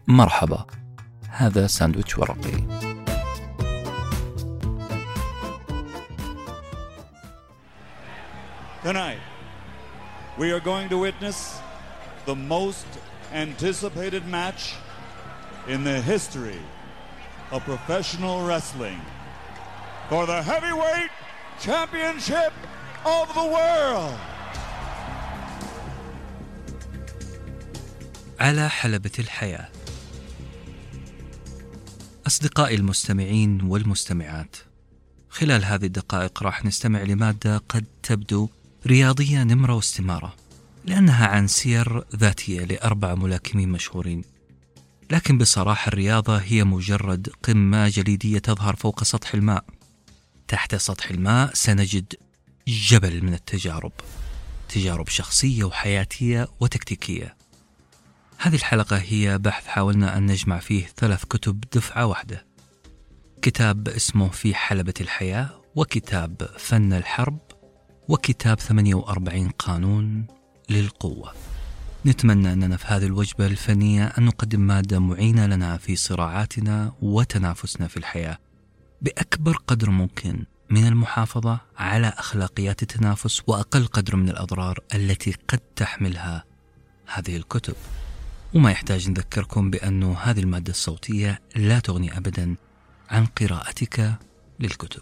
مرحبا، هذا ساندويتش ورقي. Tonight, we are going to witness the most anticipated match in the history of professional wrestling for the heavyweight championship of the world. على حلبة الحياة. أصدقائي المستمعين والمستمعات، خلال هذه الدقائق راح نستمع لمادة قد تبدو رياضية نمرة واستمارة، لأنها عن سير ذاتية لأربع ملاكمين مشهورين. لكن بصراحة الرياضة هي مجرد قمة جليدية تظهر فوق سطح الماء. تحت سطح الماء سنجد جبل من التجارب، تجارب شخصية وحياتية وتكتيكية. هذه الحلقة هي بحث حاولنا أن نجمع فيه 3 كتب دفعة واحدة: كتاب اسمه في حلبة الحياة، وكتاب فن الحرب، وكتاب 48 قانون للقوة. نتمنى أننا في هذه الوجبة الفنية أن نقدم مادة معينة لنا في صراعاتنا وتنافسنا في الحياة، بأكبر قدر ممكن من المحافظة على أخلاقيات التنافس وأقل قدر من الأضرار التي قد تحملها هذه الكتب. وما يحتاج نذكركم بأن هذه المادة الصوتية لا تغني أبدا عن قراءتك للكتب.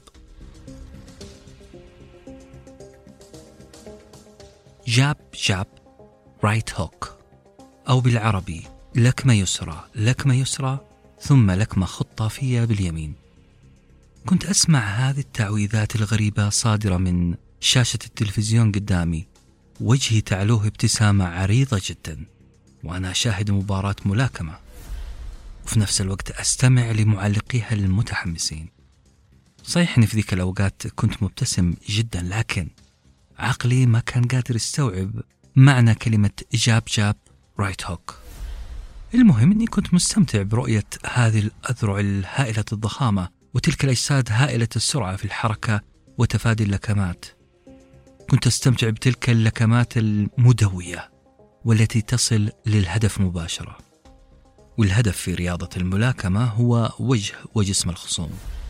جاب جاب رايت هوك، أو بالعربي لكمة يسرى، لكمة يسرى ثم لكمة خطافية باليمين. كنت أسمع هذه التعويذات الغريبة صادرة من شاشة التلفزيون قدامي، وجهي تعلوه ابتسامة عريضة جدا وأنا أشاهد مباراة ملاكمة، وفي نفس الوقت أستمع لمعلقيها المتحمسين. صحيح أني في ذيك الأوقات كنت مبتسم جدا، لكن عقلي ما كان قادر يستوعب معنى كلمة جاب جاب رايت هوك. المهم أني كنت مستمتع برؤية هذه الأذرع الهائلة الضخامة وتلك الأجساد هائلة السرعة في الحركة وتفادي اللكمات. كنت أستمتع بتلك اللكمات المدوية والتي تصل للهدف مباشرة. والهدف في رياضة الملاكمة هو وجه وجسم الخصوم.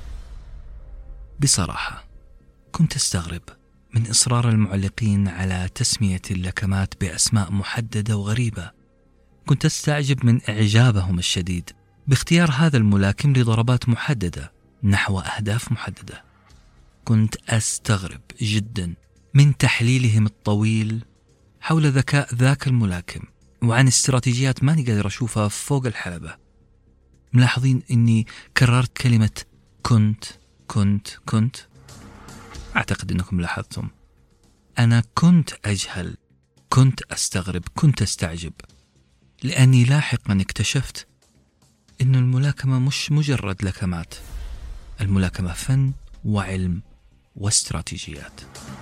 بصراحة كنت أستغرب من إصرار المعلقين على تسمية اللكمات بأسماء محددة وغريبة. كنت أستعجب من إعجابهم الشديد باختيار هذا الملاكم لضربات محددة نحو أهداف محددة. كنت أستغرب جدا من تحليلهم الطويل حول ذكاء ذاك الملاكم وعن استراتيجيات ماني قادر أشوفها فوق الحلبة. ملاحظين أني كررت كلمة كنت. أعتقد أنكم لاحظتم. أنا كنت أجهل، كنت أستغرب، كنت أستعجب، لأني لاحقا اكتشفت أن الملاكمة مش مجرد لكمات. الملاكمة فن وعلم واستراتيجيات.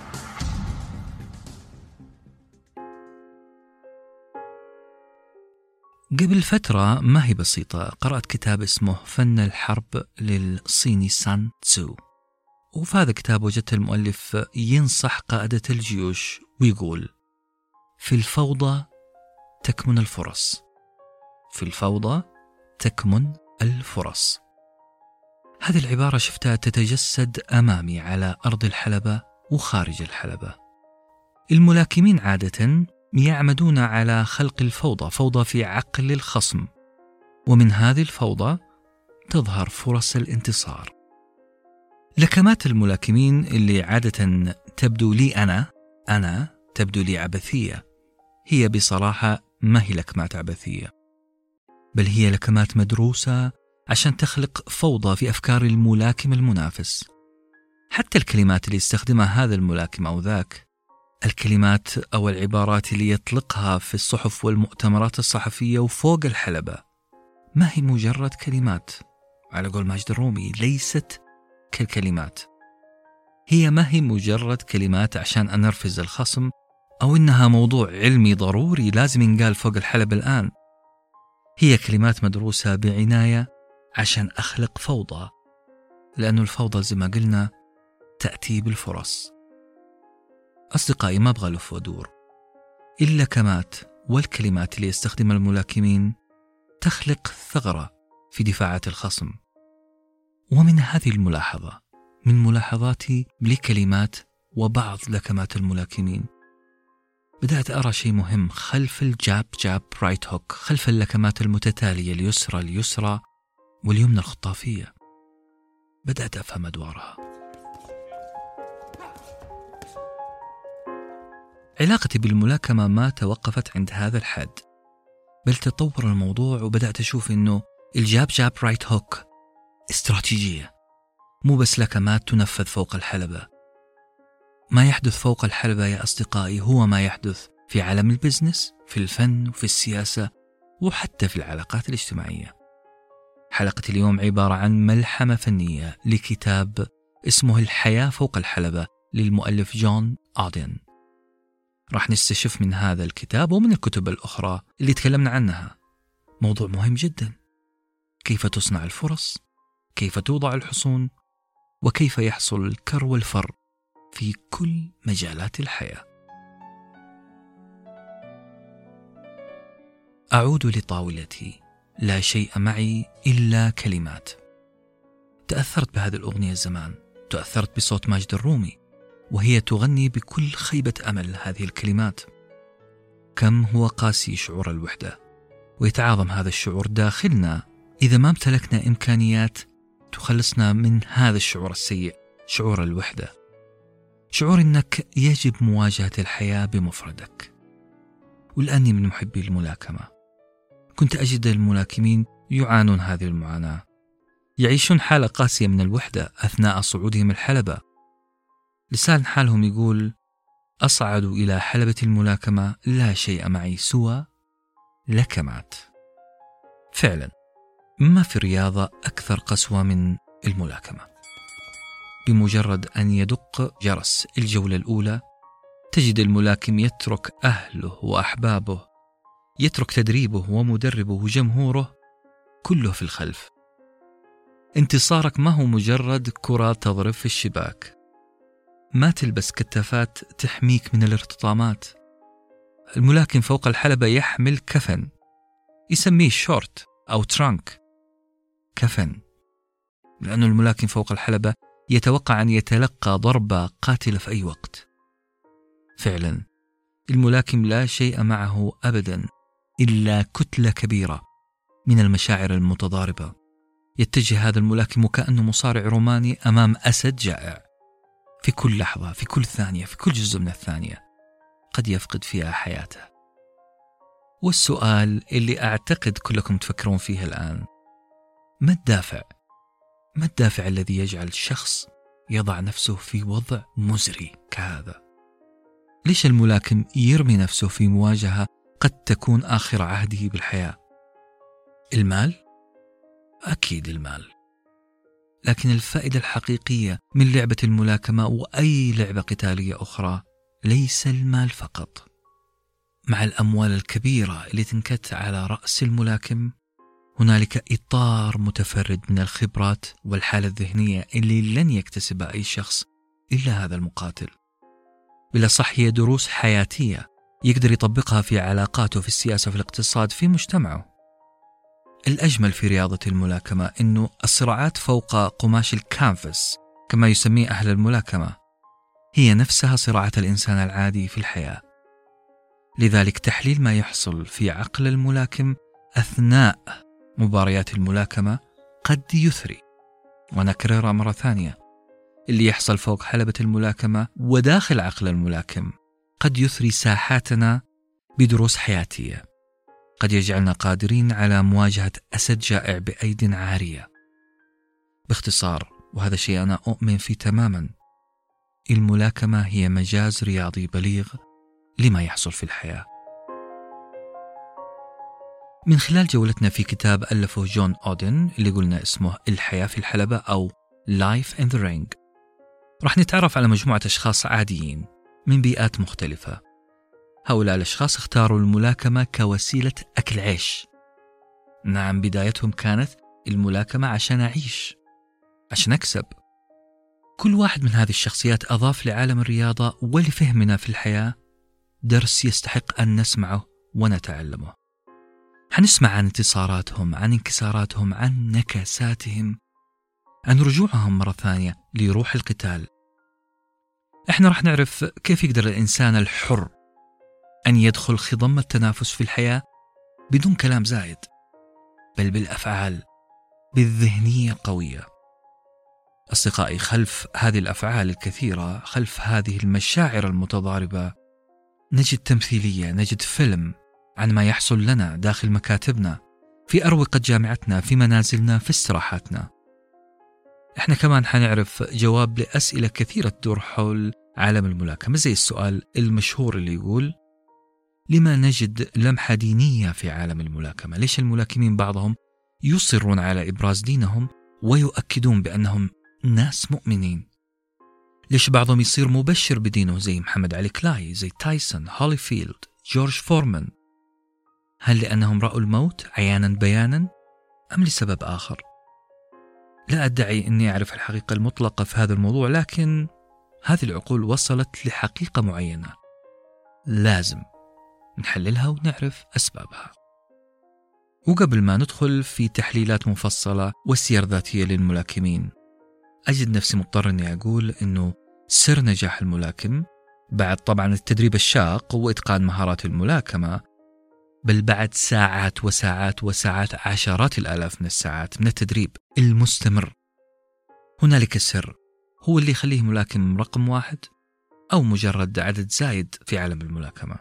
قبل فترة ما هي بسيطة قرأت كتاب اسمه فن الحرب للصيني سان تسو، وفي هذا الكتاب وجدت المؤلف ينصح قادة الجيوش ويقول: في الفوضى تكمن الفرص، في الفوضى تكمن الفرص. هذه العبارة شفتها تتجسد أمامي على أرض الحلبة وخارج الحلبة. الملاكمين عادة يعمدون على خلق الفوضى، فوضى في عقل الخصم، ومن هذه الفوضى تظهر فرص الانتصار. لكمات الملاكمين اللي عادة تبدو لي أنا تبدو لي عبثية، هي بصراحة ما هي لكمات عبثية، بل هي لكمات مدروسة عشان تخلق فوضى في أفكار الملاكم المنافس. حتى الكلمات اللي يستخدمها هذا الملاكم أو ذاك، الكلمات أو العبارات اللي يطلقها في الصحف والمؤتمرات الصحفية وفوق الحلبة، ما هي مجرد كلمات. على قول ماجد الرومي، ليست كالكلمات. هي ما هي مجرد كلمات عشان أنرفز الخصم، أو إنها موضوع علمي ضروري لازم ينقال فوق الحلبة الآن. هي كلمات مدروسة بعناية عشان أخلق فوضى، لأن الفوضى زي ما قلنا تأتي بالفرص. أصدقائي، ما أبغى لف ودور. اللكمات والكلمات اللي يستخدمها الملاكمين تخلق ثغرة في دفاعات الخصم. ومن هذه الملاحظة، من ملاحظاتي لكلمات وبعض لكمات الملاكمين، بدأت أرى شيء مهم خلف الجاب جاب رايت هوك، خلف اللكمات المتتالية اليسرى واليمنى الخطافية. بدأت أفهم أدوارها. علاقتي بالملاكمة ما توقفت عند هذا الحد، بل تطور الموضوع وبدأت أشوف إنه الجاب جاب رايت هوك استراتيجية، مو بس لكمات تنفذ فوق الحلبة. ما يحدث فوق الحلبة يا أصدقائي هو ما يحدث في عالم البزنس، في الفن وفي السياسة وحتى في العلاقات الاجتماعية. حلقة اليوم عبارة عن ملحمة فنية لكتاب اسمه الحياة فوق الحلبة للمؤلف جون أودين. راح نستشف من هذا الكتاب ومن الكتب الأخرى اللي تكلمنا عنها موضوع مهم جدا: كيف تصنع الفرص، كيف توضع الحصون، وكيف يحصل الكر والفر في كل مجالات الحياة. أعود لطاولتي، لا شيء معي إلا كلمات. تأثرت بهذه الأغنية زمان، تأثرت بصوت ماجد الرومي وهي تغني بكل خيبة أمل هذه الكلمات. كم هو قاسي شعور الوحدة، ويتعاظم هذا الشعور داخلنا إذا ما امتلكنا إمكانيات تخلصنا من هذا الشعور السيء، شعور الوحدة، شعور أنك يجب مواجهة الحياة بمفردك. ولأني من محبي الملاكمة، كنت أجد الملاكمين يعانون هذه المعاناة، يعيشون حالة قاسية من الوحدة أثناء صعودهم الحلبة. لسان حالهم يقول: أصعد إلى حلبة الملاكمة لا شيء معي سوى لكمات. فعلا ما في رياضة أكثر قسوة من الملاكمة. بمجرد أن يدق جرس الجولة الأولى تجد الملاكم يترك أهله وأحبابه، يترك تدريبه ومدربه وجمهوره كله في الخلف. انتصارك ما هو مجرد كرة تضرب في الشباك، ما تلبس كتافات تحميك من الارتطامات. الملاكم فوق الحلبة يحمل كفن، يسميه شورت أو ترانك، كفن، لأنه الملاكم فوق الحلبة يتوقع أن يتلقى ضربة قاتلة في أي وقت. فعلا الملاكم لا شيء معه أبدا إلا كتلة كبيرة من المشاعر المتضاربة. يتجه هذا الملاكم كأنه مصارع روماني أمام أسد جائع. في كل لحظة، في كل ثانية، في كل جزء من الثانية قد يفقد فيها حياته. والسؤال اللي أعتقد كلكم تفكرون فيه الآن: ما الدافع؟ ما الدافع الذي يجعل الشخص يضع نفسه في وضع مزري كهذا؟ ليش الملاكم يرمي نفسه في مواجهة قد تكون آخر عهده بالحياة؟ المال؟ أكيد المال. لكن الفائدة الحقيقية من لعبة الملاكمة وأي لعبة قتالية أخرى ليس المال فقط. مع الأموال الكبيرة اللي تنكت على رأس الملاكم، هنالك إطار متفرد من الخبرات والحالة الذهنية اللي لن يكتسبها أي شخص إلا هذا المقاتل. بلا صح هي دروس حياتية يقدر يطبقها في علاقاته، في السياسة، في الاقتصاد، في مجتمعه. الأجمل في رياضة الملاكمة إنه الصراعات فوق قماش الكانفاس كما يسميه أهل الملاكمة هي نفسها صراعات الإنسان العادي في الحياة. لذلك تحليل ما يحصل في عقل الملاكم أثناء مباريات الملاكمة قد يثري، ونكررها مرة ثانية، اللي يحصل فوق حلبة الملاكمة وداخل عقل الملاكم قد يثري ساحاتنا بدروس حياتية، قد يجعلنا قادرين على مواجهة أسد جائع بأيد عارية. باختصار، وهذا شيء أنا أؤمن فيه تماما، الملاكمة هي مجاز رياضي بليغ لما يحصل في الحياة. من خلال جولتنا في كتاب ألفه جون أودين اللي قلنا اسمه الحياة في الحلبة أو Life in the Ring، رح نتعرف على مجموعة أشخاص عاديين من بيئات مختلفة. هؤلاء الأشخاص اختاروا الملاكمة كوسيلة أكل عيش. نعم، بدايتهم كانت الملاكمة عشان أعيش، عشان أكسب. كل واحد من هذه الشخصيات أضاف لعالم الرياضة ولفهمنا في الحياة درس يستحق أن نسمعه ونتعلمه. حنسمع عن انتصاراتهم، عن انكساراتهم، عن نكساتهم، عن رجوعهم مرة ثانية لروح القتال. احنا رح نعرف كيف يقدر الإنسان الحر أن يدخل خضم التنافس في الحياة بدون كلام زايد، بل بالأفعال، بالذهنية قوية. أصدقائي، خلف هذه الأفعال الكثيرة، خلف هذه المشاعر المتضاربة، نجد تمثيلية، نجد فيلم عن ما يحصل لنا داخل مكاتبنا، في أروقة جامعتنا، في منازلنا، في استراحاتنا. احنا كمان حنعرف جواب لأسئلة كثيرة تدور حول عالم الملاكمة، زي السؤال المشهور اللي يقول: لما نجد لمحة دينية في عالم الملاكمة؟ ليش الملاكمين بعضهم يصرون على إبراز دينهم ويؤكدون بأنهم ناس مؤمنين؟ ليش بعضهم يصير مبشر بدينه زي محمد علي كلاي، زي تايسون، هوليفيلد، جورج فورمان؟ هل لأنهم رأوا الموت عيانا بيانا أم لسبب آخر؟ لا أدعي أني أعرف الحقيقة المطلقة في هذا الموضوع، لكن هذه العقول وصلت لحقيقة معينة لازم نحللها ونعرف أسبابها. وقبل ما ندخل في تحليلات مفصلة وسير ذاتية للملاكمين، أجد نفسي مضطر أني أقول أنه سر نجاح الملاكم بعد طبعا التدريب الشاق وإتقان مهارات الملاكمة، بل بعد ساعات وساعات وساعات، عشرات الآلاف من الساعات من التدريب المستمر، هنالك سر هو اللي يخليه ملاكم رقم واحد أو مجرد عدد زايد في عالم الملاكمة.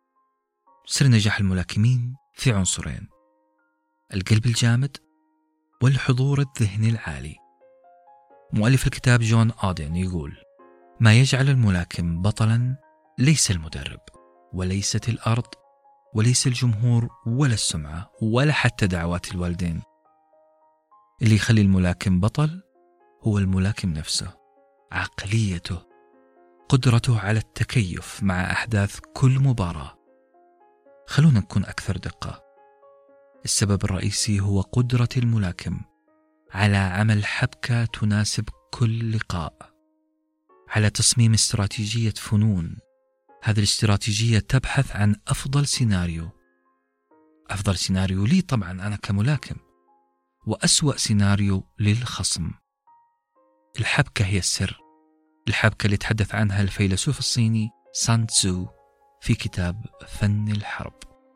سر نجاح الملاكمين في عنصرين: القلب الجامد والحضور الذهني العالي. مؤلف الكتاب جون أودين يقول: ما يجعل الملاكم بطلا ليس المدرب، وليست الأرض، وليس الجمهور، ولا السمعة، ولا حتى دعوات الوالدين. اللي يخلي الملاكم بطل هو الملاكم نفسه، عقليته، قدرته على التكيف مع أحداث كل مباراة. خلونا نكون أكثر دقة. السبب الرئيسي هو قدرة الملاكم على عمل حبكة تناسب كل لقاء، على تصميم استراتيجية فنون. هذه الاستراتيجية تبحث عن أفضل سيناريو، أفضل سيناريو لي طبعا أنا كملاكم، وأسوأ سيناريو للخصم. الحبكة هي السر، الحبكة اللي تحدث عنها الفيلسوف الصيني سان تزو في كتاب فن الحرب.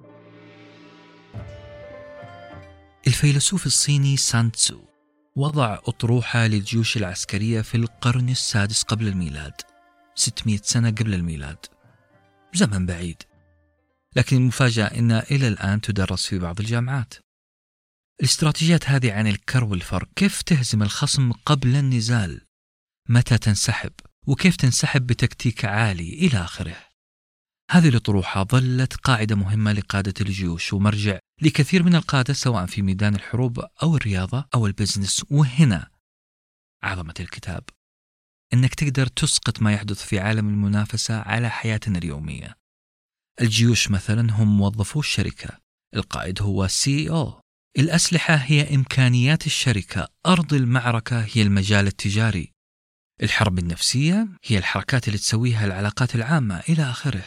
الفيلسوف الصيني سان تزو وضع أطروحة للجيوش العسكرية في القرن السادس قبل الميلاد، 600 سنة قبل الميلاد، زمن بعيد، لكن المفاجأة أنها إلى الآن تدرس في بعض الجامعات. الاستراتيجيات هذه عن الكر والفر، كيف تهزم الخصم قبل النزال، متى تنسحب، وكيف تنسحب بتكتيك عالي، إلى آخره. هذه الأطروحة ظلت قاعدة مهمة لقادة الجيوش ومرجع لكثير من القادة سواء في ميدان الحروب أو الرياضة أو البزنس. وهنا عظمة الكتاب، أنك تقدر تسقط ما يحدث في عالم المنافسة على حياتنا اليومية. الجيوش مثلا هم موظفو الشركة، القائد هو CEO، الأسلحة هي إمكانيات الشركة، أرض المعركة هي المجال التجاري، الحرب النفسية هي الحركات اللي تسويها العلاقات العامة، إلى آخره.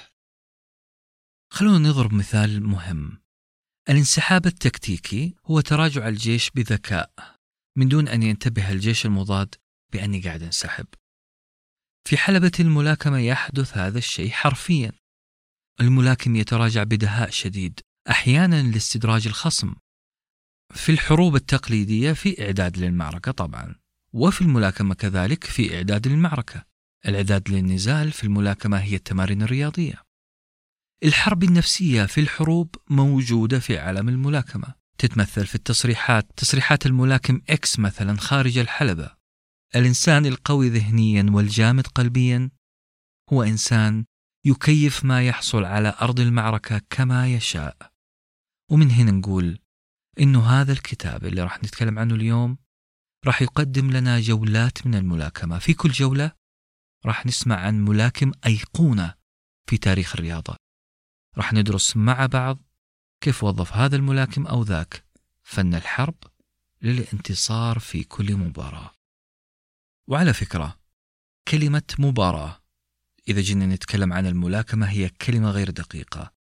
خلونا نضرب مثال مهم. الانسحاب التكتيكي هو تراجع الجيش بذكاء من دون أن ينتبه الجيش المضاد بأني قاعد انسحب. في حلبة الملاكمة يحدث هذا الشيء حرفيا. الملاكم يتراجع بدهاء شديد، أحيانا لاستدراج الخصم. في الحروب التقليدية في إعداد للمعركة طبعا، وفي الملاكمة كذلك في إعداد للمعركة. الإعداد للنزال في الملاكمة هي التمارين الرياضية. الحرب النفسية في الحروب موجودة في عالم الملاكمة، تتمثل في تصريحات الملاكم إكس مثلا خارج الحلبة. الإنسان القوي ذهنيا والجامد قلبيا هو إنسان يكيف ما يحصل على أرض المعركة كما يشاء. ومن هنا نقول إنه هذا الكتاب اللي راح نتكلم عنه اليوم راح يقدم لنا جولات من الملاكمة. في كل جولة راح نسمع عن ملاكم أيقونة في تاريخ الرياضة، راح ندرس مع بعض كيف وظف هذا الملاكم أو ذاك فن الحرب للانتصار في كل مباراة. وعلى فكرة، كلمة مباراة إذا جينا نتكلم عن الملاكمة هي كلمة غير دقيقة.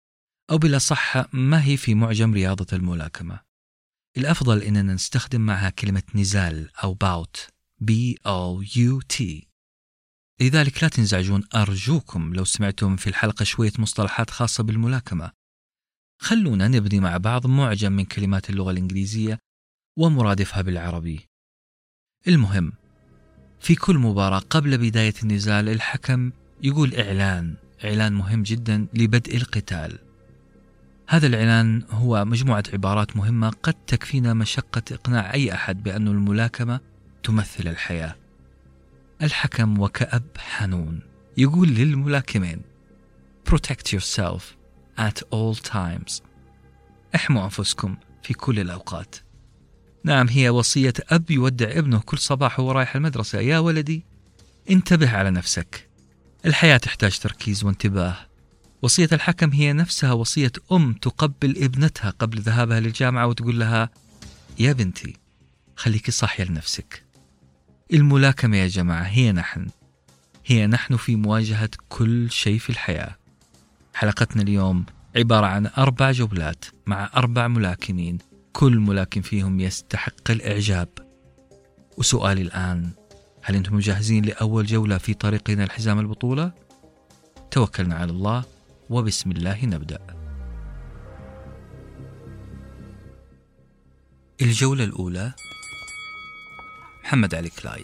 أو بلا صح ما هي في معجم رياضة الملاكمة. الأفضل إننا نستخدم معها كلمة نزال أو bout B-O-U-T. لذلك لا تنزعجون أرجوكم لو سمعتم في الحلقة شوية مصطلحات خاصة بالملاكمة. خلونا نبني مع بعض معجم من كلمات اللغة الإنجليزية ومرادفها بالعربي. المهم، في كل مباراة قبل بداية النزال الحكم يقول إعلان مهم جدا لبدء القتال. هذا الإعلان هو مجموعة عبارات مهمة قد تكفينا مشقة إقناع أي أحد بأن الملاكمة تمثل الحياة. الحكم وكأب حنون يقول للملاكمين Protect yourself at all times. احموا أنفسكم في كل الأوقات. نعم، هي وصية أب يودع ابنه كل صباح وهو رايح المدرسة. يا ولدي انتبه على نفسك، الحياة تحتاج تركيز وانتباه. وصية الحكم هي نفسها وصية أم تقبل ابنتها قبل ذهابها للجامعة وتقول لها يا بنتي خليكي صاحية لنفسك. الملاكمة يا جماعة هي نحن في مواجهة كل شيء في الحياة. حلقتنا اليوم عبارة عن 4 جولات مع 4 ملاكمين، كل ملاكم فيهم يستحق الإعجاب. وسؤالي الآن، هل أنتم جاهزين لأول جولة في طريقنا لحزام البطولة؟ توكلنا على الله وبسم الله نبدأ. الجولة الأولى، محمد علي كلاي.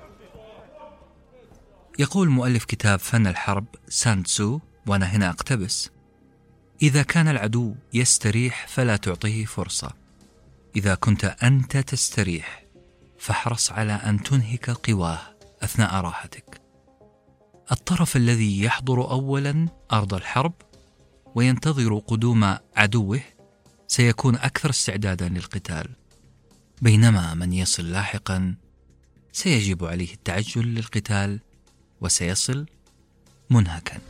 يقول مؤلف كتاب فن الحرب سان تسو، وأنا هنا أقتبس: إذا كان العدو يستريح فلا تعطيه فرصة، إذا كنت أنت تستريح فاحرص على أن تنهك قواه أثناء راحتك. الطرف الذي يحضر أولا أرض الحرب وينتظر قدوم عدوه سيكون أكثر استعدادا للقتال، بينما من يصل لاحقا سيجب عليه التعجل للقتال وسيصل منهكا.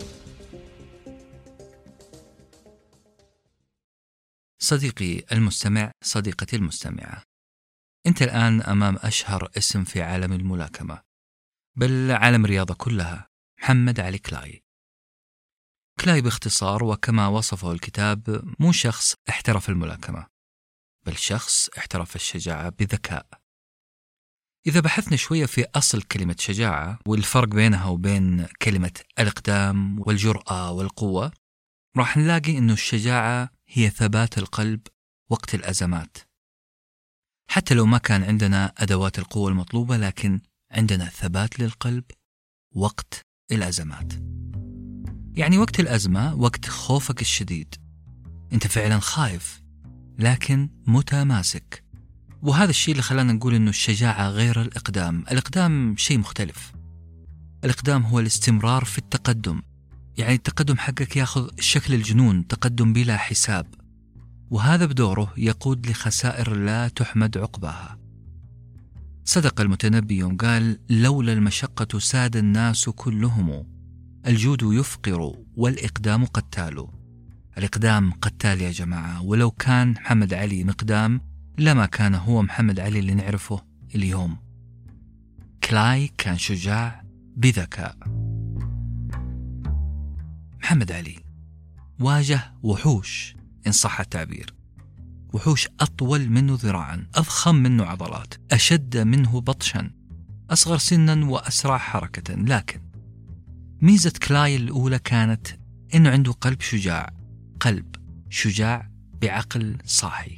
صديقي المستمع، صديقتي المستمعة، أنت الآن أمام أشهر اسم في عالم الملاكمة، بل عالم الرياضة كلها، محمد علي كلاي. كلاي باختصار وكما وصفه الكتاب مو شخص احترف الملاكمة، بل شخص احترف الشجاعة بذكاء. إذا بحثنا شوية في أصل كلمة شجاعة والفرق بينها وبين كلمة الإقدام والجرأة والقوة، راح نلاقي إنه الشجاعة هي ثبات القلب وقت الأزمات. حتى لو ما كان عندنا أدوات القوة المطلوبة، لكن عندنا ثبات للقلب وقت الأزمات. يعني وقت الأزمة، وقت خوفك الشديد، أنت فعلا خايف لكن متماسك. وهذا الشيء اللي خلانا نقول إنه الشجاعة غير الإقدام. الإقدام شيء مختلف. الإقدام هو الاستمرار في التقدم، يعني التقدم حقك ياخذ شكل الجنون، تقدم بلا حساب، وهذا بدوره يقود لخسائر لا تحمد عقباها. صدق المتنبي يوم قال: لولا المشقة ساد الناس كلهم، الجود يفقر والإقدام قتال. الإقدام قتال يا جماعة، ولو كان محمد علي مقدام لما كان هو محمد علي اللي نعرفه اليوم. كلاي كان شجاع بذكاء. محمد علي واجه وحوش إن صح التعبير، وحوش أطول منه ذراعا، أضخم منه عضلات، أشد منه بطشا، أصغر سنا وأسرع حركة. لكن ميزة كلاي الأولى كانت إنه عنده قلب شجاع بعقل صاحي.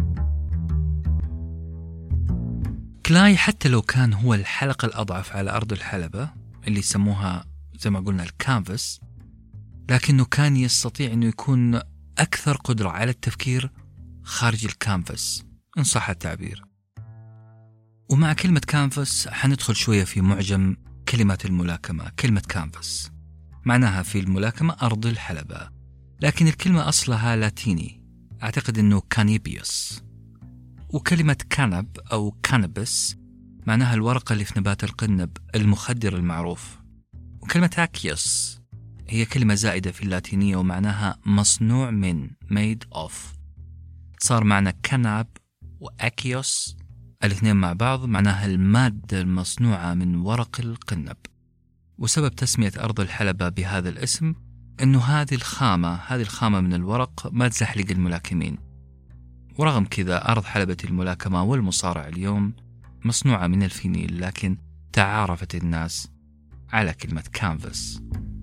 كلاي حتى لو كان هو الحلقة الأضعف على أرض الحلبة اللي يسموها زي ما قلنا الكانفاس، لكنه كان يستطيع أنه يكون أكثر قدرة على التفكير خارج الكانفاس إن صح التعبير. ومع كلمة كانفاس حندخل شوية في معجم كلمات الملاكمة. كلمة كانفاس معناها في الملاكمة أرض الحلبة، لكن الكلمة أصلها لاتيني، أعتقد أنه كانيبيوس. وكلمة كانب أو كانبس معناها الورقة اللي في نبات القنب المخدر المعروف. وكلمة أكيوس هي كلمة زائدة في اللاتينية ومعناها مصنوع من made of. صار معنى كاناب وأكيوس الاثنين مع بعض معناها المادة المصنوعة من ورق القنب. وسبب تسمية أرض الحلبة بهذا الاسم أنه هذه الخامة من الورق ما تزحلق الملاكمين. ورغم كذا أرض حلبة الملاكمة والمصارعة اليوم مصنوعة من الفينيل، لكن تعارفت الناس على كلمة كانفاس.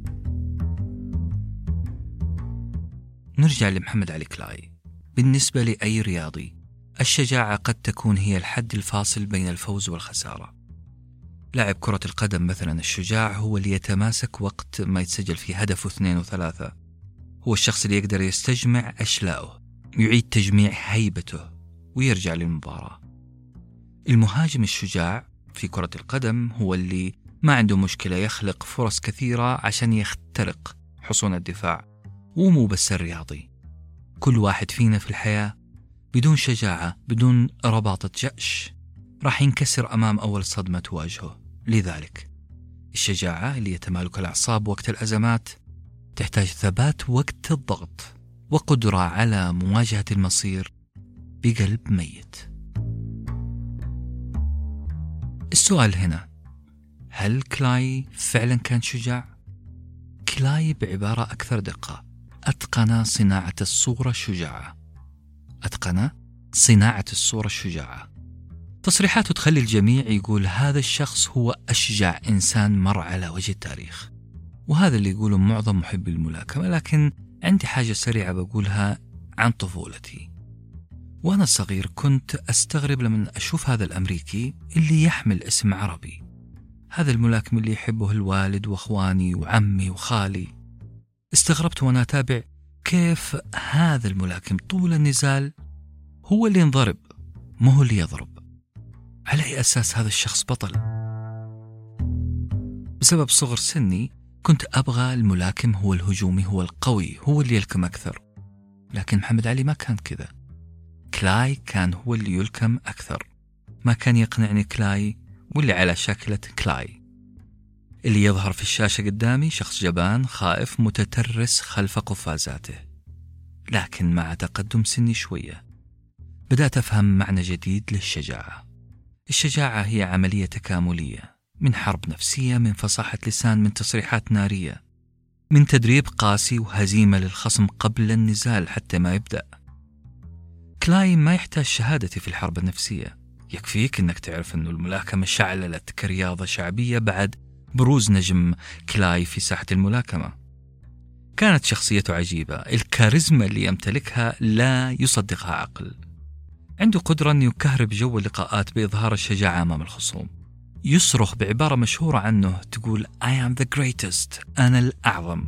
نرجع لمحمد علي كلاي. بالنسبة لأي رياضي، الشجاعة قد تكون هي الحد الفاصل بين الفوز والخسارة. لاعب كرة القدم مثلا، الشجاع هو اللي يتماسك وقت ما يتسجل فيه هدف 2 و3. هو الشخص اللي يقدر يستجمع أشلاؤه، يعيد تجميع هيبته ويرجع للمباراة. المهاجم الشجاع في كرة القدم هو اللي ما عنده مشكلة يخلق فرص كثيرة عشان يخترق حصون الدفاع. ومو بس الرياضي، كل واحد فينا في الحياة بدون شجاعة، بدون رباطة جأش، راح ينكسر أمام أول صدمة تواجهه. لذلك الشجاعة اللي يتمالك الأعصاب وقت الأزمات تحتاج ثبات وقت الضغط، وقدرة على مواجهة المصير بقلب ميت. السؤال هنا، هل كلاي فعلا كان شجاع؟ كلاي بعبارة أكثر دقة أتقن صناعة الصورة الشجاعة. تصريحاته تخلي الجميع يقول هذا الشخص هو أشجع إنسان مر على وجه التاريخ، وهذا اللي يقوله معظم محبي الملاكمة. لكن عندي حاجة سريعة بقولها عن طفولتي. وأنا صغير كنت أستغرب لما أشوف هذا الأمريكي اللي يحمل اسم عربي، هذا الملاكم اللي يحبه الوالد وأخواني وعمي وخالي. استغربت وأنا أتابع كيف هذا الملاكم طول النزال هو اللي ينضرب، مو هو اللي يضرب. على أي أساس هذا الشخص بطل؟ بسبب صغر سني كنت أبغى الملاكم هو الهجومي، هو القوي، هو اللي يلكم أكثر. لكن محمد علي ما كان كذا. كلاي كان هو اللي يلكم أكثر. ما كان يقنعني كلاي واللي على شكلة كلاي. اللي يظهر في الشاشة قدامي شخص جبان خائف متترس خلف قفازاته. لكن مع تقدم سني شوية بدأت أفهم معنى جديد للشجاعة. الشجاعة هي عملية تكاملية من حرب نفسية، من فصاحة لسان، من تصريحات نارية، من تدريب قاسي وهزيمة للخصم قبل النزال حتى ما يبدأ. كلاي ما يحتاج شهادتي في الحرب النفسية، يكفيك أنك تعرف أن الملاكمة شعللت كرياضة شعبية بعد بروز نجم كلاي في ساحة الملاكمة. كانت شخصيته عجيبة، الكاريزما اللي يمتلكها لا يصدقها عقل. عنده قدرة أن يكهرب جو اللقاءات بإظهار الشجاعة أمام الخصوم. يصرخ بعبارة مشهورة عنه تقول I am the greatest، أنا الأعظم.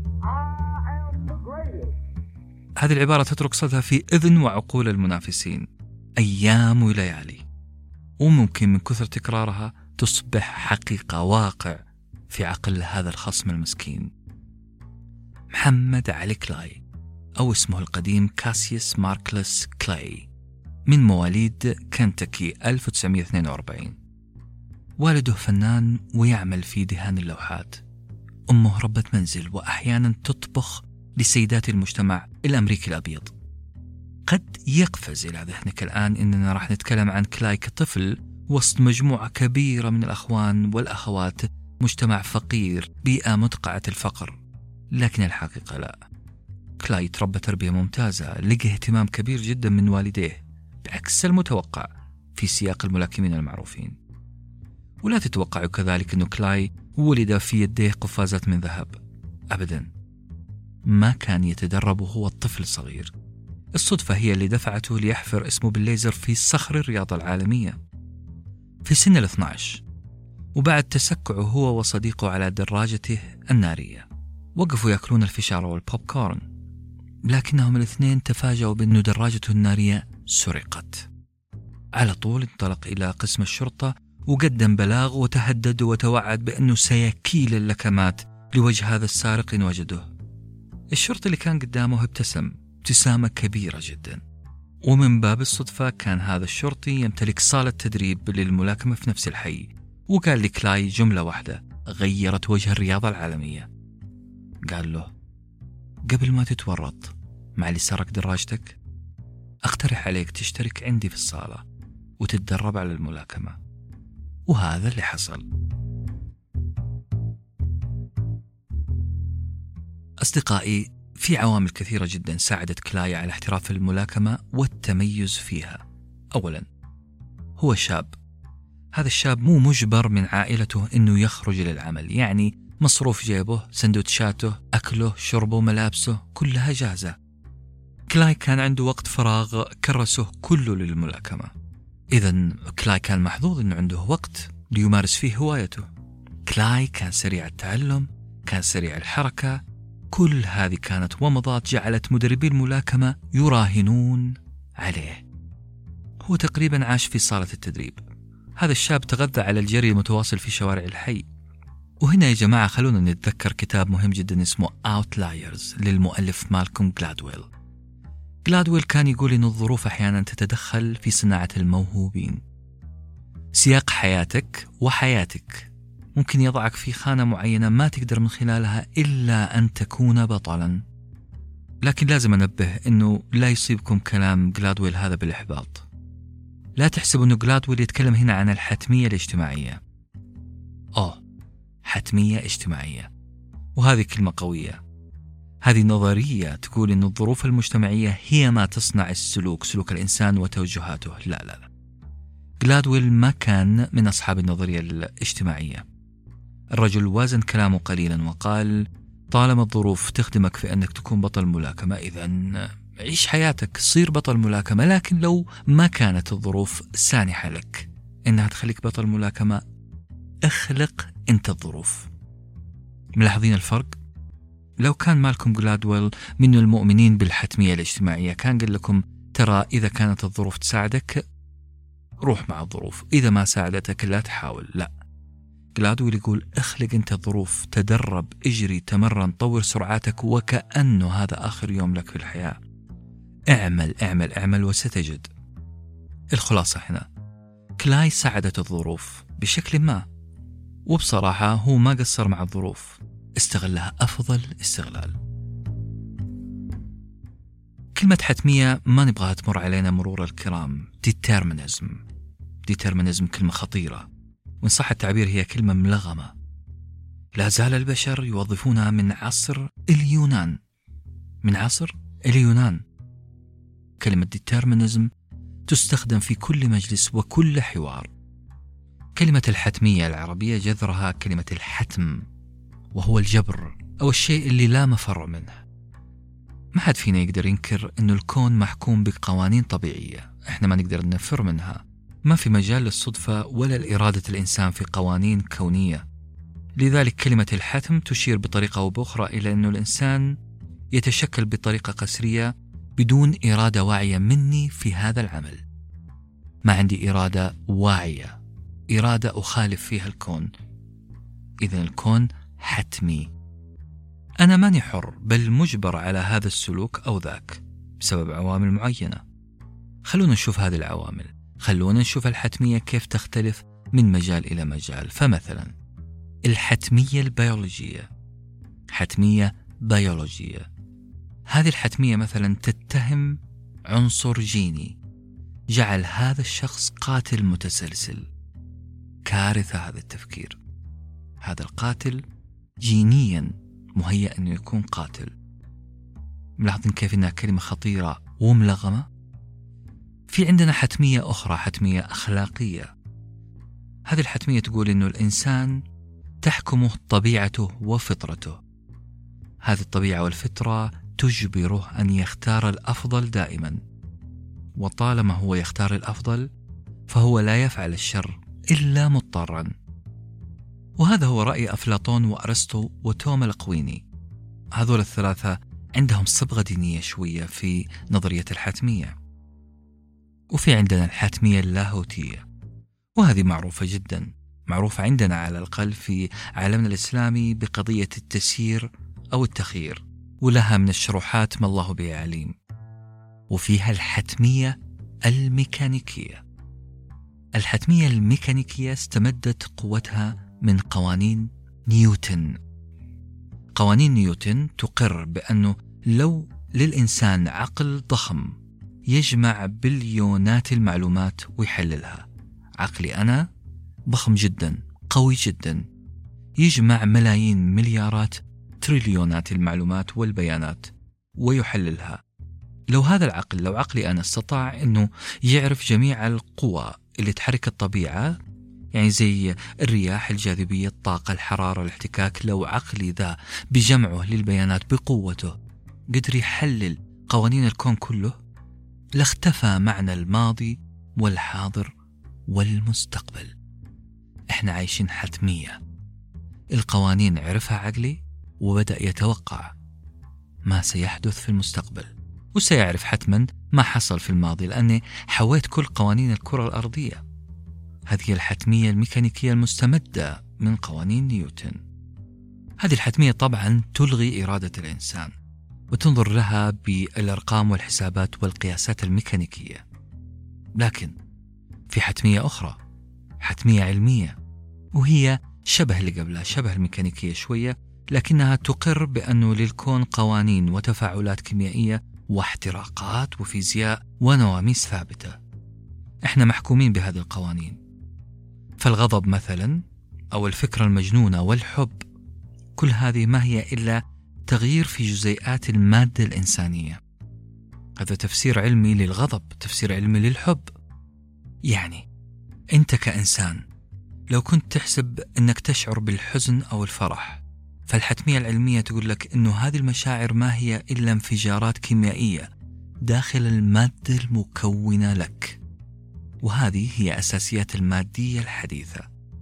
هذه العبارة تترك صدها في إذن وعقول المنافسين أيام وليالي، وممكن من كثر تكرارها تصبح حقيقة، واقع في عقل هذا الخصم المسكين. محمد علي كلاي، أو اسمه القديم كاسيوس ماركلس كلاي، من مواليد كنتاكي 1942. والده فنان ويعمل في دهان اللوحات. أمه ربة منزل وأحيانا تطبخ لسيدات المجتمع الأمريكي الأبيض. قد يقفز إلى ذهنك الآن أننا راح نتكلم عن كلاي كطفل وسط مجموعة كبيرة من الأخوان والأخوات، مجتمع فقير، بيئة مدقعة الفقر. لكن الحقيقة لا، كلاي تربى تربية ممتازة، لقى اهتمام كبير جدا من والديه بعكس المتوقع في سياق الملاكمين المعروفين. ولا تتوقعوا كذلك أنه كلاي ولد في يديه قفازات من ذهب، أبدا. ما كان يتدرب وهو الطفل صغير. الصدفة هي اللي دفعته ليحفر اسمه بالليزر في صخر الرياضة العالمية في سن 12. وبعد تسكعه هو وصديقه على دراجته النارية وقفوا يأكلون الفشار والبوب كورن، لكنهم الاثنين تفاجأوا بأن دراجته النارية سرقت. على طول انطلق إلى قسم الشرطة وقدم بلاغ وتهدد وتوعد بأنه سيكيل اللكمات لوجه هذا السارق إن وجده. الشرطي اللي كان قدامه ابتسم ابتسامة كبيرة جدا، ومن باب الصدفة كان هذا الشرطي يمتلك صالة تدريب للملاكمة في نفس الحي. وقال لكلاي جملة واحدة غيرت وجه الرياضة العالمية. قال له قبل ما تتورط مع اللي سرق دراجتك أقترح عليك تشترك عندي في الصالة وتتدرب على الملاكمة. وهذا اللي حصل. أصدقائي، في عوامل كثيرة جدا ساعدت كلاي على احتراف الملاكمة والتميز فيها. أولا، هو شاب. هذا الشاب مو مجبر من عائلته أنه يخرج للعمل، يعني مصروف جيبه، سندوتشاته، أكله، شربه، ملابسه كلها جاهزة. كلاي كان عنده وقت فراغ كرسه كله للملاكمة. إذن كلاي كان محظوظ أنه عنده وقت ليمارس فيه هوايته. كلاي كان سريع التعلم، كان سريع الحركة. كل هذه كانت ومضات جعلت مدربي الملاكمة يراهنون عليه. هو تقريبا عاش في صالة التدريب. هذا الشاب تغذى على الجري المتواصل في شوارع الحي. وهنا يا جماعة خلونا نتذكر كتاب مهم جدا اسمه Outliers للمؤلف مالكوم جلادويل. جلادويل كان يقول إن الظروف أحيانا تتدخل في صناعة الموهوبين. سياق حياتك وحياتك ممكن يضعك في خانة معينة ما تقدر من خلالها إلا أن تكون بطلا. لكن لازم أنبه إنه لا يصيبكم كلام جلادويل هذا بالإحباط. لا تحسبوا إنه جلادويل يتكلم هنا عن الحتمية الاجتماعية. حتمية اجتماعية، وهذه كلمة قوية. هذه نظرية تقول إن الظروف المجتمعية هي ما تصنع سلوك الإنسان وتوجهاته. لا. جلادويل ما كان من أصحاب النظرية الاجتماعية. الرجل وازن كلامه قليلا وقال: طالما الظروف تخدمك في أنك تكون بطل ملاكمة، إذن عيش حياتك، صير بطل ملاكمة. لكن لو ما كانت الظروف سانحة لك إنها تخليك بطل ملاكمة، اخلق أنت الظروف. ملاحظين الفرق؟ لو كان مالكوم جلادويل من المؤمنين بالحتمية الاجتماعية كان قال لكم: ترى إذا كانت الظروف تساعدك روح مع الظروف، إذا ما ساعدتك لا تحاول. لا، جلادويل يقول: اخلق أنت الظروف، تدرب، اجري، تمرن، طور سرعاتك، وكأنه هذا آخر يوم لك في الحياة. اعمل اعمل اعمل وستجد. الخلاصة هنا، كلاي ساعدت الظروف بشكل ما، وبصراحة هو ما قصر مع الظروف، استغلها أفضل استغلال. كلمة حتمية ما نبغاها تمر علينا مرور الكرام. ديترمينزم كلمة خطيرة، وإن صح التعبير هي كلمة ملغمة. لا زال البشر يوظفونها من عصر اليونان. كلمة ديترمينزم تستخدم في كل مجلس وكل حوار. كلمة الحتمية العربية جذرها كلمة الحتم، وهو الجبر أو الشيء اللي لا مفر منه. ما حد فينا يقدر ينكر أنه الكون محكوم بقوانين طبيعية إحنا ما نقدر نفر منها. ما في مجال للصدفة ولا لإرادة الإنسان في قوانين كونية. لذلك كلمة الحتم تشير بطريقة أو بأخرى إلى أنه الإنسان يتشكل بطريقة قسرية بدون إرادة واعية مني في هذا العمل. ما عندي إرادة واعية، إرادة أخالف فيها الكون. إذن الكون حتمي. أنا ماني حر، بل مجبر على هذا السلوك أو ذاك بسبب عوامل معينة. خلونا نشوف هذه العوامل، خلونا نشوف الحتمية كيف تختلف من مجال إلى مجال. فمثلا الحتمية البيولوجية، حتمية بيولوجية. هذه الحتمية مثلا تتهم عنصر جيني جعل هذا الشخص قاتل متسلسل. كارثة هذا التفكير. هذا القاتل جينيا مهيأ أنه يكون قاتل. ملاحظين كيف أنها كلمة خطيرة وملغمة؟ في عندنا حتمية أخرى، حتمية أخلاقية. هذه الحتمية تقول أنه الإنسان تحكمه طبيعته وفطرته. هذه الطبيعة والفطرة تجبره أن يختار الأفضل دائما، وطالما هو يختار الأفضل فهو لا يفعل الشر إلا مضطرا. وهذا هو رأي أفلاطون وأرسطو وتوما الأقويني. هذول الثلاثة عندهم صبغة دينية شوية في نظرية الحتمية. وفي عندنا الحتمية اللاهوتية، وهذه معروفة جدا، معروفة عندنا على الأقل في عالمنا الإسلامي بقضية التسيير أو التخيير، ولها من الشروحات ما الله به عليم. وفيها الحتمية الميكانيكية. الحتمية الميكانيكية استمدت قوتها من قوانين نيوتن. قوانين نيوتن تقر بأنه لو للإنسان عقل ضخم يجمع بليونات المعلومات ويحللها، عقلي أنا ضخم جدا قوي جدا يجمع ملايين مليارات تريليونات المعلومات والبيانات ويحللها. لو هذا العقل، لو عقلي أنا استطاع أنه يعرف جميع القوى اللي تحرك الطبيعة، يعني زي الرياح، الجاذبية، الطاقة، الحرارة، الاحتكاك، لو عقلي ذا بجمعه للبيانات بقوته قدر يحلل قوانين الكون كله، لاختفى معنى الماضي والحاضر والمستقبل. احنا عايشين حتمية. القوانين عرفها عقلي وبدأ يتوقع ما سيحدث في المستقبل، وسيعرف حتما ما حصل في الماضي لأني حويت كل قوانين الكرة الأرضية. هذه الحتمية الميكانيكية المستمدة من قوانين نيوتن. هذه الحتمية طبعا تلغي إرادة الإنسان وتنظر لها بالأرقام والحسابات والقياسات الميكانيكية. لكن في حتمية أخرى، حتمية علمية، وهي شبه اللي قبلها، شبه الميكانيكية شوية، لكنها تقر بأنه للكون قوانين وتفاعلات كيميائية واحتراقات وفيزياء ونواميس ثابتة. احنا محكومين بهذه القوانين. فالغضب مثلا أو الفكرة المجنونة والحب، كل هذه ما هي إلا تغيير في جزيئات المادة الإنسانية. هذا تفسير علمي للغضب، تفسير علمي للحب. يعني أنت كإنسان لو كنت تحسب أنك تشعر بالحزن أو الفرح، فالحتمية العلمية تقول لك أنه هذه المشاعر ما هي إلا انفجارات كيميائية داخل المادة المكونة لك. وهذه هي أساسيات المادية الحديثة.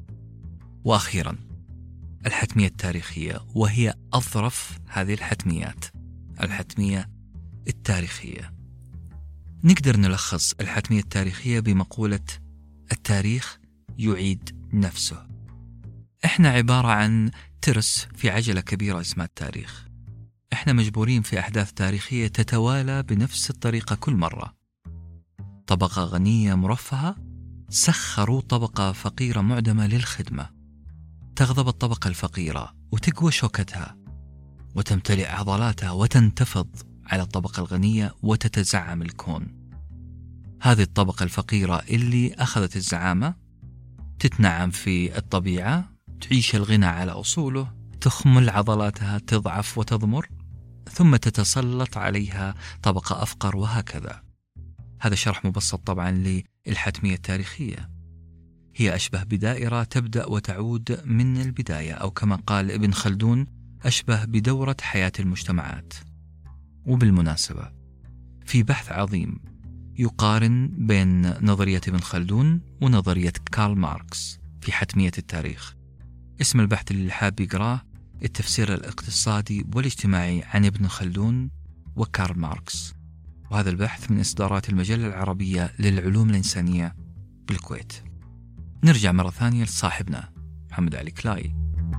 وأخيرا الحتمية التاريخية، وهي أظرف هذه الحتميات، الحتمية التاريخية. نقدر نلخص الحتمية التاريخية بمقولة التاريخ يعيد نفسه. احنا عبارة عن ترس في عجلة كبيرة اسمها التاريخ. احنا مجبورين في أحداث تاريخية تتوالى بنفس الطريقة كل مرة. طبقة غنية مرفهة سخروا طبقة فقيرة معدمة للخدمة. تغضب الطبقة الفقيرة وتقوى شوكتها وتمتلئ عضلاتها وتنتفض على الطبقة الغنية وتتزعم الكون. هذه الطبقة الفقيرة اللي أخذت الزعامة تتنعم في الطبيعة، تعيش الغنى على أصوله، تخمل عضلاتها، تضعف وتضمر، ثم تتسلط عليها طبقة أفقر، وهكذا. هذا شرح مبسط طبعا للحتمية التاريخية. هي أشبه بدائرة تبدأ وتعود من البداية، أو كما قال ابن خلدون أشبه بدورة حياة المجتمعات. وبالمناسبة في بحث عظيم يقارن بين نظرية ابن خلدون ونظرية كارل ماركس في حتمية التاريخ. اسم البحث اللي حاب يقراه التفسير الاقتصادي والاجتماعي عن ابن خلدون وكارل ماركس. وهذا البحث من إصدارات المجلة العربية للعلوم الإنسانية بالكويت. نرجع مرة ثانية لصاحبنا محمد علي كلاي.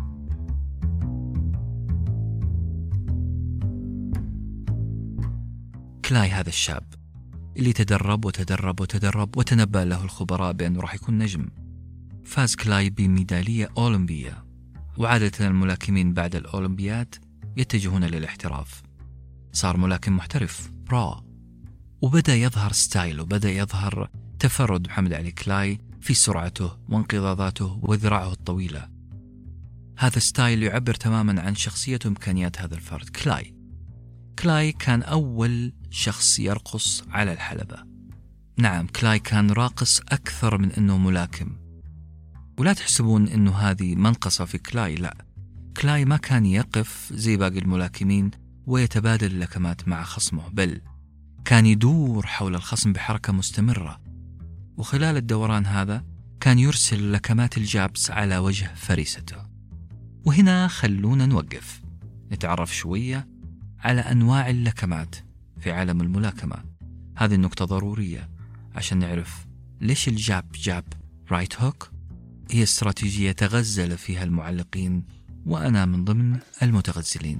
كلاي هذا الشاب اللي تدرب وتدرب وتدرب وتنبأ له الخبراء بأنه راح يكون نجم. فاز كلاي بميدالية أولمبية، وعادة الملاكمين بعد الأولمبياد يتجهون للاحتراف. صار ملاكم محترف برو، وبدأ يظهر ستايل، وبدأ يظهر تفرد محمد علي كلاي في سرعته وانقضاضاته وذراعه الطويلة. هذا ستايل يعبر تماما عن شخصية وإمكانيات هذا الفرد. كلاي كان أول شخص يرقص على الحلبة. نعم، كلاي كان راقص أكثر من أنه ملاكم. ولا تحسبون أنه هذه منقصة في كلاي، لا، كلاي ما كان يقف زي باقي الملاكمين ويتبادل اللكمات مع خصمه، بل كان يدور حول الخصم بحركة مستمرة، وخلال الدوران هذا كان يرسل لكمات الجابس على وجه فريسته. وهنا خلونا نوقف نتعرف شوية على أنواع اللكمات في عالم الملاكمة. هذه النقطة ضرورية عشان نعرف ليش الجاب رايت هوك هي استراتيجية تغزل فيها المعلقين، وأنا من ضمن المتغزلين.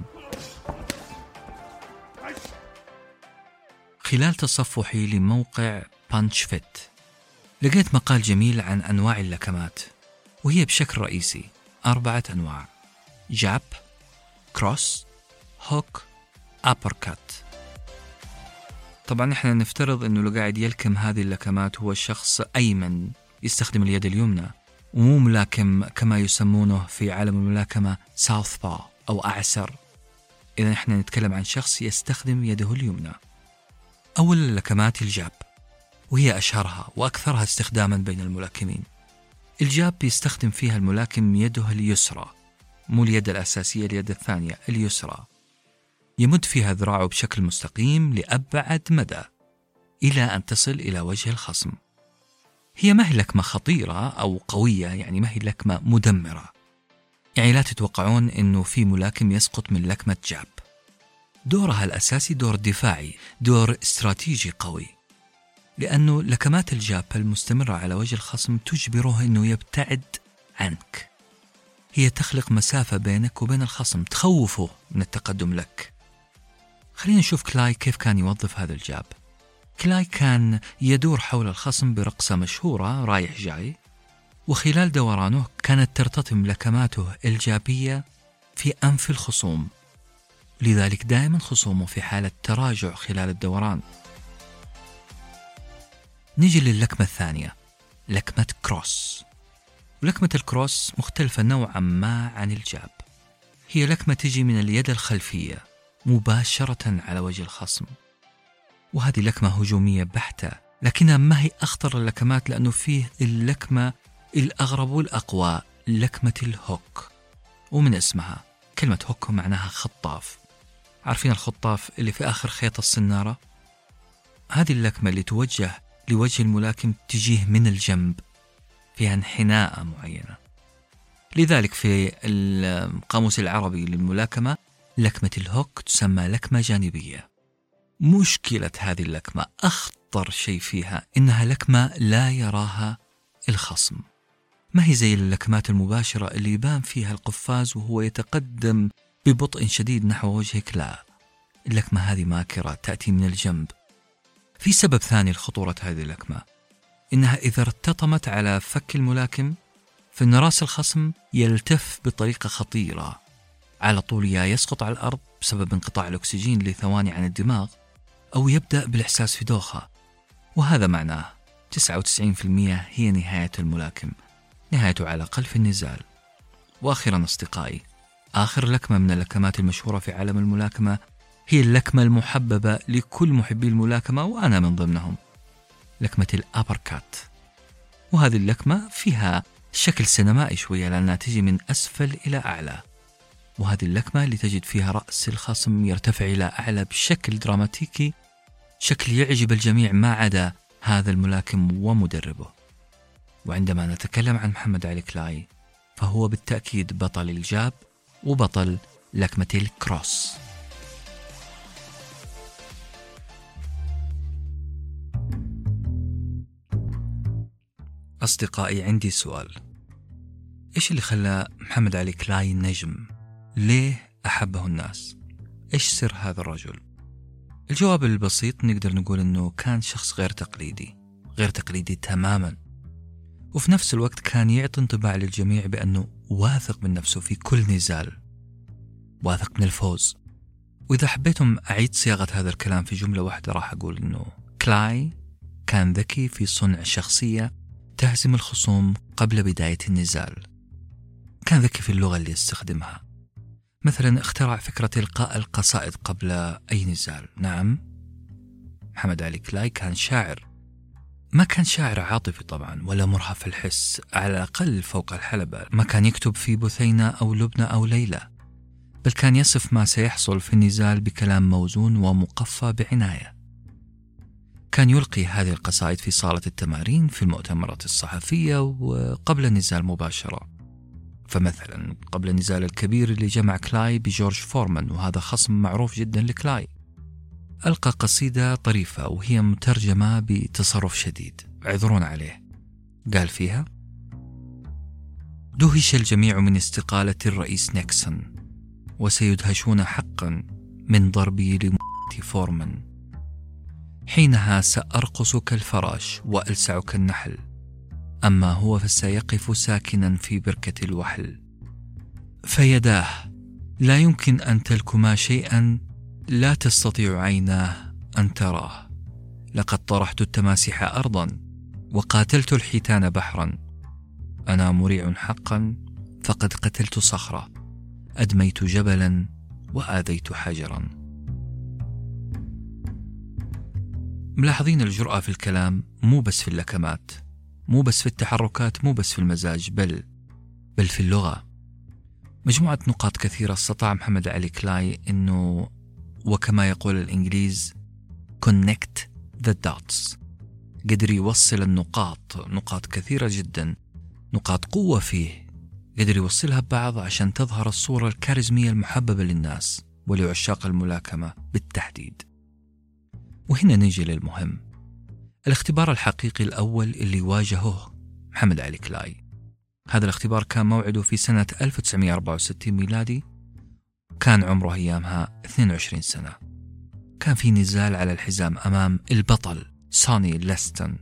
خلال تصفحي لموقع بانش فيت لقيت مقال جميل عن أنواع اللكمات، وهي بشكل رئيسي 4 أنواع: جاب، كروس، هوك، أبركات. طبعا احنا نفترض انه لو قاعد يلكم هذه اللكمات هو شخص أيمن يستخدم اليد اليمنى، ومو ملاكم كما يسمونه في عالم الملاكمة ساوث با أو أعسر إذا إحنا نتكلم عن شخص يستخدم يده اليمنى. أول اللكمات الجاب، وهي أشهرها وأكثرها استخداما بين الملاكمين. الجاب يستخدم فيها الملاكم يده اليسرى، مو اليد الأساسية، اليد الثانية اليسرى، يمد فيها ذراعه بشكل مستقيم لأبعد مدى إلى أن تصل إلى وجه الخصم. هي ما هي لكمة خطيرة أو قوية، يعني ما هي لكمة مدمرة، يعني لا تتوقعون أنه في ملاكم يسقط من لكمة جاب. دورها الأساسي دور دفاعي، دور استراتيجي قوي، لأنه لكمات الجاب المستمرة على وجه الخصم تجبره أنه يبتعد عنك. هي تخلق مسافة بينك وبين الخصم، تخوفه من التقدم لك. خلينا نشوف كلاي كيف كان يوظف هذا الجاب. كلاي كان يدور حول الخصم برقصة مشهورة رايح جاي، وخلال دورانه كانت ترتطم لكماته الجابية في أنف الخصوم، لذلك دائما خصومه في حالة تراجع خلال الدوران. نيجي للكمة الثانية، لكمة كروس. ولكمة الكروس مختلفة نوعا ما عن الجاب. هي لكمة تجي من اليد الخلفية مباشرة على وجه الخصم، وهذه لكمة هجومية بحتة، لكنها ما هي أخطر اللكمات، لأنه فيه اللكمة الأغرب والأقوى، لكمة الهوك. ومن اسمها، كلمة هوك معناها خطاف. عارفين الخطاف اللي في آخر خيط الصنارة؟ هذه اللكمة اللي توجه لوجه الملاكم تجيه من الجنب، فيها انحناء معينة. لذلك في القاموس العربي للملاكمة لكمة الهوك تسمى لكمة جانبية. مشكلة هذه اللكمة، أخطر شيء فيها، إنها لكمة لا يراها الخصم. ما هي زي اللكمات المباشرة اللي يبان فيها القفاز وهو يتقدم ببطء شديد نحو وجهك. لا، اللكمة هذه ماكرة، تأتي من الجنب. في سبب ثاني لخطورة هذه اللكمة، إنها إذا ارتطمت على فك الملاكم فإن رأس الخصم يلتف بطريقة خطيرة، على طول يا يسقط على الأرض بسبب انقطاع الأكسجين لثواني عن الدماغ، أو يبدأ بالإحساس في دوخة. وهذا معناه 99% هي نهاية الملاكم، نهايته على الأقل في النزال. وأخيرا أصدقائي، آخر لكمة من اللكمات المشهورة في عالم الملاكمة هي اللكمة المحببة لكل محبي الملاكمة وأنا من ضمنهم، لكمة الأبركات. وهذه اللكمة فيها شكل سينمائي شوية، لأنها تجي من أسفل إلى أعلى. وهذه اللكمة اللي تجد فيها رأس الخصم يرتفع إلى أعلى بشكل دراماتيكي، شكل يعجب الجميع ما عدا هذا الملاكم ومدربه. وعندما نتكلم عن محمد علي كلاي فهو بالتأكيد بطل الجاب وبطل لكمة الكروس. أصدقائي، عندي سؤال: إيش اللي خلى محمد علي كلاي نجم؟ ليه أحبه الناس؟ إيش سر هذا الرجل؟ الجواب البسيط نقدر نقول أنه كان شخص غير تقليدي تماما، وفي نفس الوقت كان يعطي انطباع للجميع بأنه واثق من نفسه في كل نزال، واثق من الفوز. وإذا حبيتم أعيد صياغة هذا الكلام في جملة واحدة راح أقول أنه كلاي كان ذكي في صنع شخصية تهزم الخصوم قبل بداية النزال. كان ذكي في اللغة اللي يستخدمها، مثلا اخترع فكرة إلقاء القصائد قبل أي نزال. نعم، محمد علي كلاي كان شاعر، ما كان شاعر عاطفي طبعا ولا مرهف الحس، على الأقل فوق الحلبة. ما كان يكتب في بثينة أو لبنى أو ليلى، بل كان يصف ما سيحصل في النزال بكلام موزون ومقفى بعناية. كان يلقي هذه القصائد في صالة التمارين، في المؤتمرات الصحفية، وقبل النزال مباشرة. فمثلا قبل النزال الكبير اللي جمع كلاي بجورج فورمان، وهذا خصم معروف جدا لكلاي، ألقى قصيدة طريفة وهي مترجمة بتصرف شديد، اعذرون عليه. قال فيها: دهش الجميع من استقالة الرئيس نيكسون، وسيدهشون حقا من ضربي لمؤتي فورمان. حينها سأرقص كالفراش وألسع كالنحل، أما هو فسيقف ساكنا في بركة الوحل. فيداه لا يمكن أن تلكما شيئا لا تستطيع عيناه أن تراه. لقد طرحت التماسيح أرضا وقاتلت الحيتان بحرا. أنا مريع حقا، فقد قتلت صخرة، أدميت جبلا وآذيت حجرا. ملاحظين الجرأة في الكلام، مو بس في اللكمات، مو بس في التحركات، مو بس في المزاج، بل في اللغة. مجموعة نقاط كثيرة استطاع محمد علي كلاي أنه، وكما يقول الإنجليز، connect the dots. قدر يوصل نقاط كثيرة جدا، نقاط قوة فيه، قدر يوصلها ببعض عشان تظهر الصورة الكاريزمية المحببة للناس ولعشاق الملاكمة بالتحديد. وهنا نيجي للمهم، الاختبار الحقيقي الأول اللي واجهه محمد علي كلاي. هذا الاختبار كان موعده في سنة 1964 ميلادي، كان عمره أيامها 22 سنة. كان في نزال على الحزام أمام البطل سوني ليستون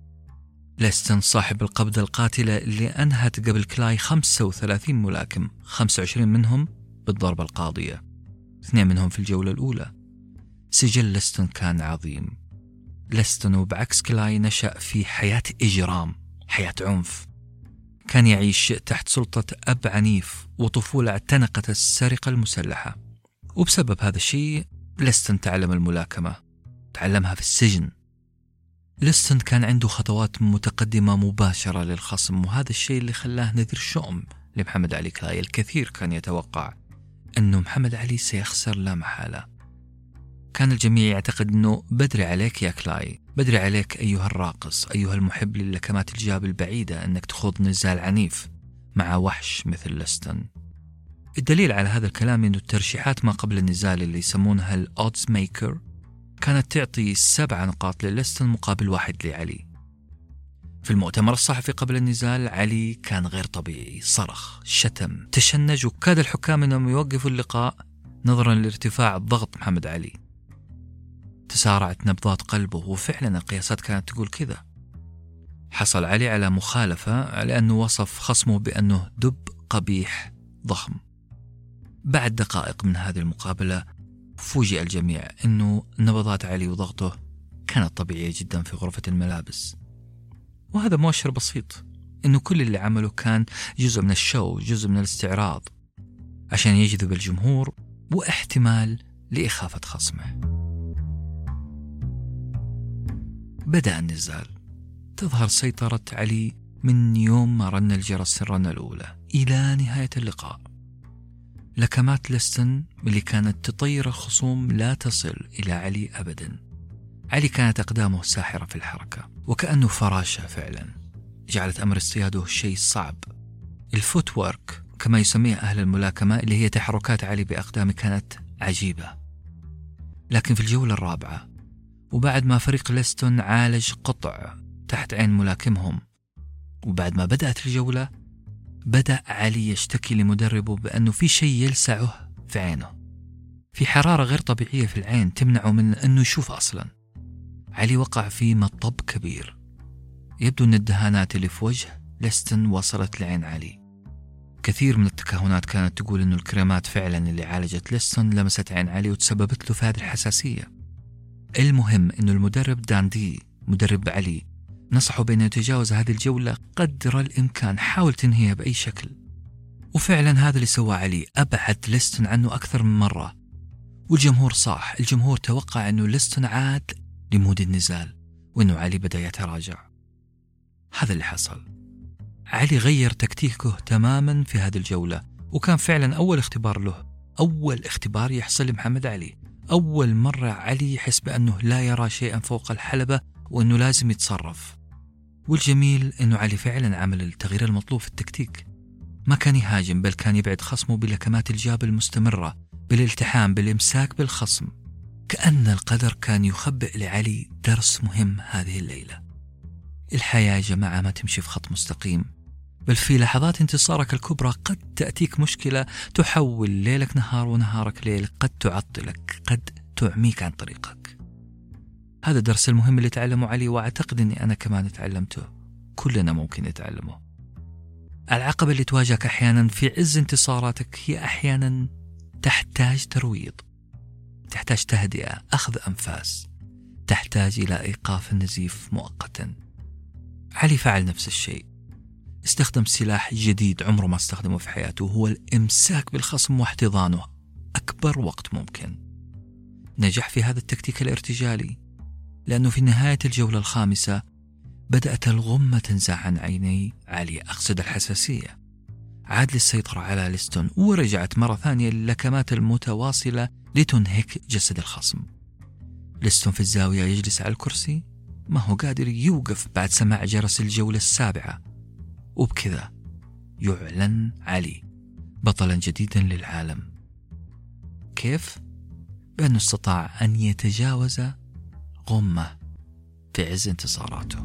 صاحب القبضة القاتلة اللي أنهت قبل كلاي 35 ملاكم، 25 منهم بالضربة القاضية، 2 منهم في الجولة الأولى. سجل ليستون كان عظيم. ليستون وبعكس كلاي نشأ في حياة إجرام، حياة عنف. كان يعيش تحت سلطة أب عنيف وطفولة اعتنقت السرقة المسلحة، وبسبب هذا الشيء ليستون تعلم الملاكمة، تعلمها في السجن. ليستون كان عنده خطوات متقدمة مباشرة للخصم، وهذا الشيء اللي خلاه نذير شؤم لمحمد علي كلاي. الكثير كان يتوقع أنه محمد علي سيخسر لا محالة. كان الجميع يعتقد أنه بدري عليك يا كلاي، بدري عليك أيها الراقص، أيها المحب للكمات الجاب البعيدة، أنك تخوض نزال عنيف مع وحش مثل ليستون. الدليل على هذا الكلام أنه الترشيحات ما قبل النزال اللي يسمونها الأودز ميكر كانت تعطي 7 نقاط لليستون مقابل 1 لعلي. في المؤتمر الصحفي قبل النزال علي كان غير طبيعي، صرخ، شتم، تشنج، وكاد الحكام أنهم يوقفوا اللقاء نظرا لارتفاع الضغط محمد علي. تسارعت نبضات قلبه، وفعلا القياسات كانت تقول كذا. حصل علي على مخالفة لأنه وصف خصمه بأنه دب قبيح ضخم. بعد دقائق من هذه المقابلة فوجئ الجميع أنه نبضات علي وضغطه كانت طبيعية جدا في غرفة الملابس، وهذا مؤشر بسيط أنه كل اللي عمله كان جزء من الشو، جزء من الاستعراض عشان يجذب الجمهور واحتمال لإخافة خصمه. بدأ النزال. تظهر سيطرة علي من يوم ما رن الجرس الرنة الأولى إلى نهاية اللقاء. لكمات ليستون اللي كانت تطير الخصوم لا تصل إلى علي أبدا. علي كانت أقدامه ساحرة في الحركة، وكأنه فراشة فعلا، جعلت أمر اصطياده شيء صعب. الفوت وورك كما يسميه أهل الملاكمة، اللي هي تحركات علي بأقدامه، كانت عجيبة. لكن في الجولة الرابعة، وبعد ما فريق ليستون عالج قطع تحت عين ملاكمهم، وبعد ما بدأت الجولة، بدأ علي يشتكي لمدربه بأنه في شيء يلسعه في عينه، في حرارة غير طبيعية في العين تمنعه من أنه يشوف أصلا. علي وقع في مطب كبير. يبدو أن الدهانات اللي في وجه ليستون وصلت لعين علي. كثير من التكهنات كانت تقول أنه الكريمات فعلا اللي عالجت ليستون لمست عين علي وتسببت له في هذه الحساسية. المهم أنه المدرب داندي، مدرب علي، نصحه بأنه يتجاوز هذه الجولة قدر الإمكان، حاول تنهيها بأي شكل. وفعلا هذا اللي سوى علي، أبعد ليستون عنه أكثر من مرة. والجمهور صاح، الجمهور توقع أنه ليستون عاد لمود النزال وأنه علي بدأ يتراجع. هذا اللي حصل. علي غير تكتيكه تماما في هذه الجولة، وكان فعلا أول اختبار له، أول اختبار يحصل لمحمد علي. أول مرة علي يحس بأنه لا يرى شيئا فوق الحلبة وأنه لازم يتصرف. والجميل أنه علي فعلا عمل التغيير المطلوب في التكتيك. ما كان يهاجم، بل كان يبعد خصمه بلكمات الجاب المستمرة، بالالتحام، بالإمساك بالخصم. كأن القدر كان يخبئ لعلي درس مهم هذه الليلة. الحياة يا جماعة ما تمشي في خط مستقيم، بل في لحظات انتصارك الكبرى قد تأتيك مشكلة تحول ليلك نهار ونهارك ليل، قد تعطلك، قد تعميك عن طريقك. هذا الدرس المهم اللي تعلمه علي، وأعتقد أني أنا كمان تعلمته، كلنا ممكن نتعلمه. العقبة اللي تواجهك أحيانا في عز انتصاراتك هي أحيانا تحتاج ترويض، تحتاج تهدئة، أخذ أنفاس، تحتاج إلى إيقاف النزيف مؤقتا. علي فعل نفس الشيء، استخدم سلاح جديد عمره ما استخدمه في حياته، هو الإمساك بالخصم واحتضانه أكبر وقت ممكن. نجح في هذا التكتيك الارتجالي لأنه في نهاية الجولة الخامسة بدأت الغمة تنزع عن عيني علي، أقصد الحساسية. عاد للسيطرة على ليستون ورجعت مرة ثانية للكمات المتواصلة لتنهك جسد الخصم. ليستون في الزاوية يجلس على الكرسي، ما هو قادر يوقف بعد سماع جرس الجولة السابعة، وبكذا يعلن علي بطلا جديدا للعالم. كيف؟ بأنه استطاع أن يتجاوز غمة في عز انتصاراته.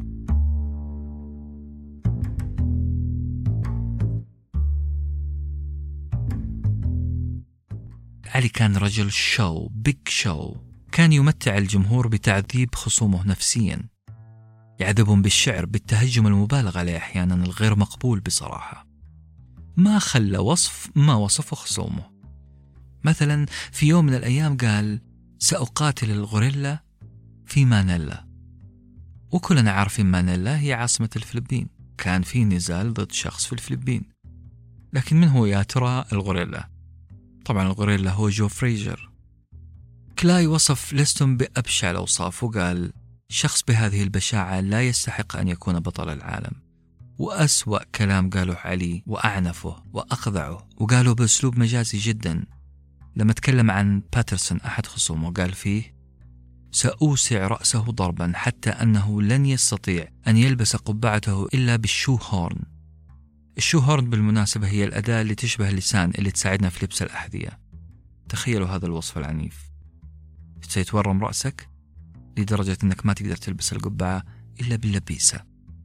علي كان رجل شو، بيج شو. كان يمتع الجمهور بتعذيب خصومه نفسيا، يعذبهم بالشعر، بالتهجم المبالغ عليه أحيانا الغير مقبول بصراحة. ما خلى وصف ما وصفه خصومه. مثلا في يوم من الأيام قال: سأقاتل الغوريلا في مانيلا. وكلنا عارفين مانيلا هي عاصمة الفلبين. كان في نزال ضد شخص في الفلبين، لكن من هو يا ترى الغوريلا؟ طبعا الغوريلا هو جو فريزر. كلاي وصف ليستون بأبشع الأوصاف وقال: شخص بهذه البشاعة لا يستحق أن يكون بطل العالم. وأسوأ كلام قاله علي وأعنفه وأخذعه، وقاله بأسلوب مجازي جدا لما تكلم عن باترسون أحد خصومه. قال فيه: سأوسع رأسه ضربا حتى أنه لن يستطيع أن يلبس قبعته إلا بالشو هورن. الشو هورن بالمناسبة هي الأداة اللي تشبه اللسان اللي تساعدنا في لبس الأحذية. تخيلوا هذا الوصف العنيف. سيتورم رأسك لدرجة أنك ما تقدر تلبس القبعة إلا باللبيسة.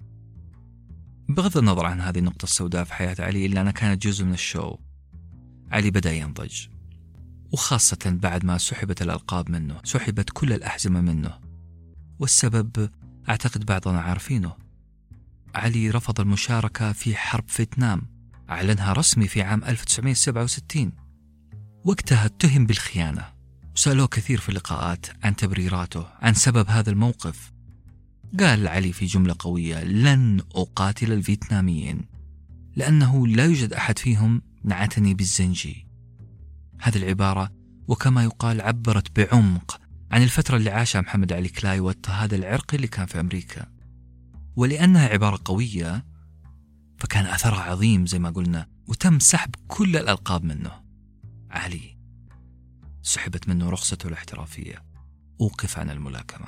بغض النظر عن هذه النقطة السوداء في حياة علي، إلا أنها كانت جزء من الشو. علي بدأ ينضج، وخاصة بعد ما سحبت الألقاب منه، سحبت كل الأحزمة منه. والسبب أعتقد بعضنا عارفينه. علي رفض المشاركة في حرب فيتنام، أعلنها رسمي في عام 1967. وقتها اتهم بالخيانة، وسألوه كثير في اللقاءات عن تبريراته عن سبب هذا الموقف. قال علي في جملة قوية: لن أقاتل الفيتناميين لأنه لا يوجد أحد فيهم نعتني بالزنجي. هذه العبارة وكما يقال عبرت بعمق عن الفترة اللي عاشها محمد علي كلاي واضطهاد العرقي اللي كان في أمريكا. ولأنها عبارة قوية فكان أثرها عظيم زي ما قلنا، وتم سحب كل الألقاب منه. علي سحبت منه رخصته الاحترافية، أوقف عن الملاكمة.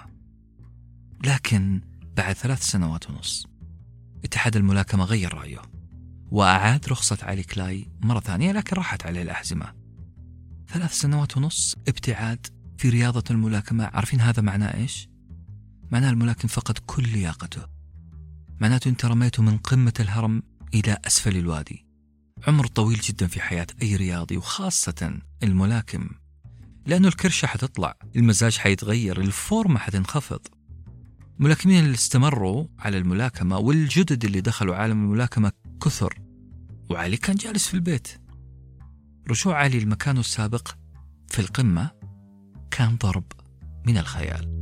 لكن بعد 3 سنوات ونص اتحاد الملاكمة غير رأيه وأعاد رخصة علي كلاي مرة ثانية، لكن راحت عليه الأحزمة. 3 سنوات ونص ابتعاد في رياضة الملاكمة. عارفين هذا معناه إيش؟ معناه الملاكم فقد كل لياقته. معناته أنت رميته من قمة الهرم إلى أسفل الوادي. عمر طويل جدا في حياة أي رياضي، وخاصة الملاكم، لأنه الكرشة حتطلع، المزاج حيتغير، الفورمة حتنخفض. الملاكمين اللي استمروا على الملاكمة والجدد اللي دخلوا عالم الملاكمة كثر، وعلي كان جالس في البيت. رجوع علي لمكانه السابق في القمة كان ضرب من الخيال.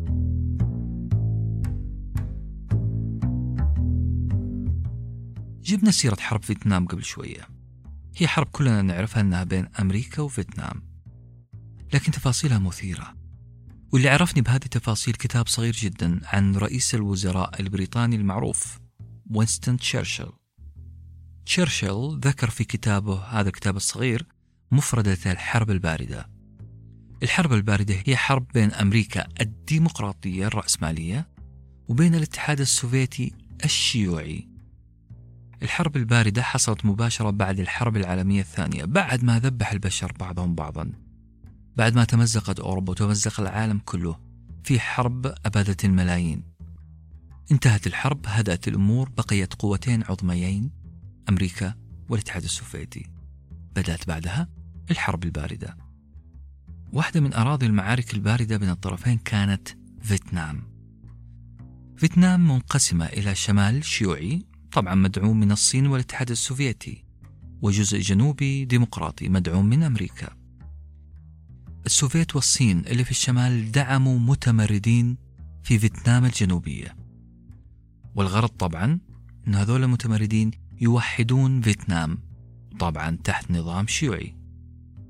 جبنا سيرة حرب فيتنام قبل شوية. هي حرب كلنا نعرفها أنها بين أمريكا وفيتنام، لكن تفاصيلها مثيرة. واللي عرفني بهذه التفاصيل كتاب صغير جدا عن رئيس الوزراء البريطاني المعروف وينستون تشرشل. تشرشل ذكر في كتابه هذا الكتاب الصغير مفردة الحرب الباردة. الحرب الباردة هي حرب بين أمريكا الديمقراطية الرأسمالية وبين الاتحاد السوفيتي الشيوعي. الحرب الباردة حصلت مباشرة بعد الحرب العالمية الثانية، بعد ما ذبح البشر بعضهم بعضا، بعد ما تمزقت أوروبا وتمزق العالم كله في حرب أبادت الملايين. انتهت الحرب، هدأت الأمور، بقيت قوتين عظميين، أمريكا والاتحاد السوفيتي. بدأت بعدها الحرب الباردة. واحدة من أراضي المعارك الباردة بين الطرفين كانت فيتنام. فيتنام منقسمة إلى شمال شيوعي طبعا مدعوم من الصين والاتحاد السوفيتي، وجزء جنوبي ديمقراطي مدعوم من أمريكا. السوفيت والصين اللي في الشمال دعموا متمردين في فيتنام الجنوبية، والغرض طبعا أن هذول المتمردين يوحدون فيتنام، طبعا تحت نظام شيوعي.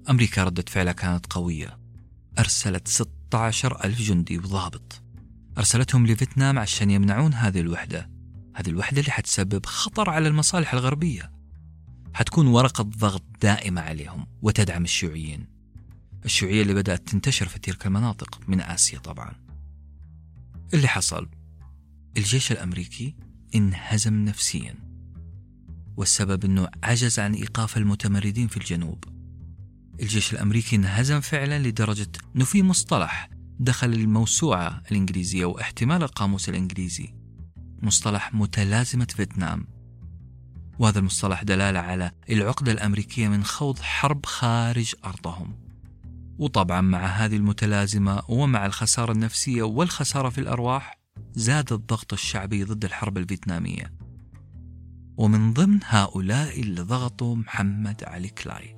أمريكا ردة فعلها كانت قوية، أرسلت 16,000 جندي وضابط، أرسلتهم لفيتنام عشان يمنعون هذه الوحدة اللي حتسبب خطر على المصالح الغربية، حتكون ورقة ضغط دائمة عليهم وتدعم الشيوعية اللي بدأت تنتشر في تلك المناطق من آسيا. طبعا اللي حصل، الجيش الأمريكي انهزم نفسيا، والسبب أنه عجز عن إيقاف المتمردين في الجنوب. الجيش الأمريكي انهزم فعلا لدرجة أنه في مصطلح دخل الموسوعة الإنجليزية واحتمال القاموس الإنجليزي، مصطلح متلازمة فيتنام، وهذا المصطلح دلالة على العقدة الأمريكية من خوض حرب خارج أرضهم. وطبعا مع هذه المتلازمة ومع الخسارة النفسية والخسارة في الأرواح، زاد الضغط الشعبي ضد الحرب الفيتنامية، ومن ضمن هؤلاء اللي ضغطوا محمد علي كلاي.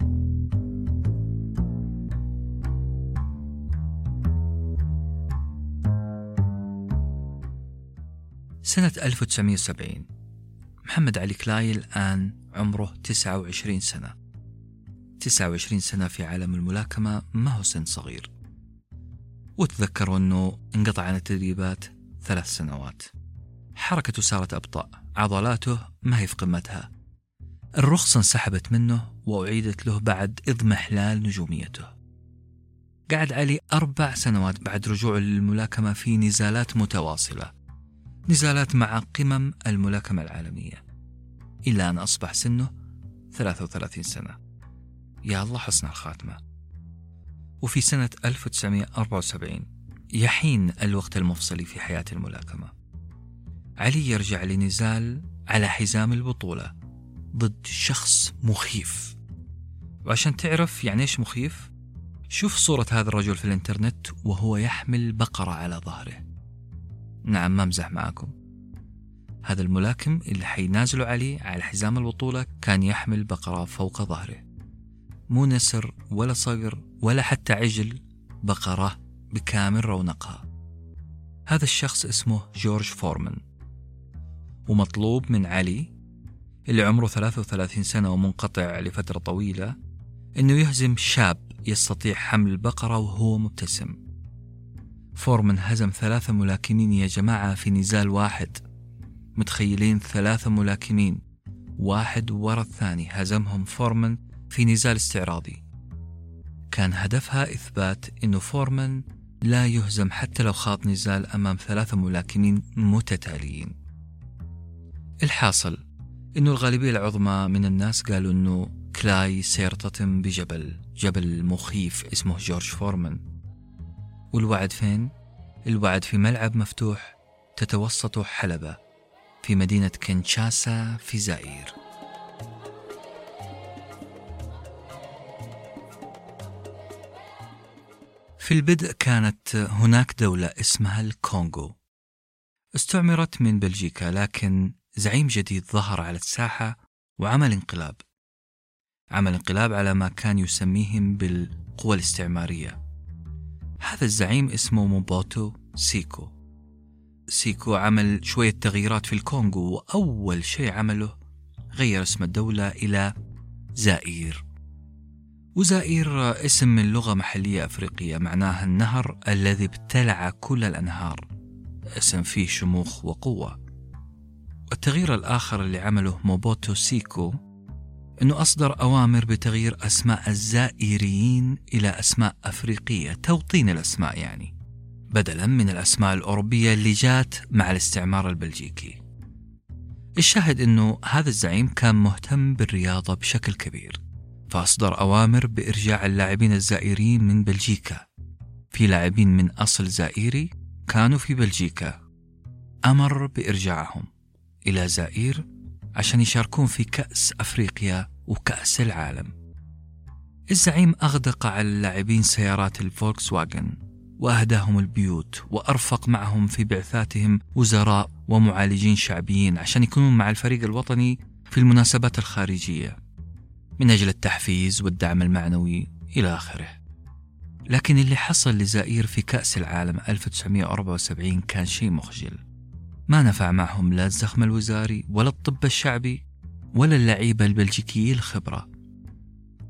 سنة 1970 محمد علي كلاي الآن عمره 29 سنة. 29 سنة في عالم الملاكمة ما هو سن صغير. وتذكروا أنه انقطع عن التدريبات 3 سنوات. حركته صارت أبطأ، عضلاته ما هي في قمتها. الرخصة انسحبت منه وأعيدت له بعد إضمحلال نجوميته. قعد علي 4 سنوات بعد رجوعه للملاكمة في نزالات متواصلة، نزالات مع قمم الملاكمة العالمية، إلا أن أصبح سنه 33 سنة. يا الله حسن الخاتمة. وفي سنة 1974 يحين الوقت المفصلي في حياة الملاكمة. علي يرجع لنزال على حزام البطولة ضد شخص مخيف. وعشان تعرف يعني إيش مخيف، شوف صورة هذا الرجل في الانترنت وهو يحمل بقرة على ظهره. نعم، ما مزح معكم. هذا الملاكم اللي حينازلوا عليه على حزام البطولة كان يحمل بقرة فوق ظهره، مو نسر ولا صقر ولا حتى عجل، بقرة بكامل رونقها. هذا الشخص اسمه جورج فورمان، ومطلوب من علي اللي عمره 33 سنة ومنقطع لفترة طويلة إنه يهزم شاب يستطيع حمل البقرة وهو مبتسم. فورمان هزم 3 ملاكمين يا جماعة في نزال واحد. متخيلين 3 ملاكمين واحد ورا الثاني هزمهم فورمان في نزال استعراضي. كان هدفها إثبات إنه فورمان لا يهزم حتى لو خاض نزال أمام 3 ملاكمين متتاليين. الحاصل إنه الغالبية العظمى من الناس قالوا إنه كلاي سيرتطم بجبل مخيف اسمه جورج فورمان. والوعد فين؟ الوعد في ملعب مفتوح تتوسطه حلبة في مدينة كينشاسا في زائير. في البدء كانت هناك دولة اسمها الكونغو، استعمرت من بلجيكا، لكن زعيم جديد ظهر على الساحة وعمل انقلاب. عمل انقلاب على ما كان يسميهم بالقوى الاستعمارية. هذا الزعيم اسمه موبوتو سيكو. سيكو عمل شوية تغييرات في الكونغو، وأول شيء عمله غير اسم الدولة إلى زائير. وزائير اسم من لغة محلية أفريقية معناها النهر الذي ابتلع كل الأنهار، اسم فيه شموخ وقوة. التغيير الآخر اللي عمله موبوتو سيكو أنه أصدر أوامر بتغيير أسماء الزائريين إلى أسماء أفريقية، توطين الأسماء يعني، بدلا من الأسماء الأوروبية اللي جات مع الاستعمار البلجيكي. الشاهد أنه هذا الزعيم كان مهتم بالرياضة بشكل كبير، فأصدر أوامر بإرجاع اللاعبين الزائريين من بلجيكا. في لاعبين من أصل زائري كانوا في بلجيكا، أمر بإرجاعهم إلى زائير عشان يشاركون في كأس أفريقيا وكأس العالم. الزعيم أغدق على اللاعبين سيارات الفولكس واغن وأهداهم البيوت، وأرفق معهم في بعثاتهم وزراء ومعالجين شعبيين عشان يكونوا مع الفريق الوطني في المناسبات الخارجية من أجل التحفيز والدعم المعنوي إلى آخره. لكن اللي حصل لزائير في كأس العالم 1974 كان شيء مخجل. ما نفع معهم لا الزخم الوزاري ولا الطب الشعبي ولا اللعيبة البلجيكيين الخبرة.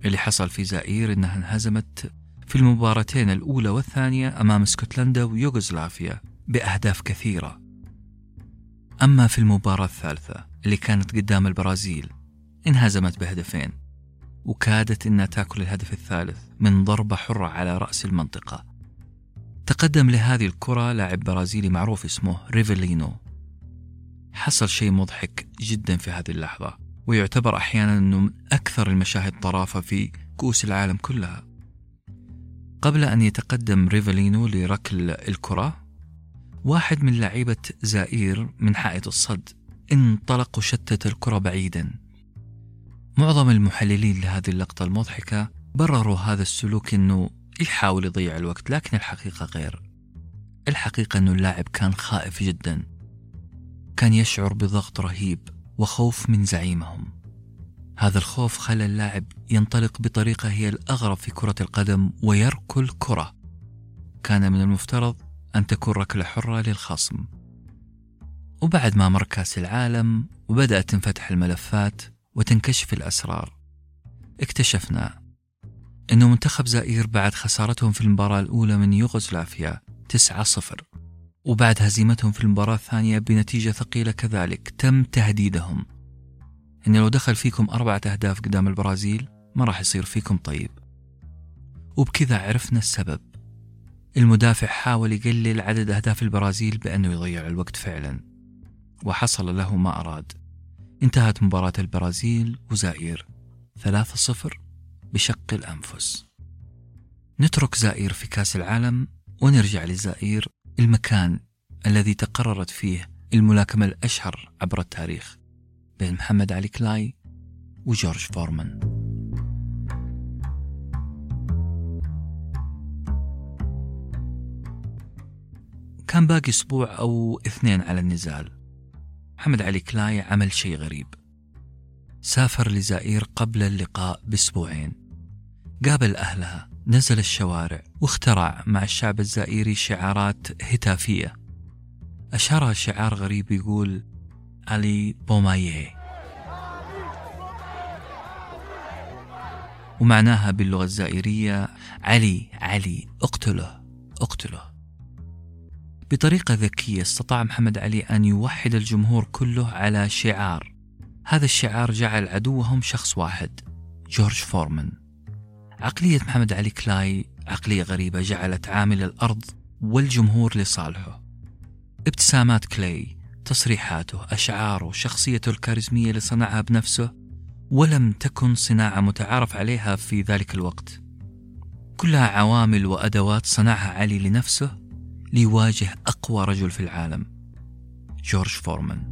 اللي حصل في زائير إنها انهزمت في المباراتين الأولى والثانية أمام اسكتلندا ويوغوسلافيا بأهداف كثيرة. أما في المباراة الثالثة اللي كانت قدام البرازيل انهزمت بهدفين، وكادت إنها تأكل الهدف الثالث من ضربة حرة على رأس المنطقة. تقدم لهذه الكرة لاعب برازيلي معروف اسمه ريفيلينو. حصل شيء مضحك جدا في هذه اللحظة، ويعتبر أحيانا أنه من أكثر المشاهد طرافة في كؤوس العالم كلها. قبل أن يتقدم ريفيلينو لركل الكرة، واحد من لعيبة زائير من حائط الصد انطلق وشتت الكرة بعيدا. معظم المحللين لهذه اللقطة المضحكة برروا هذا السلوك أنه يحاول يضيع الوقت، لكن الحقيقة غير. الحقيقة أنه اللاعب كان خائف جدا، كان يشعر بضغط رهيب وخوف من زعيمهم. هذا الخوف خلى اللاعب ينطلق بطريقة هي الأغرب في كرة القدم ويركل كرة كان من المفترض أن تكون ركلة حرة للخصم. وبعد ما مر كأس العالم وبدأت تنفتح الملفات وتنكشف الأسرار، اكتشفنا أنه منتخب زائير بعد خسارتهم في المباراة الأولى من يوغوسلافيا 9-0، وبعد هزيمتهم في المباراة الثانية بنتيجة ثقيلة كذلك، تم تهديدهم إن لو دخل فيكم 4 أهداف قدام البرازيل ما راح يصير فيكم طيب. وبكذا عرفنا السبب. المدافع حاول يقلل عدد أهداف البرازيل بأنه يضيع الوقت فعلا، وحصل له ما أراد. انتهت مباراة البرازيل وزائير 3-0 بشق الأنفس. نترك زائير في كأس العالم ونرجع لزائير، المكان الذي تقررت فيه الملاكمة الأشهر عبر التاريخ بين محمد علي كلاي وجورج فورمان. كان باقي أسبوع أو 2 على النزال. محمد علي كلاي عمل شيء غريب، سافر لزائير قبل اللقاء بأسبوعين، قابل أهلها، نزل الشوارع واخترع مع الشعب الزائري شعارات هتافية. أشهرها شعار غريب يقول علي بوماييه، ومعناها باللغة الزائرية علي علي اقتله اقتله. بطريقة ذكية استطاع محمد علي أن يوحد الجمهور كله على شعار. هذا الشعار جعل عدوهم شخص واحد، جورج فورمان. عقلية محمد علي كلاي عقلية غريبة، جعلت عامل الأرض والجمهور لصالحه. ابتسامات كلاي، تصريحاته، أشعاره، شخصيته الكاريزمية اللي صنعها بنفسه، ولم تكن صناعة متعارف عليها في ذلك الوقت. كلها عوامل وأدوات صنعها علي لنفسه ليواجه أقوى رجل في العالم، جورج فورمان.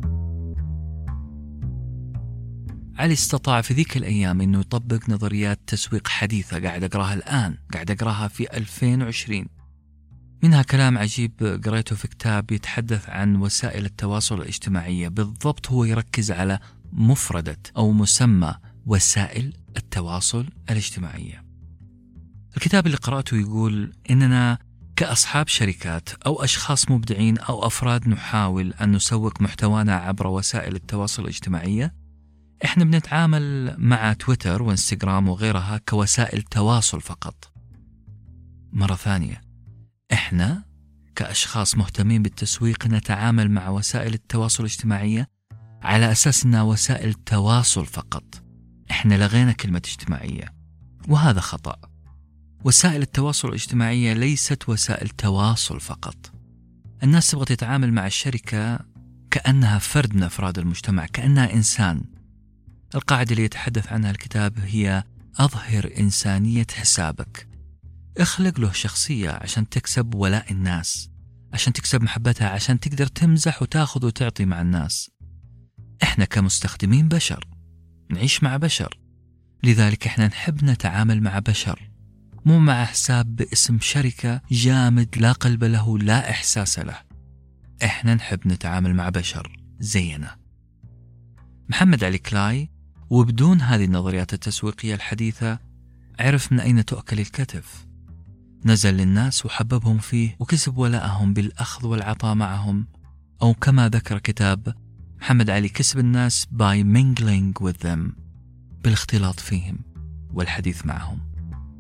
علي استطاع في ذيك الأيام أنه يطبق نظريات تسويق حديثة قاعد أقراها الآن، قاعد أقراها في 2020. منها كلام عجيب قريته في كتاب يتحدث عن وسائل التواصل الاجتماعية. بالضبط هو يركز على مفردة أو مسمى وسائل التواصل الاجتماعية. الكتاب اللي قرأته يقول إننا كأصحاب شركات أو أشخاص مبدعين أو أفراد نحاول أن نسوق محتوانا عبر وسائل التواصل الاجتماعية، إحنا بنتعامل مع تويتر وإنستغرام وغيرها كوسائل تواصل فقط. مرة ثانية، إحنا كأشخاص مهتمين بالتسويق نتعامل مع وسائل التواصل الاجتماعية على أساس أنها وسائل تواصل فقط. إحنا لغينا كلمة اجتماعية، وهذا خطأ. وسائل التواصل الاجتماعية ليست وسائل تواصل فقط. الناس تبغى تتعامل مع الشركة كأنها فرد من أفراد المجتمع، كأنها إنسان. القاعدة اللي يتحدث عنها الكتاب هي أظهر إنسانية حسابك. اخلق له شخصية عشان تكسب ولاء الناس، عشان تكسب محبتها، عشان تقدر تمزح وتاخذ وتعطي مع الناس. احنا كمستخدمين بشر، نعيش مع بشر، لذلك احنا نحب نتعامل مع بشر، مو مع حساب باسم شركة جامد لا قلب له لا إحساس له. احنا نحب نتعامل مع بشر زينا. محمد علي كلاي، وبدون هذه النظريات التسويقية الحديثة، عرف من أين تؤكل الكتف. نزل للناس وحببهم فيه وكسب ولاءهم بالأخذ والعطاء معهم، أو كما ذكر كتاب محمد علي، كسب الناس by mingling with them، بالاختلاط فيهم. والحديث معهم.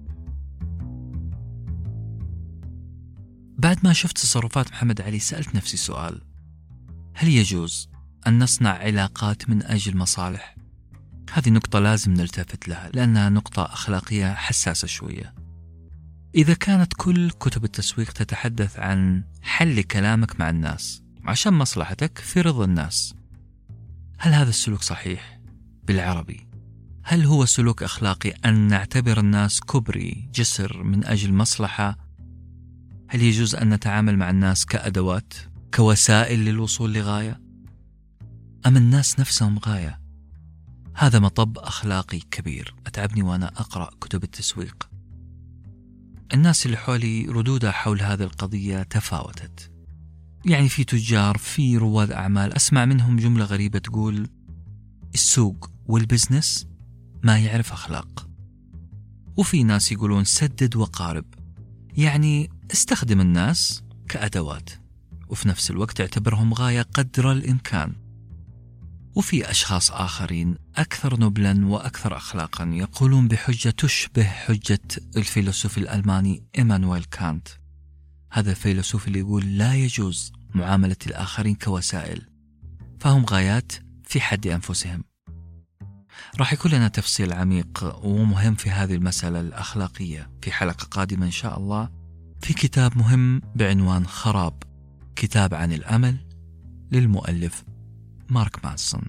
بعد ما شفت تصرفات محمد علي سألت نفسي سؤال: هل يجوز أن نصنع علاقات من أجل مصالح؟ هذه نقطة لازم نلتفت لها لأنها نقطة أخلاقية حساسة شوية. إذا كانت كل كتب التسويق تتحدث عن حل كلامك مع الناس عشان مصلحتك في رضا الناس، هل هذا السلوك صحيح؟ بالعربي، هل هو سلوك أخلاقي أن نعتبر الناس كبري جسر من أجل مصلحة؟ هل يجوز أن نتعامل مع الناس كأدوات، كوسائل للوصول لغاية؟ أم الناس نفسهم غاية؟ هذا مطب أخلاقي كبير أتعبني وأنا أقرأ كتب التسويق. الناس اللي حولي ردودها حول هذه القضية تفاوتت. يعني في تجار، في رواد أعمال أسمع منهم جملة غريبة تقول: السوق والبزنس ما يعرف أخلاق. وفي ناس يقولون سدد وقارب، يعني استخدم الناس كأدوات وفي نفس الوقت اعتبرهم غاية قدر الإمكان. وفي أشخاص آخرين أكثر نبلا وأكثر أخلاقا يقولون بحجة تشبه حجة الفيلسوف الألماني إيمانويل كانت. هذا الفيلسوف اللي يقول لا يجوز معاملة الآخرين كوسائل، فهم غايات في حد أنفسهم. راح يكون لنا تفصيل عميق ومهم في هذه المسألة الأخلاقية في حلقة قادمة إن شاء الله، في كتاب مهم بعنوان خراب، كتاب عن الأمل للمؤلف مارك مانسون.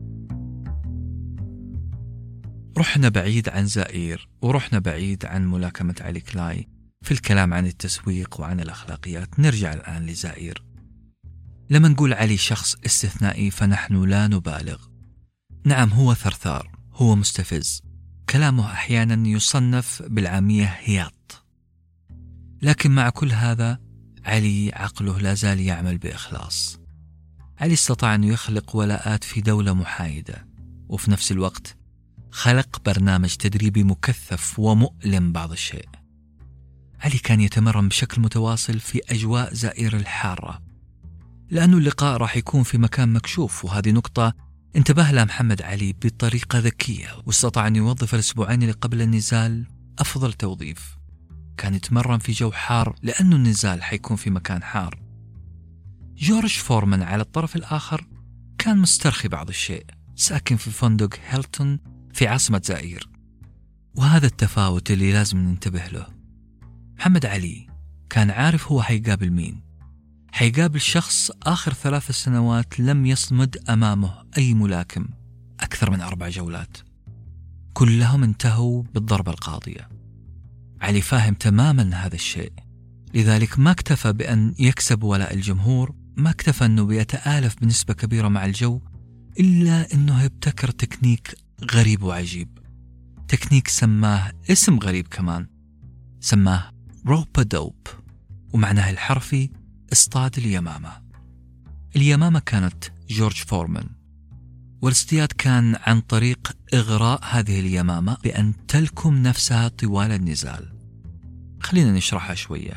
رحنا بعيد عن زائير ورحنا بعيد عن ملاكمة علي كلاي في الكلام عن التسويق وعن الأخلاقيات. نرجع الآن لزائير. لما نقول علي شخص استثنائي فنحن لا نبالغ. نعم، هو ثرثار، هو مستفز، كلامه أحيانا يصنف بالعامية هياط، لكن مع كل هذا علي عقله لا زال يعمل بإخلاص. علي استطاع أن يخلق ولاءات في دولة محايدة، وفي نفس الوقت خلق برنامج تدريبي مكثف ومؤلم بعض الشيء. علي كان يتمرن بشكل متواصل في أجواء زائير الحارة، لأنه اللقاء راح يكون في مكان مكشوف، وهذه نقطة انتبه لها محمد علي بطريقة ذكية، واستطاع أن يوظف الأسبوعين اللي قبل النزال أفضل توظيف. كان يتمرن في جو حار لأنه النزال حيكون في مكان حار. جورج فورمان على الطرف الآخر كان مسترخي بعض الشيء، ساكن في فندق هيلتون في عاصمة زائير، وهذا التفاوت اللي لازم ننتبه له. محمد علي كان عارف هو حيقابل مين. حيقابل شخص آخر 3 سنوات لم يصمد أمامه أي ملاكم أكثر من 4 جولات، كلهم انتهوا بالضربة القاضية. علي فاهم تماما هذا الشيء، لذلك ما اكتفى بأن يكسب ولاء الجمهور، ما اكتفى أنه بيتآلف بنسبة كبيرة مع الجو، إلا أنه ابتكر تكنيك غريب وعجيب. تكنيك سماه اسم غريب كمان، سماه روب دوب، ومعناه الحرفي اصطاد اليمامة. اليمامة كانت جورج فورمان، والاصطياد كان عن طريق إغراء هذه اليمامة بأن تلكم نفسها طوال النزال. خلينا نشرحها شوية.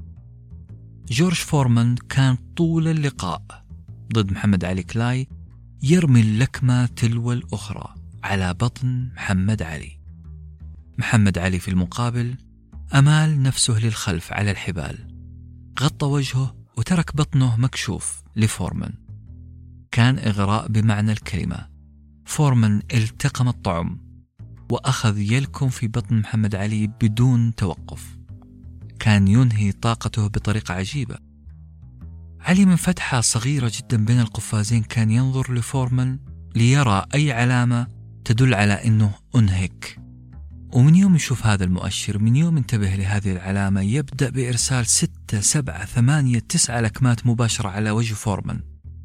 جورج فورمان كان طول اللقاء ضد محمد علي كلاي يرمي اللكمة تلو الأخرى على بطن محمد علي. محمد علي في المقابل أمال نفسه للخلف على الحبال، غطى وجهه وترك بطنه مكشوف لفورمان. كان إغراء بمعنى الكلمة. فورمان التقم الطعم وأخذ يلكم في بطن محمد علي بدون توقف. كان ينهي طاقته بطريقة عجيبة. علي من فتحة صغيرة جدا بين القفازين كان ينظر لفورمان ليرى أي علامة تدل على أنه أنهك، ومن يوم يشوف هذا المؤشر، من يوم انتبه لهذه العلامة، يبدأ بإرسال 6 7 8 9 لكمات مباشرة على وجه فورمان.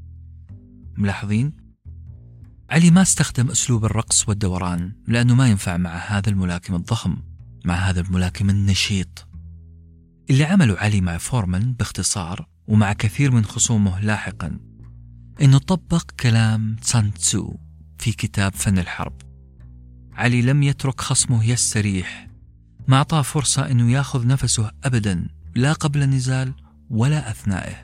ملاحظين؟ علي ما استخدم أسلوب الرقص والدوران لأنه ما ينفع مع هذا الملاكم الضخم، مع هذا الملاكم النشيط. اللي عمله علي مع فورمان باختصار ومع كثير من خصومه لاحقا إنه طبق كلام تسان تسو في كتاب فن الحرب. علي لم يترك خصمه يستريح، ما أعطاه فرصة إنه ياخذ نفسه أبدا، لا قبل النزال ولا أثنائه.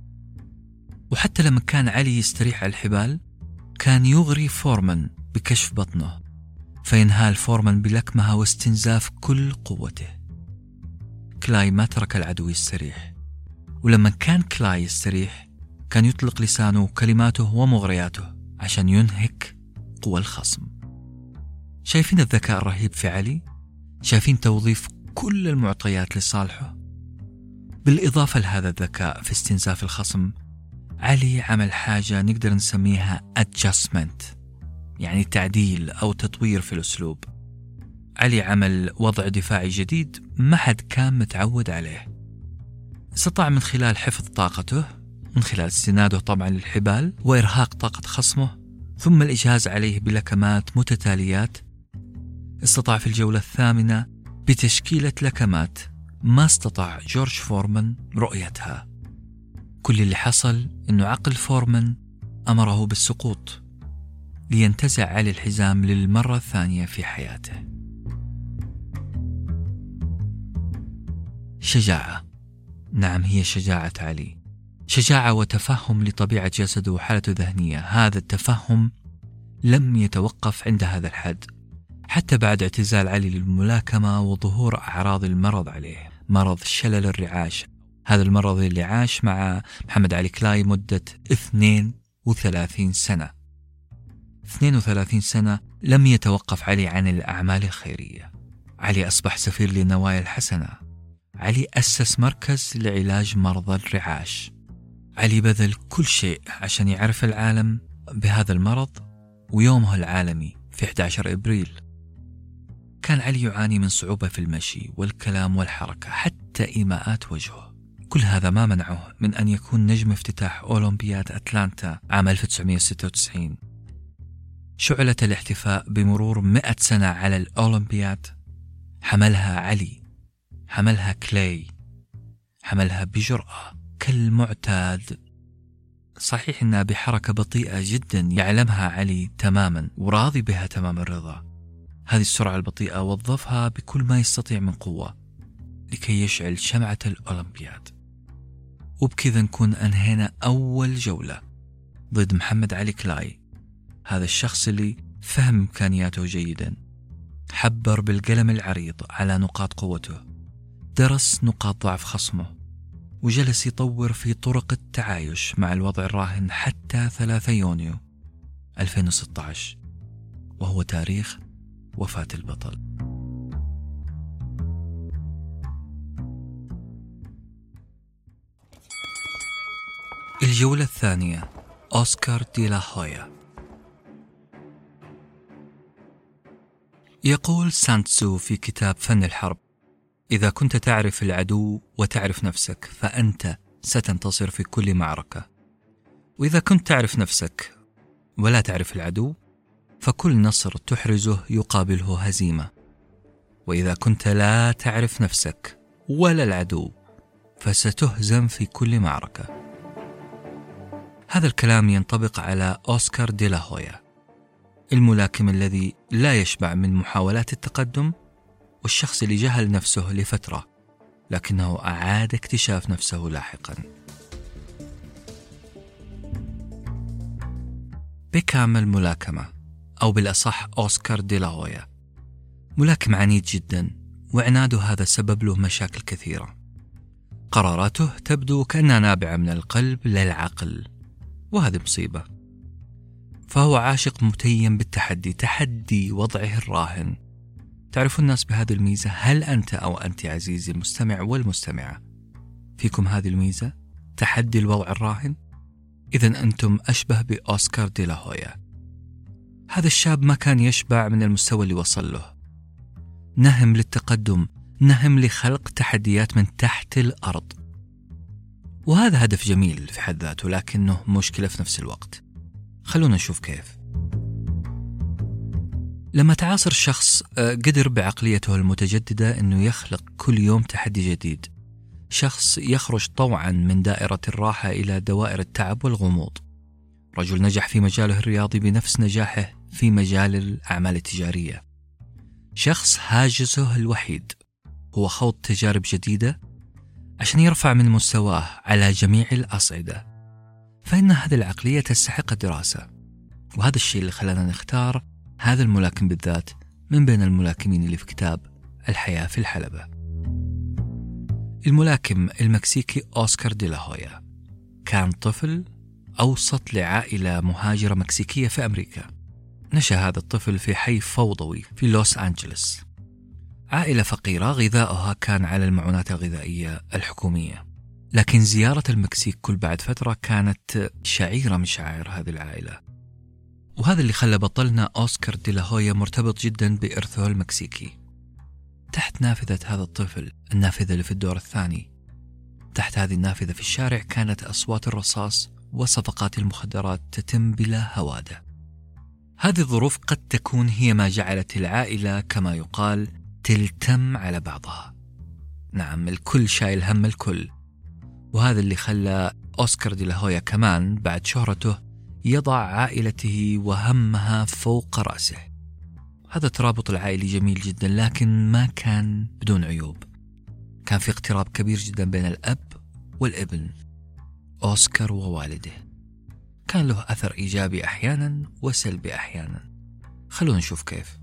وحتى لما كان علي يستريح على الحبال كان يغري فورمان بكشف بطنه. فينهال فورمان بلكمها واستنزاف كل قوته. كلاي ما ترك العدو يستريح، ولما كان كلاي يستريح كان يطلق لسانه وكلماته ومغرياته عشان ينهك قوى الخصم. شايفين الذكاء الرهيب في علي؟ شايفين توظيف كل المعطيات لصالحه؟ بالإضافة لهذا الذكاء في استنزاف الخصم، علي عمل حاجة نقدر نسميها adjustment، يعني تعديل أو تطوير في الأسلوب. علي عمل وضع دفاعي جديد ما حد كان متعود عليه. استطاع من خلال حفظ طاقته، من خلال استناده طبعا للحبال وإرهاق طاقة خصمه، ثم الإجهاز عليه بلكمات متتاليات. استطاع في الجولة الثامنة بتشكيلة لكمات ما استطاع جورج فورمان رؤيتها. كل اللي حصل إنه عقل فورمان أمره بالسقوط لينتزع علي الحزام للمرة الثانية في حياته. شجاعة، نعم هي شجاعة علي، شجاعة وتفهم لطبيعة جسده وحالته الذهنية. هذا التفهم لم يتوقف عند هذا الحد حتى بعد اعتزال علي للملاكمة وظهور أعراض المرض عليه، مرض شلل الرعاش. هذا المرض اللي عاش مع محمد علي كلاي مدة 32 سنة. 32 سنة لم يتوقف علي عن الأعمال الخيرية. علي أصبح سفير للنوايا الحسنة. علي أسس مركز لعلاج مرضى الرعاش. علي بذل كل شيء عشان يعرف العالم بهذا المرض ويومه العالمي في 11 إبريل. كان علي يعاني من صعوبة في المشي والكلام والحركة، حتى إيماءات وجهه. كل هذا ما منعه من أن يكون نجم افتتاح أولمبياد أتلانتا عام 1996. شعلة الاحتفاء بمرور 100 سنة على الأولمبياد حملها علي، حملها كلاي، حملها بجرأة كالمعتاد. صحيح أنها بحركة بطيئة جدا يعلمها علي تماما وراضي بها تمام الرضا. هذه السرعة البطيئة وظفها بكل ما يستطيع من قوة لكي يشعل شمعة الأولمبياد. وبكذا نكون أنهينا أول جولة ضد محمد علي كلاي، هذا الشخص اللي فهم إمكانياته جيدا، حبر بالقلم العريض على نقاط قوته، درس نقاط ضعف خصمه، وجلس يطور في طرق التعايش مع الوضع الراهن حتى 3 يونيو 2016، وهو تاريخ وفاة البطل. الجولة الثانية، أوسكار دي لا هويا. يقول سانتسو في كتاب فن الحرب: إذا كنت تعرف العدو وتعرف نفسك فأنت ستنتصر في كل معركة، وإذا كنت تعرف نفسك ولا تعرف العدو فكل نصر تحرزه يقابله هزيمة، وإذا كنت لا تعرف نفسك ولا العدو فستهزم في كل معركة. هذا الكلام ينطبق على أوسكار دي لا هويا، الملاكم الذي لا يشبع من محاولات التقدم، والشخص اللي جهل نفسه لفترة لكنه أعاد اكتشاف نفسه لاحقا. بيكام الملاكمة، أو بالأصح أوسكار دي لا هويا، ملاكم عنيد جدا، وعناده هذا سبب له مشاكل كثيرة. قراراته تبدو كأنها نابعة من القلب للعقل، وهذه مصيبة. فهو عاشق متيم بالتحدي، تحدي وضعه الراهن. تعرف الناس بهذه الميزة؟ هل أنت أو أنت عزيزي المستمع والمستمعة فيكم هذه الميزة؟ تحدي الوضع الراهن؟ إذن أنتم أشبه بأوسكار دي لا هويا. هذا الشاب ما كان يشبع من المستوى اللي وصل له، نهم للتقدم، نهم لخلق تحديات من تحت الأرض، وهذا هدف جميل في حد ذاته، لكنه مشكلة في نفس الوقت. خلونا نشوف كيف. لما تعاصر شخص قدر بعقليته المتجددة أنه يخلق كل يوم تحدي جديد، شخص يخرج طوعا من دائرة الراحة إلى دوائر التعب والغموض، رجل نجح في مجاله الرياضي بنفس نجاحه في مجال الأعمال التجارية، شخص هاجسه الوحيد هو خوض تجارب جديدة عشان يرفع من مستواه على جميع الأصعدة. فإن هذه العقلية تستحق الدراسة، وهذا الشيء اللي خلانا نختار هذا الملاكم بالذات من بين الملاكمين اللي في كتاب الحياة في الحلبة. الملاكم المكسيكي أوسكار دي لا هويا كان طفل أوسط لعائلة مهاجرة مكسيكية في أمريكا. نشأ هذا الطفل في حي فوضوي في لوس أنجلوس، عائلة فقيرة غذاؤها كان على المعونات الغذائية الحكومية، لكن زيارة المكسيك كل بعد فترة كانت شعيرة من شعائر هذه العائلة، وهذا اللي خلى بطلنا أوسكار دي لا هويا مرتبط جدا بإرثه المكسيكي. تحت نافذة هذا الطفل، النافذة اللي في الدور الثاني، تحت هذه النافذة في الشارع كانت أصوات الرصاص وصفقات المخدرات تتم بلا هوادة. هذه الظروف قد تكون هي ما جعلت العائلة كما يقال تلتم على بعضها. نعم، الكل شايل هم الكل، وهذا اللي خلى أوسكار دي لا هويا كمان بعد شهرته يضع عائلته وهمها فوق رأسه. هذا الترابط العائلي جميل جدا، لكن ما كان بدون عيوب. كان في اقتراب كبير جدا بين الأب والابن، أوسكار ووالده. كان له أثر إيجابي أحيانا وسلبي أحيانا. خلونا نشوف كيف.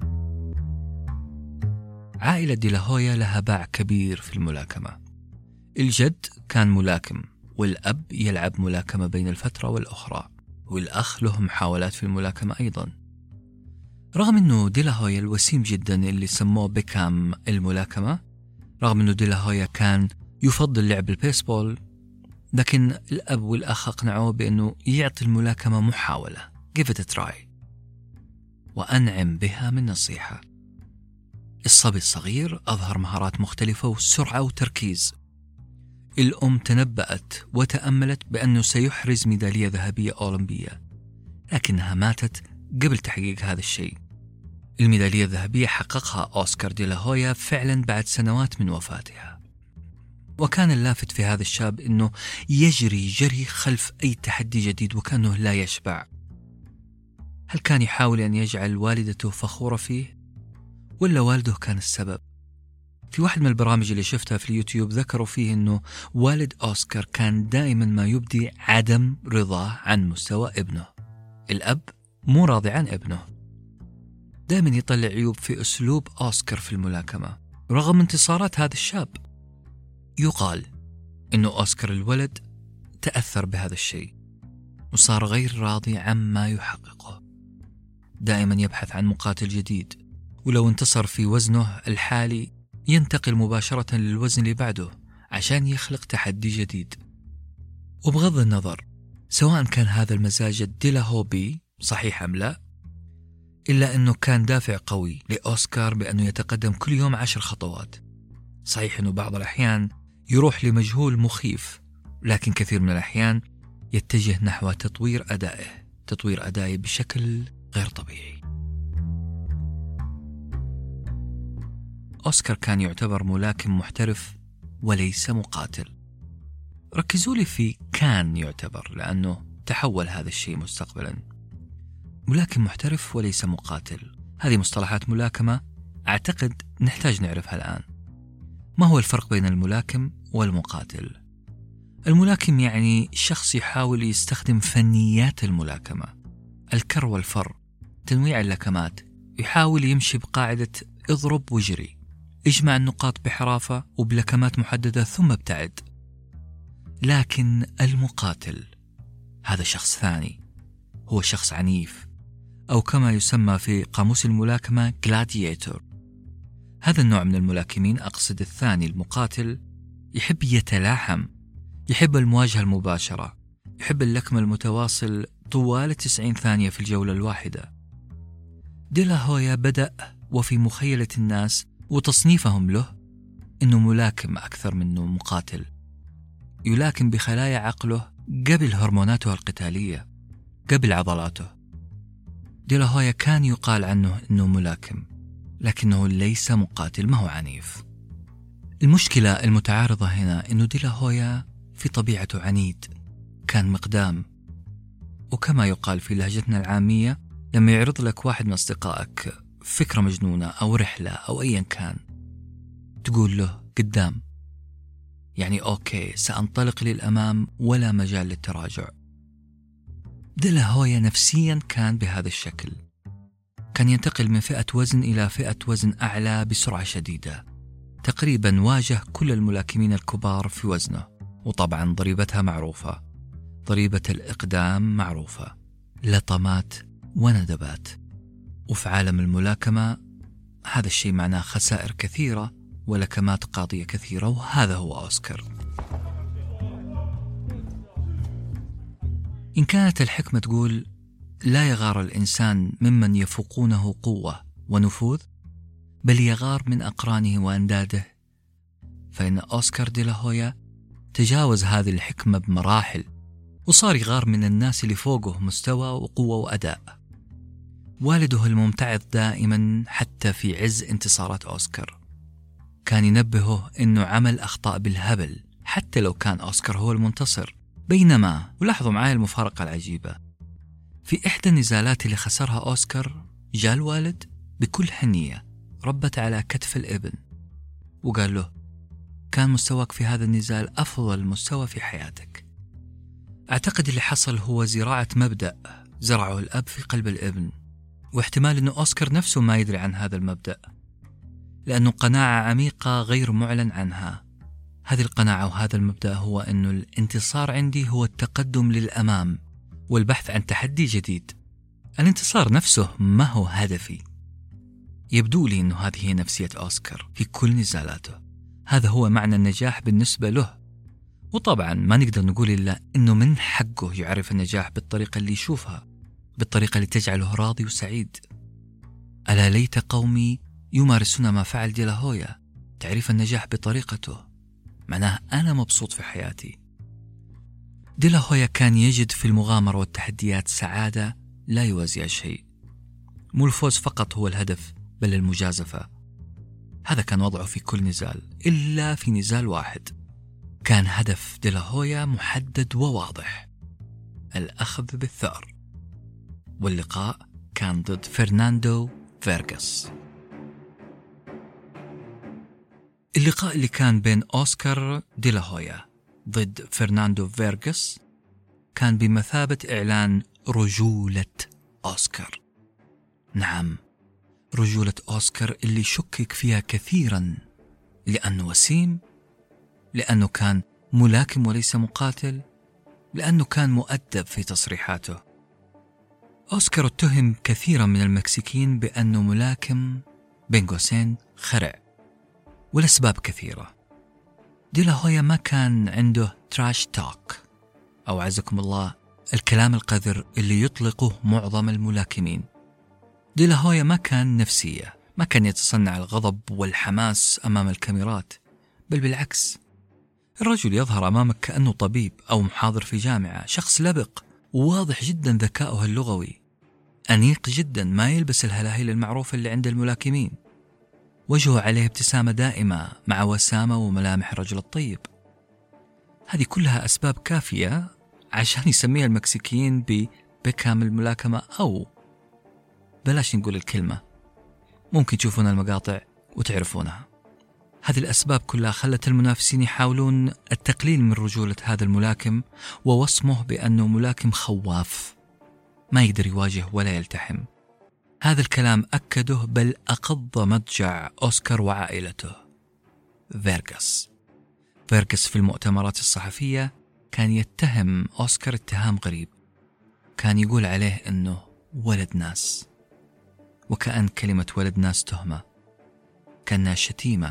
عائلة دي لا هويا لها باع كبير في الملاكمة. الجد كان ملاكم، والأب يلعب ملاكمة بين الفترة والأخرى، والأخ له محاولات في الملاكمة أيضا. رغم أنه دي لا هويا الوسيم جدا اللي سموه بيكام الملاكمة، رغم أنه دي لا هويا كان يفضل لعب البيسبول، لكن الأب والأخ أقنعوه بأنه يعطي الملاكمة محاولة، give it a try، وأنعم بها من نصيحة. الصبي الصغير أظهر مهارات مختلفة وسرعة وتركيز. الأم تنبأت وتأملت بأنه سيحرز ميدالية ذهبية أولمبية، لكنها ماتت قبل تحقيق هذا الشيء. الميدالية الذهبية حققها أوسكار دي لا هويا فعلا بعد سنوات من وفاتها. وكان اللافت في هذا الشاب أنه يجري جري خلف أي تحدي جديد وكأنه لا يشبع. هل كان يحاول أن يجعل والدته فخورة فيه؟ ولا والده كان السبب؟ في واحد من البرامج اللي شفتها في اليوتيوب ذكروا فيه أنه والد أوسكار كان دائما ما يبدي عدم رضاه عن مستوى ابنه. الأب مو راضي عن ابنه، دائما يطلع عيوب في أسلوب أوسكار في الملاكمة رغم انتصارات هذا الشاب. يقال أنه أوسكار الولد تأثر بهذا الشيء وصار غير راضي عما يحققه، دائما يبحث عن مقاتل جديد، ولو انتصر في وزنه الحالي ينتقل مباشرة للوزن اللي بعده عشان يخلق تحدي جديد. وبغض النظر سواء كان هذا المزاج دي لا هوبي صحيح أم لا، إلا أنه كان دافع قوي لأوسكار بأنه يتقدم كل يوم 10 خطوات. صحيح أنه بعض الأحيان يروح لمجهول مخيف، لكن كثير من الأحيان يتجه نحو تطوير أدائه بشكل غير طبيعي. أوسكار كان يعتبر ملاكم محترف وليس مقاتل. ركزوا لي في كان يعتبر، لأنه تحول هذا الشيء مستقبلا. ملاكم محترف وليس مقاتل، هذه مصطلحات ملاكمة أعتقد نحتاج نعرفها الآن. ما هو الفرق بين الملاكم والمقاتل؟ الملاكم يعني شخص يحاول يستخدم فنيات الملاكمة، الكر والفر، تنويع اللكمات، يحاول يمشي بقاعدة اضرب واجري، اجمع النقاط بحرافة وبلكمات محددة ثم ابتعد. لكن المقاتل هذا شخص ثاني، هو شخص عنيف، أو كما يسمى في قاموس الملاكمة gladiator. هذا النوع من الملاكمين، أقصد الثاني المقاتل، يحب يتلاحم، يحب المواجهة المباشرة، يحب اللكم المتواصل طوال 90 ثانية في الجولة الواحدة. دي لا هويا بدأ وفي مخيلة الناس وتصنيفهم له إنه ملاكم أكثر منه مقاتل، يلاكم بخلايا عقله قبل هرموناته القتالية، قبل عضلاته. دي لا هويا كان يقال عنه إنه ملاكم، لكنه ليس مقاتل، ما هو عنيف. المشكلة المتعارضة هنا إنه دي لا هويا في طبيعته عنيد، كان مقدام، وكما يقال في لهجتنا العامية لما يعرض لك واحد من أصدقائك فكرة مجنونة أو رحلة أو أيا كان، تقول له قدام، يعني أوكي سأنطلق للأمام ولا مجال للتراجع. دي لا هويا نفسيا كان بهذا الشكل، كان ينتقل من فئة وزن إلى فئة وزن أعلى بسرعة شديدة. تقريبا واجه كل الملاكمين الكبار في وزنه، وطبعا ضريبتها معروفة، ضريبة الإقدام معروفة، لطمات وندبات. وفي عالم الملاكمة هذا الشيء معناه خسائر كثيرة ولكمات قاضية كثيرة، وهذا هو أوسكار. إن كانت الحكمة تقول لا يغار الإنسان ممن يفوقونه قوة ونفوذ، بل يغار من أقرانه وأنداده، فإن أوسكار دي لا هويا تجاوز هذه الحكمة بمراحل، وصار يغار من الناس اللي فوقه مستوى وقوة وأداء. والده الممتعض دائما حتى في عز انتصارات أوسكار كان ينبهه إنه عمل أخطاء بالهبل حتى لو كان أوسكار هو المنتصر. بينما، ولاحظوا معايا المفارقة العجيبة، في إحدى النزالات اللي خسرها أوسكار جاء الوالد بكل حنية ربت على كتف الابن وقال له كان مستواك في هذا النزال أفضل مستوى في حياتك. أعتقد اللي حصل هو زراعة مبدأ زرعه الأب في قلب الابن، واحتمال أنه أوسكار نفسه ما يدري عن هذا المبدأ، لأنه قناعة عميقة غير معلن عنها. هذه القناعة وهذا المبدأ هو أنه الانتصار عندي هو التقدم للأمام والبحث عن تحدي جديد. الانتصار نفسه ما هو هدفي. يبدو لي أنه هذه هي نفسية أوسكار في كل نزالاته، هذا هو معنى النجاح بالنسبة له. وطبعا ما نقدر نقول إلا أنه من حقه يعرف النجاح بالطريقة اللي يشوفها، بالطريقة اللي تجعله راضي وسعيد. ألا ليت قومي يمارسون ما فعل دي لا هويا، تعريف النجاح بطريقته معناه أنا مبسوط في حياتي. دي لا هويا كان يجد في المغامرة والتحديات سعادة لا يوازيها شيء. مو الفوز فقط هو الهدف، بل المجازفة. هذا كان وضعه في كل نزال، إلا في نزال واحد كان هدف دي لا هويا محدد وواضح: الأخذ بالثأر. واللقاء كان ضد فرناندو فيرغاس. اللقاء اللي كان بين أوسكار دي لا هويا ضد فرناندو فيرغاس كان بمثابة إعلان رجولة أوسكار. نعم، رجولة أوسكار اللي شكك فيها كثيرا، لأنه وسيم، لأنه كان ملاكم وليس مقاتل، لأنه كان مؤدب في تصريحاته. أوسكار اتهم كثيرا من المكسيكيين بأنه ملاكم بين قوسين خرع، ولأسباب كثيرة. دي لا هويا ما كان عنده تراش توك، أو عزكم الله الكلام القذر اللي يطلقه معظم الملاكمين. دي لا هويا ما كان نفسية، ما كان يتصنع الغضب والحماس أمام الكاميرات، بل بالعكس، الرجل يظهر أمامك كأنه طبيب أو محاضر في جامعة، شخص لبق وواضح جدا ذكاؤه اللغوي، أنيق جدا، ما يلبس الهلاهيل المعروفة اللي عند الملاكمين، وجهه عليه ابتسامة دائمة مع وسامة وملامح الرجل الطيب. هذه كلها أسباب كافية عشان يسميها المكسيكيين ببيكهام الملاكمة، أو بلاش نقول الكلمة، ممكن تشوفون المقاطع وتعرفونها. هذه الأسباب كلها خلت المنافسين يحاولون التقليل من رجولة هذا الملاكم ووصمه بأنه ملاكم خواف ما يقدر يواجه ولا يلتحم. هذا الكلام أكده بل أقض مضجع أوسكار وعائلته. فيرغاس في المؤتمرات الصحفية كان يتهم أوسكار اتهام غريب، كان يقول عليه أنه ولد ناس، وكأن كلمة ولد ناس تهمة، كأنها شتيمة.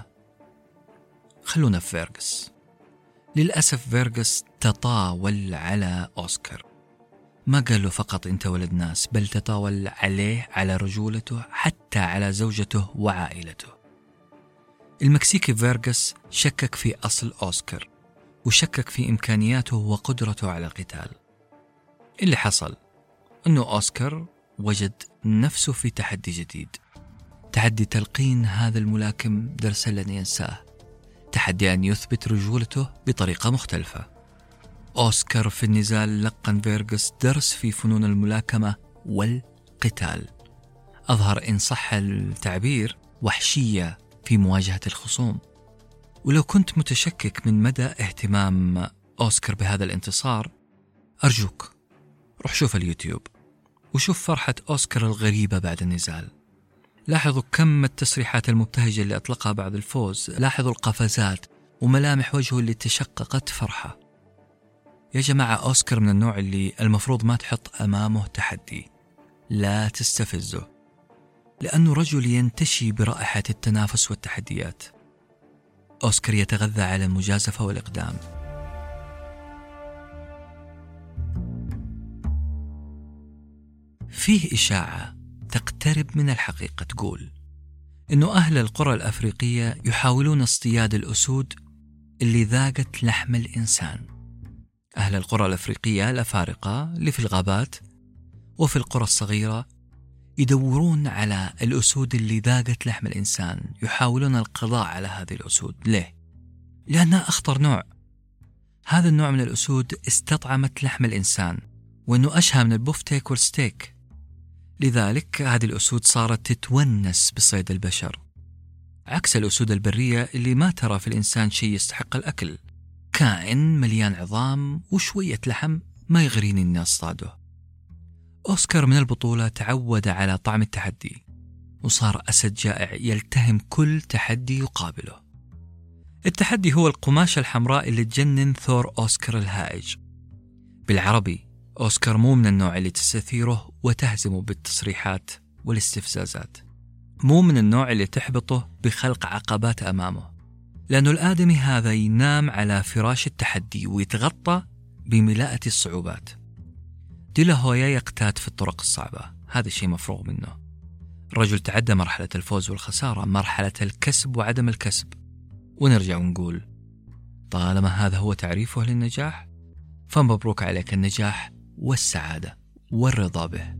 خلونا في فيرغاس. للأسف فيرغاس تطاول على أوسكار، ما قال له فقط أنت ولد ناس، بل تطاول عليه، على رجولته، حتى على زوجته وعائلته. المكسيكي فيرغاس شكك في أصل أوسكار، وشكك في إمكانياته وقدرته على القتال. اللي حصل أنه أوسكار وجد نفسه في تحدي جديد، تحدي تلقين هذا الملاكم درسا لن ينساه، تحدي أن يثبت رجولته بطريقة مختلفة. أوسكار في النزال لقن فيرغاس درس في فنون الملاكمة والقتال، أظهر إن صح التعبير وحشية في مواجهة الخصوم. ولو كنت متشكك من مدى اهتمام أوسكار بهذا الانتصار، أرجوك روح شوف اليوتيوب وشوف فرحة أوسكار الغريبة بعد النزال. لاحظوا كم التصريحات المبتهجة اللي أطلقها بعد الفوز، لاحظوا القفزات وملامح وجهه اللي تشققت فرحة. يا جماعة، أوسكار من النوع اللي المفروض ما تحط أمامه تحدي، لا تستفزه، لأنه رجل ينتشي برائحة التنافس والتحديات. أوسكار يتغذى على المجازفة والإقدام. فيه إشاعة تقترب من الحقيقة تقول إنه أهل القرى الأفريقية يحاولون اصطياد الأسود اللي ذاقت لحم الإنسان. أهل القرى الأفريقية الأفارقة اللي في الغابات وفي القرى الصغيرة يدورون على الأسود اللي ذاقت لحم الإنسان، يحاولون القضاء على هذه الأسود. ليه؟ لأنها أخطر نوع. هذا النوع من الأسود استطعمت لحم الإنسان، وأنه أشهى من البوفتيك والستيك. لذلك هذه الأسود صارت تتونس بصيد البشر، عكس الأسود البرية اللي ما ترى في الإنسان شيء يستحق الأكل، كائن مليان عظام وشوية لحم ما يغريني إني أصطاده. أوسكار من البطولة تعود على طعم التحدي، وصار أسد جائع يلتهم كل تحدي يقابله. التحدي هو القماشة الحمراء اللي تجنن ثور أوسكار الهائج. بالعربي، أوسكار مو من النوع اللي تستثيره وتهزمه بالتصريحات والاستفزازات، مو من النوع اللي تحبطه بخلق عقبات أمامه، لأنه الآدمي هذا ينام على فراش التحدي ويتغطى بملاءة الصعوبات. دي لا هويا يقتات في الطرق الصعبة، هذا الشيء مفروغ منه. الرجل تعدى مرحلة الفوز والخسارة، مرحلة الكسب وعدم الكسب، ونرجع ونقول طالما هذا هو تعريفه للنجاح فمبروك عليك النجاح والسعادة والرضا به.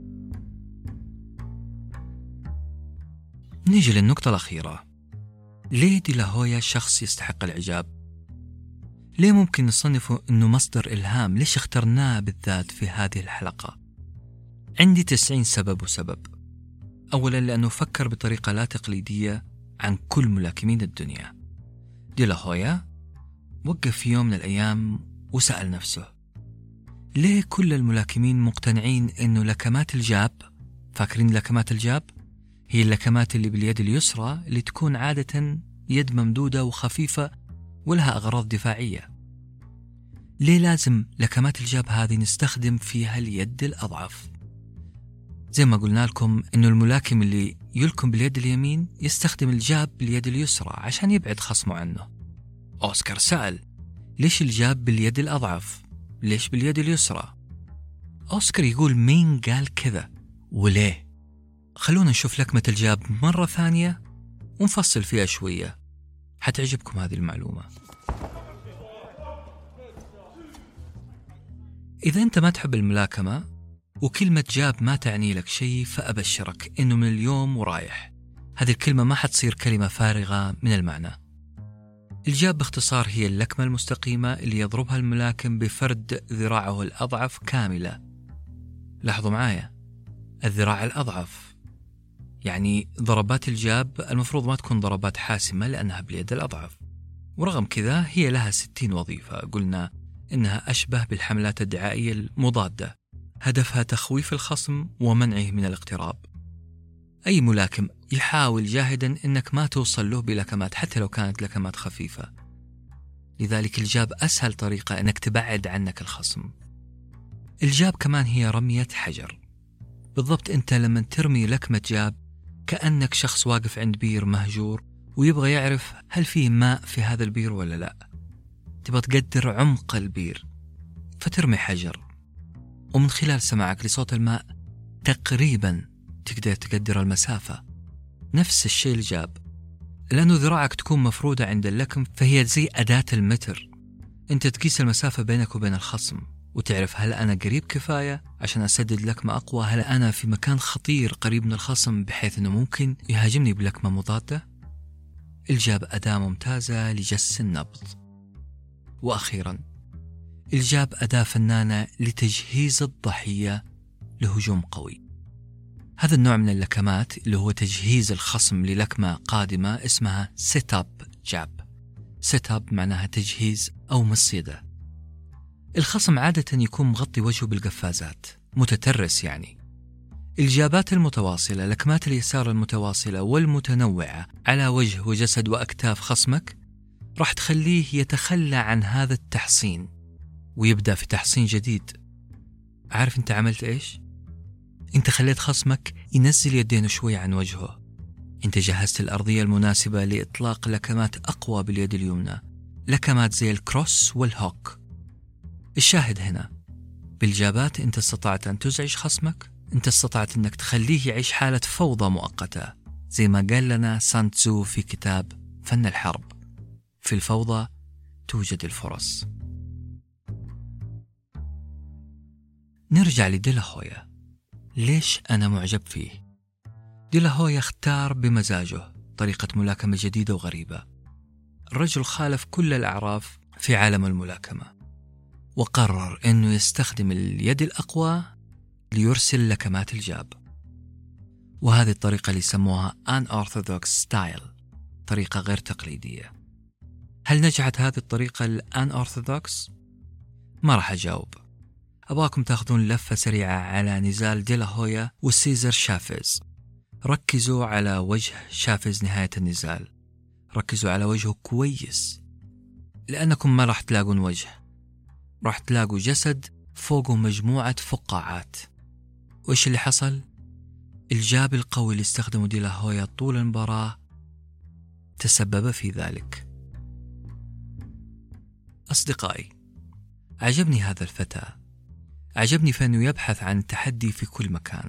نيجي للنقطة الأخيرة. ليه دي لا هويا شخص يستحق الإعجاب؟ ليه ممكن نصنفه أنه مصدر إلهام؟ ليش اخترناه بالذات في هذه الحلقة؟ عندي 90 سبب وسبب. أولا، لأنه فكر بطريقة لا تقليدية عن كل ملاكمين الدنيا. دي لا هويا وقف في يوم من الأيام وسأل نفسه، ليه كل الملاكمين مقتنعين أنه لكمات الجاب، فاكرين لكمات الجاب؟ هي اللكمات اللي باليد اليسرى اللي تكون عادة يد ممدودة وخفيفة ولها أغراض دفاعية. ليه لازم لكمات الجاب هذه نستخدم فيها اليد الأضعف؟ زي ما قلنا لكم إنه الملاكم اللي يلكم باليد اليمين يستخدم الجاب باليد اليسرى عشان يبعد خصمه عنه. أوسكار سأل، ليش الجاب باليد الأضعف؟ ليش باليد اليسرى؟ أوسكار يقول مين قال كذا وليه؟ خلونا نشوف لكمة الجاب مرة ثانية ونفصل فيها شوية، حتعجبكم هذه المعلومة. إذا أنت ما تحب الملاكمة وكلمة جاب ما تعني لك شيء، فأبشرك إنه من اليوم ورايح هذه الكلمة ما حتصير كلمة فارغة من المعنى. الجاب باختصار هي اللكمة المستقيمة اللي يضربها الملاكم بفرد ذراعه الأضعف كاملة. لاحظوا معايا، الذراع الأضعف، يعني ضربات الجاب المفروض ما تكون ضربات حاسمة لأنها باليد الأضعف، ورغم كذا هي لها 60 وظيفة. قلنا إنها أشبه بالحملات الدعائية المضادة، هدفها تخويف الخصم ومنعه من الاقتراب. أي ملاكم يحاول جاهدا إنك ما توصل له بلكمات حتى لو كانت لكمات خفيفة، لذلك الجاب أسهل طريقة إنك تبعد عنك الخصم. الجاب كمان هي رمية حجر. بالضبط أنت لما ترمي لكمة جاب كأنك شخص واقف عند بير مهجور ويبغى يعرف هل فيه ماء في هذا البير ولا لا، تبغى تقدر عمق البير فترمي حجر، ومن خلال سماعك لصوت الماء تقريبا تقدر تقدر المسافة. نفس الشيء الجاب، لأنه ذراعك تكون مفرودة عند اللكم فهي زي أداة المتر، أنت تقيس المسافة بينك وبين الخصم وتعرف هل أنا قريب كفاية عشان أسدد لكمة أقوى، هل أنا في مكان خطير قريب من الخصم بحيث أنه ممكن يهاجمني بلكمة مضادة. الجاب أداة ممتازة لجس النبض. وأخيرا، الجاب أداة فنانة لتجهيز الضحية لهجوم قوي. هذا النوع من اللكمات اللي هو تجهيز الخصم للكمة قادمة اسمها سيت اب جاب. سيت اب معناها تجهيز أو مصيدة. الخصم عادة يكون مغطي وجهه بالقفازات، متترس يعني، الجابات المتواصلة، لكمات اليسار المتواصلة والمتنوعة على وجه وجسد وأكتاف خصمك راح تخليه يتخلى عن هذا التحصين ويبدأ في تحصين جديد. عارف أنت عملت إيش؟ أنت خليت خصمك ينزل يدينه شوي عن وجهه. أنت جهزت الأرضية المناسبة لإطلاق لكمات أقوى باليد اليمنى، لكمات زي الكروس والهوك. الشاهد هنا بالجابات أنت استطعت أن تزعج خصمك، أنت استطعت أنك تخليه يعيش حالة فوضى مؤقتة، زي ما قال لنا سان تزو في كتاب فن الحرب: في الفوضى توجد الفرص. نرجع لدي لا هويا. ليش أنا معجب فيه؟ دي لا هويا اختار بمزاجه طريقة ملاكمة جديدة وغريبة. الرجل خالف كل الأعراف في عالم الملاكمة، وقرر أنه يستخدم اليد الأقوى ليرسل لكمات الجاب. وهذه الطريقة اللي يسموها unorthodox style، طريقة غير تقليدية. هل نجحت هذه الطريقة unorthodox؟ ما راح أجاوب. أبغاكم تأخذون لفة سريعة على نزال دي لا هويا وسيزر شافيز. ركزوا على وجه شافيز نهاية النزال، ركزوا على وجهه كويس، لأنكم ما راح تلاقون وجه، راح تلاقوا جسد فوقه مجموعة فقاعات. وإيش اللي حصل؟ الجاب القوي اللي استخدمه دي لا هويا طول المباراة تسبب في ذلك. أصدقائي، عجبني هذا الفتى، عجبني فإنه يبحث عن التحدي في كل مكان.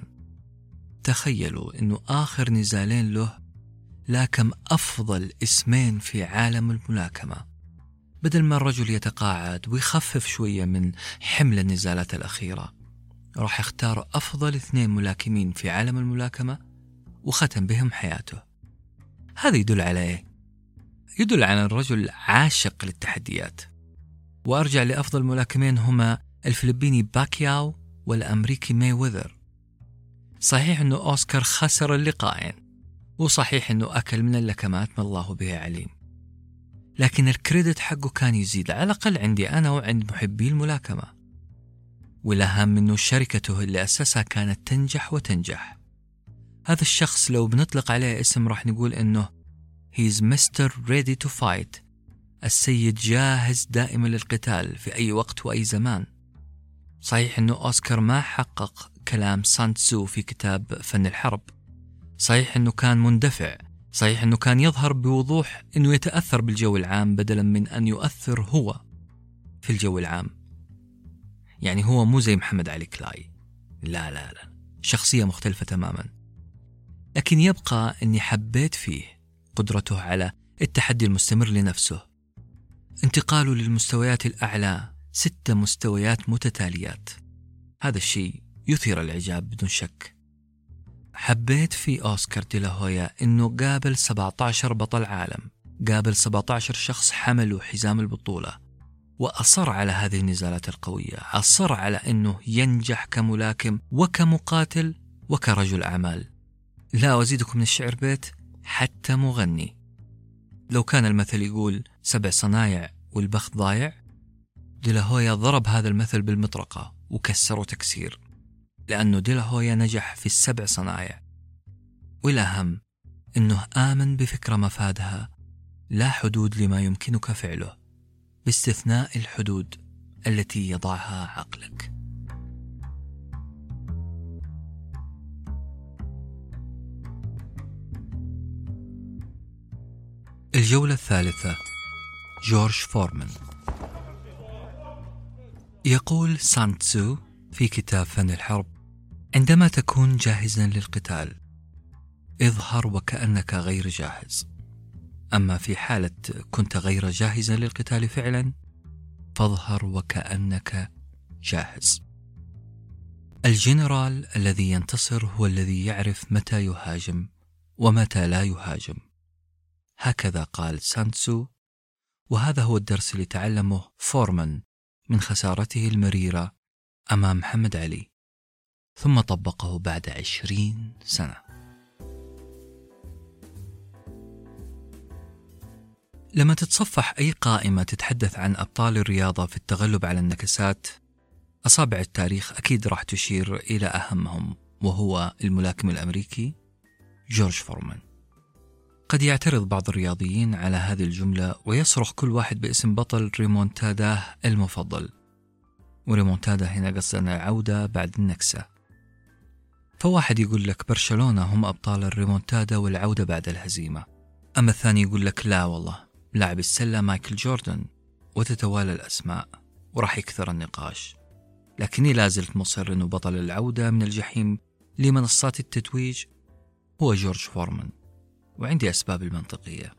تخيلوا إنه آخر نزالين له لاكم أفضل اسمين في عالم الملاكمة. بدل ما الرجل يتقاعد ويخفف شوية من حمل النزالات الأخيرة، راح يختار أفضل 2 ملاكمين في عالم الملاكمة وختم بهم حياته. هذا يدل على إيه؟ يدل على الرجل عاشق للتحديات. وأرجع لأفضل ملاكمين هما الفلبيني باكياو والأمريكي ماي ويذر. صحيح أنه أوسكار خسر اللقاءين، وصحيح أنه أكل من اللكمات ما الله به عليم، لكن الكريدت حقه كان يزيد، على الأقل عندي أنا وعند محبي الملاكمة. والأهم أنه شركته اللي أسسها كانت تنجح وتنجح. هذا الشخص لو بنطلق عليه اسم راح نقول أنه He's Mr. Ready to Fight، السيد جاهز دائما للقتال في أي وقت وأي زمان. صحيح أنه أوسكار ما حقق كلام سان تزو في كتاب فن الحرب، صحيح أنه كان مندفع، صحيح أنه كان يظهر بوضوح أنه يتأثر بالجو العام بدلا من أن يؤثر هو في الجو العام. يعني هو مو زي محمد علي كلاي، لا، شخصية مختلفة تماما. لكن يبقى أني حبيت فيه قدرته على التحدي المستمر لنفسه، انتقاله للمستويات الأعلى، 6 مستويات متتاليات. هذا الشيء يثير الإعجاب بدون شك. حبيت في أوسكار دي لا هويا أنه قابل 17 بطل عالم، قابل 17 شخص حملوا حزام البطولة، وأصر على هذه النزالات القوية، أصر على أنه ينجح كملاكم وكمقاتل وكرجل أعمال. لا أزيدكم من الشعر بيت، حتى مغني. لو كان المثل يقول 7 صنايع والبخت ضايع، دي لا هويا ضرب هذا المثل بالمطرقة وكسره تكسير، لأنه دي لا هويا نجح في 7 صنايع. والأهم أنه آمن بفكرة مفادها: لا حدود لما يمكنك فعله باستثناء الحدود التي يضعها عقلك. الجولة الثالثة، جورج فورمان. يقول سان تزو في كتاب فن الحرب: عندما تكون جاهزا للقتال اظهر وكأنك غير جاهز، أما في حالة كنت غير جاهزا للقتال فعلا فاظهر وكأنك جاهز. الجنرال الذي ينتصر هو الذي يعرف متى يهاجم ومتى لا يهاجم. هكذا قال سان تزو، وهذا هو الدرس اللي تعلمه فورمان من خسارته المريرة أمام محمد علي، ثم طبقه بعد 20 سنة. لما تتصفح أي قائمة تتحدث عن أبطال الرياضة في التغلب على النكسات، أصابع التاريخ أكيد راح تشير إلى أهمهم وهو الملاكم الأمريكي جورج فورمان. قد يعترض بعض الرياضيين على هذه الجملة ويصرخ كل واحد باسم بطل ريمونتاداه المفضل، وريمونتادا هنا قصدنا العودة بعد النكسة. فواحد يقول لك برشلونة هم أبطال الريمونتادا والعودة بعد الهزيمة، أما الثاني يقول لك لا والله لاعب السلة مايكل جوردن، وتتوالى الأسماء وراح يكثر النقاش. لكني لازلت مصر أنه بطل العودة من الجحيم لمنصات التتويج هو جورج فورمان، وعندي أسباب المنطقية.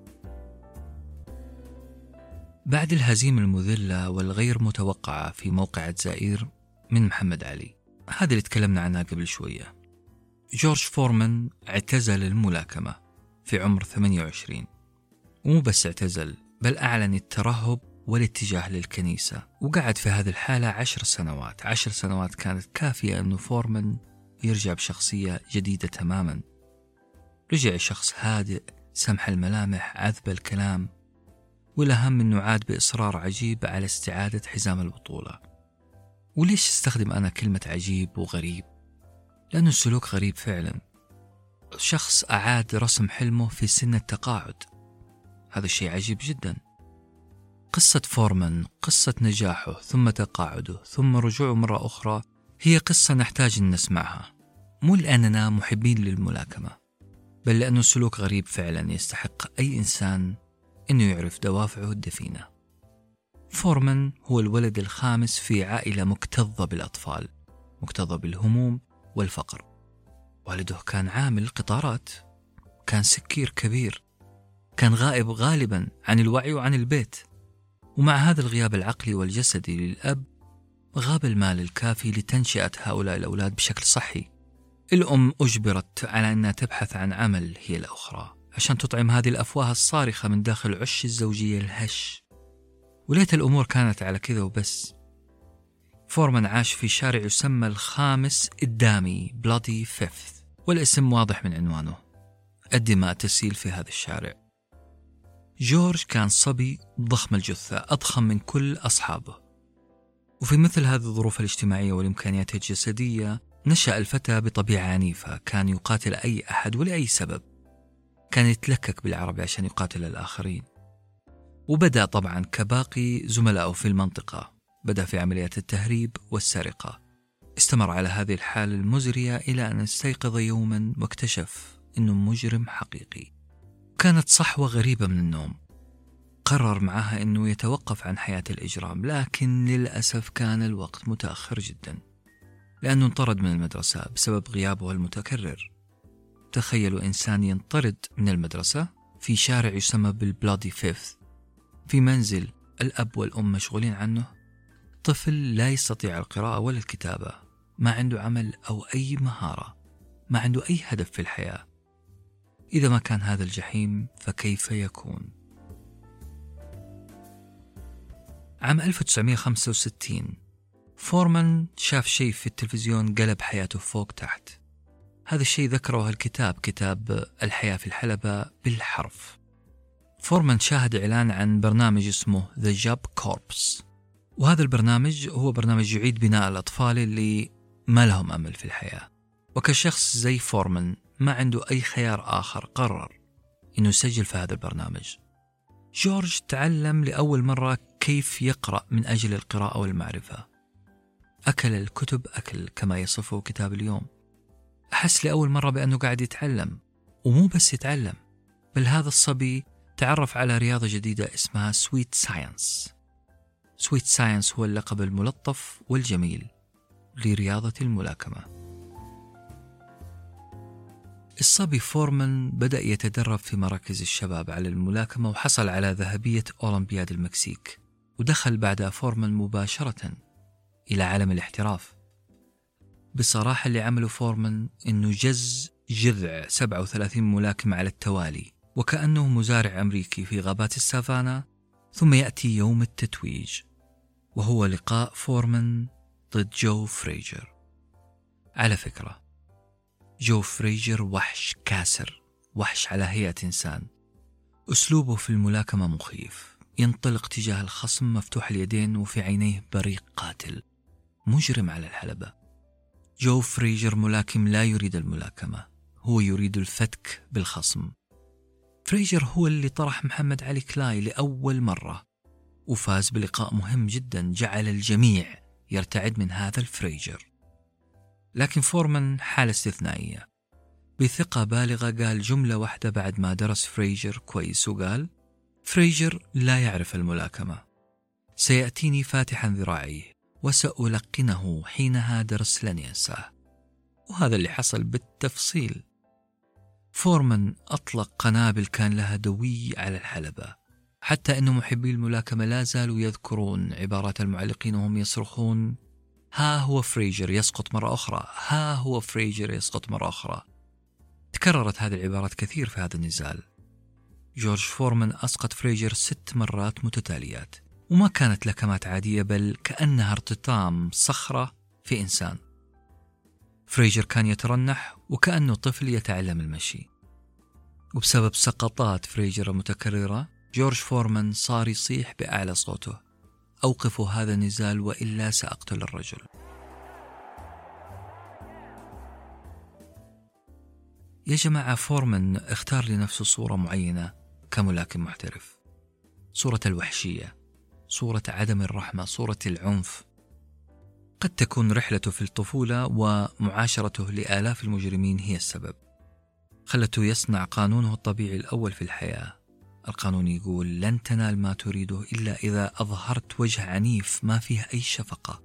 بعد الهزيمة المذلة والغير متوقعة في موقعة زائير من محمد علي، هذا اللي تكلمنا عنها قبل شوية، جورج فورمان اعتزل الملاكمة في عمر 28، ومو بس اعتزل بل أعلن الترهب والاتجاه للكنيسة، وقعد في هذه الحالة 10 سنوات. 10 سنوات كانت كافية أنه فورمان يرجع بشخصية جديدة تماما. رجع شخص هادئ سمح الملامح عذب الكلام، والأهم أنه عاد بإصرار عجيب على استعادة حزام البطولة. وليش استخدم أنا كلمة عجيب وغريب؟ لأنه السلوك غريب فعلا. شخص أعاد رسم حلمه في سن التقاعد، هذا الشيء عجيب جدا. قصة فورمان، قصة نجاحه ثم تقاعده ثم رجوعه مرة أخرى، هي قصة نحتاج أن نسمعها، مو لأننا محبين للملاكمة، بل لأنه سلوك غريب فعلا يستحق أي إنسان أنه يعرف دوافعه الدفينة. فورمان هو الولد الخامس في عائلة مكتظة بالأطفال، مكتظة بالهموم والفقر. والده كان عامل قطارات، كان سكير كبير، كان غائب غالبا عن الوعي وعن البيت. ومع هذا الغياب العقلي والجسدي للأب، غاب المال الكافي لتنشئة هؤلاء الأولاد بشكل صحي. الأم أجبرت على أنها تبحث عن عمل هي الأخرى عشان تطعم هذه الأفواه الصارخة من داخل عش الزوجية الهش. وليت الأمور كانت على كذا وبس. فورمان عاش في شارع يسمى الخامس الدامي بلادي فيفث، والاسم واضح من عنوانه، الدماء تسيل في هذا الشارع. جورج كان صبي ضخم الجثة، أضخم من كل أصحابه، وفي مثل هذه الظروف الاجتماعية والإمكانيات الجسدية نشأ الفتى بطبيعة عنيفة. كان يقاتل أي أحد ولأي سبب، كان يتلكك بالعربي عشان يقاتل الآخرين. وبدأ طبعا كباقي زملائه في المنطقة، بدأ في عمليات التهريب والسرقة. استمر على هذه الحالة المزرية إلى أن استيقظ يوما واكتشف أنه مجرم حقيقي. كانت صحوة غريبة من النوم، قرر معها أنه يتوقف عن حياة الإجرام، لكن للأسف كان الوقت متأخر جدا، لأنه انطرد من المدرسة بسبب غيابه المتكرر. تخيلوا إنسان ينطرد من المدرسة في شارع يسمى بالبلادي فيفث، في منزل الأب والأم مشغولين عنه، طفل لا يستطيع القراءة ولا الكتابة، ما عنده عمل أو أي مهارة، ما عنده أي هدف في الحياة. إذا ما كان هذا الجحيم فكيف يكون؟ عام 1965 فورمان شاف شيء في التلفزيون قلب حياته فوق تحت. هذا الشيء ذكره الكتاب، كتاب الحياة في الحلبة بالحرف. فورمان شاهد إعلان عن برنامج اسمه The Job Corps، وهذا البرنامج هو برنامج يعيد بناء الأطفال اللي ما لهم أمل في الحياة. وكشخص زي فورمان ما عنده أي خيار آخر، قرر إنه يسجل في هذا البرنامج. جورج تعلم لأول مرة كيف يقرأ من أجل القراءة والمعرفة. أكل الكتب أكل كما يصفه كتاب اليوم. أحس لأول مرة بأنه قاعد يتعلم، ومو بس يتعلم، بل هذا الصبي تعرف على رياضة جديدة اسمها سويت ساينس. سويت ساينس هو اللقب الملطف والجميل لرياضة الملاكمة. الصبي فورمان بدأ يتدرب في مراكز الشباب على الملاكمة، وحصل على ذهبية أولمبياد المكسيك، ودخل بعدها فورمان مباشرة إلى عالم الاحتراف. بصراحة اللي عمله فورمان إنه جذع 37 ملاكم على التوالي، وكأنه مزارع أمريكي في غابات السافانا. ثم يأتي يوم التتويج، وهو لقاء فورمان ضد جو فريجر. على فكرة، جو فريجر وحش كاسر، وحش على هيئة إنسان. أسلوبه في الملاكمة مخيف، ينطلق تجاه الخصم مفتوح اليدين وفي عينيه بريق قاتل، مجرم على الحلبة. جو فريجر ملاكم لا يريد الملاكمة، هو يريد الفتك بالخصم. فريجر هو اللي طرح محمد علي كلاي لأول مرة، وفاز بلقاء مهم جدا جعل الجميع يرتعد من هذا الفريجر. لكن فورمان حالة استثنائية. بثقة بالغة قال جملة واحدة بعد ما درس فريجر كويس، وقال: فريجر لا يعرف الملاكمة، سيأتيني فاتحا ذراعيه وسألقنه حينها درس لن ينساه. وهذا اللي حصل بالتفصيل. فورمان أطلق قنابل كان لها دوي على الحلبة، حتى أن محبي الملاكمة لا زالوا يذكرون عبارات المعلقين وهم يصرخون: ها هو فريجر يسقط مرة أخرى، ها هو فريجر يسقط مرة أخرى. تكررت هذه العبارات كثير في هذا النزال. جورج فورمان أسقط فريجر 6 مرات متتاليات، وما كانت لكمات عادية، بل كأنها ارتطام صخرة في إنسان. فريجر كان يترنح وكأنه طفل يتعلم المشي. وبسبب سقطات فريجر المتكررة، جورج فورمان صار يصيح بأعلى صوته: أوقفوا هذا النزال وإلا سأقتل الرجل. يا جماعة، فورمان اختار لنفسه صورة معينة كملاكم محترف: صورة الوحشية، صورة عدم الرحمة، صورة العنف. قد تكون رحلته في الطفولة ومعاشرته لآلاف المجرمين هي السبب. خلته يصنع قانونه الطبيعي الأول في الحياة. القانون يقول: لن تنال ما تريده إلا إذا أظهرت وجه عنيف ما فيه أي شفقة.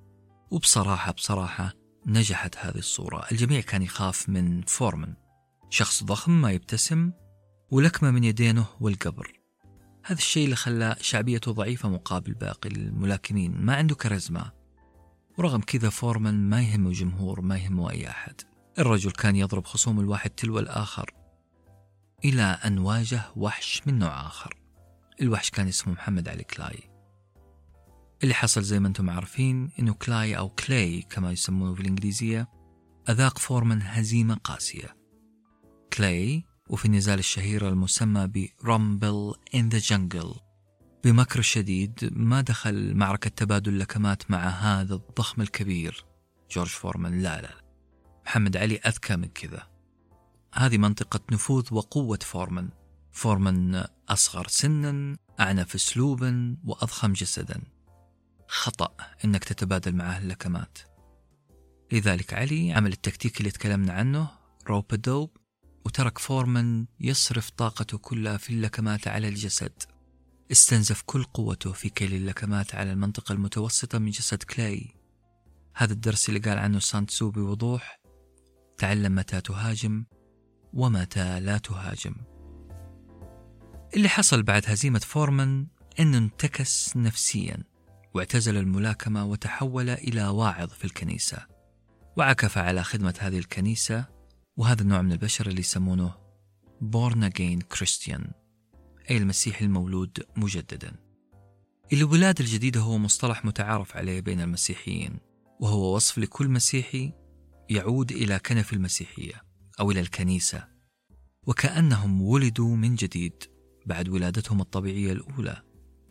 وبصراحة نجحت هذه الصورة. الجميع كان يخاف من فورمان، شخص ضخم ما يبتسم ولكمة من يدينه والقبر. هذا الشيء اللي خلى شعبيته ضعيفة مقابل باقي الملاكمين، ما عنده كاريزما. ورغم كذا فورمان ما يهمه جمهور، ما يهمه أي أحد. الرجل كان يضرب خصوم الواحد تلو الآخر، إلى أن واجه وحش من نوع آخر. الوحش كان اسمه محمد علي كلاي. اللي حصل زي ما أنتم عارفين إنه كلاي أو كلاي كما يسمونه في الإنجليزية أذاق فورمان هزيمة قاسية. كلاي وفي النزال الشهير المسمى برامبل إن ذا جنجل بمكر شديد ما دخل معركة تبادل لكمات مع هذا الضخم الكبير جورج فورمان. لا، محمد علي أذكى من كذا. هذه منطقة نفوذ وقوة فورمان. فورمان أصغر سنا، أعنف أسلوبا، وأضخم جسدا. خطأ إنك تتبادل معه اللكمات. لذلك علي عمل التكتيك اللي تكلمنا عنه، روب دوب، وترك فورمان يصرف طاقته كلها في اللكمات على الجسد. استنزف كل قوته في كيل اللكمات على المنطقة المتوسطة من جسد كلاي. هذا الدرس اللي قال عنه سان تسو بوضوح: تعلم متى تهاجم ومتى لا تهاجم. اللي حصل بعد هزيمة فورمان إنه انتكس نفسيا واعتزل الملاكمة وتحول إلى واعظ في الكنيسة، وعكف على خدمة هذه الكنيسة وهذا النوع من البشر اللي يسمونه born again Christian، أي المسيح المولود مجددا. الولادة الجديدة هو مصطلح متعارف عليه بين المسيحيين، وهو وصف لكل مسيحي يعود إلى كنف المسيحية أو إلى الكنيسة، وكأنهم ولدوا من جديد بعد ولادتهم الطبيعية الأولى.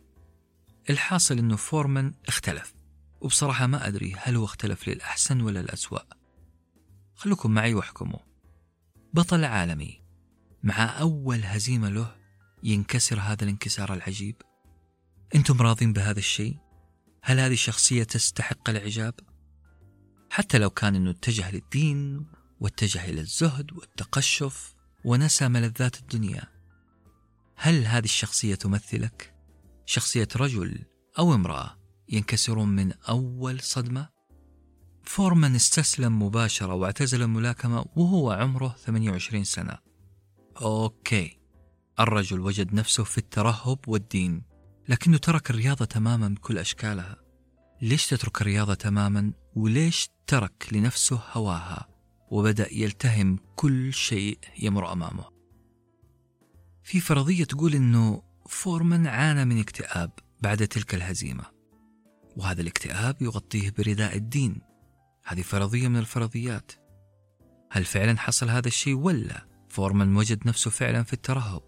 الحاصل أنه فورمان اختلف، وبصراحة ما أدري هل هو اختلف للأحسن ولا الأسوأ. خلوكم معي واحكموا. بطل عالمي مع أول هزيمة له ينكسر هذا الانكسار العجيب. أنتم راضين بهذا الشيء؟ هل هذه الشخصية تستحق الإعجاب؟ حتى لو كان أنه اتجه للدين واتجه إلى الزهد والتقشف ونسى ملذات الدنيا. هل هذه الشخصية تمثلك؟ شخصية رجل أو امرأة ينكسرون من أول صدمة؟ فورمان استسلم مباشرة واعتزل الملاكمة وهو عمره 28 سنة. أوكي، الرجل وجد نفسه في الترهب والدين، لكنه ترك الرياضة تماما بكل أشكالها. ليش تترك الرياضة تماما؟ وليش ترك لنفسه هواها وبدأ يلتهم كل شيء يمر أمامه؟ في فرضية تقول إنه فورمان عانى من اكتئاب بعد تلك الهزيمة، وهذا الاكتئاب يغطيه برداء الدين. هذه فرضية من الفرضيات. هل فعلا حصل هذا الشيء ولا فورمان وجد نفسه فعلا في الترهب؟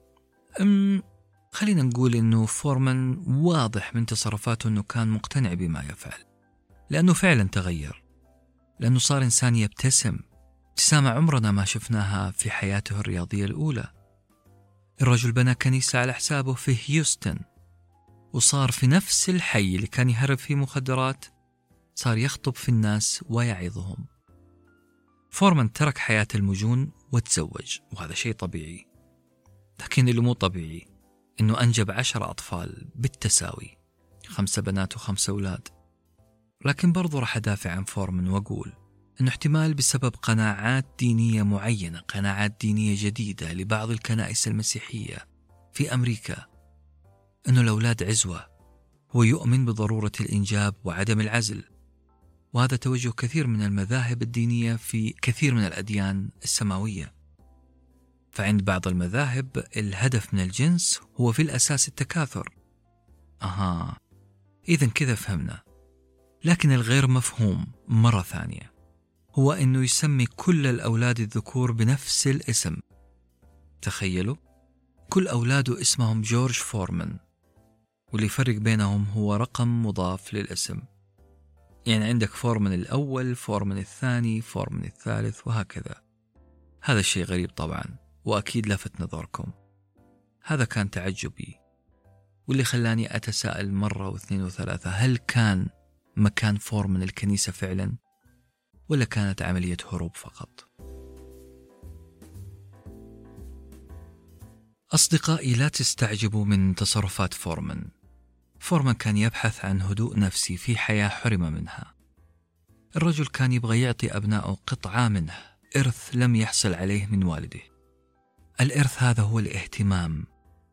خلينا نقول إنه فورمان واضح من تصرفاته إنه كان مقتنع بما يفعل، لأنه فعلا تغير. لأنه صار إنسان يبتسم ابتسامة عمرنا ما شفناها في حياته الرياضية الأولى. الرجل بنى كنيسة على حسابه في هيوستن، وصار في نفس الحي اللي كان يهرب فيه مخدرات صار يخطب في الناس ويعظهم. فورمان ترك حياة المجون وتزوج، وهذا شيء طبيعي، لكن اللي مو طبيعي إنه أنجب 10 أطفال بالتساوي، 5 بنات و5 أولاد. لكن برضو راح أدافع عن فورمان وأقول إنه احتمال بسبب قناعات دينية معينة، قناعات دينية جديدة لبعض الكنائس المسيحية في أمريكا، إنه الأولاد عزوة، هو يؤمن بضرورة الإنجاب وعدم العزل، وهذا توجه كثير من المذاهب الدينية في كثير من الأديان السماوية. فعند بعض المذاهب الهدف من الجنس هو في الأساس التكاثر. إذن كذا فهمنا. لكن الغير مفهوم مرة ثانية هو أنه يسمي كل الأولاد الذكور بنفس الاسم. تخيلوا، كل أولاده اسمهم جورج فورمان، واللي يفرق بينهم هو رقم مضاف للاسم. يعني عندك فورمان الأول، فورمان الثاني، فورمان الثالث، وهكذا. هذا الشيء غريب طبعا، وأكيد لفت نظركم. هذا كان تعجبي، واللي خلاني أتساءل مرة واثنين وثلاثة، هل كان مكان فورمان الكنيسة فعلا، ولا كانت عملية هروب فقط؟ أصدقائي، لا تستعجبوا من تصرفات فورمان. فورمان كان يبحث عن هدوء نفسي في حياة حرم منها. الرجل كان يبغى يعطي أبنائه قطعة منه، إرث لم يحصل عليه من والده. الإرث هذا هو الاهتمام.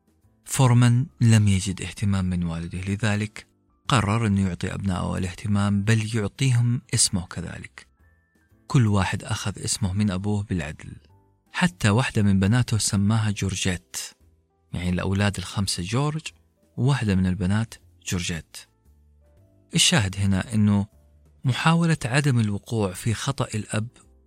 فورمان لم يجد اهتمام من والده، لذلك قرر أن يعطي أبنائه الاهتمام، بل يعطيهم اسمه كذلك. كل واحد أخذ اسمه من أبوه بالعدل. حتى واحدة من بناته سماها جورجيت، يعني الأولاد ال5 جورج، وواحدة من البنات جورجيت. الشاهد هنا أنه محاولة عدم الوقوع في خطأ الأب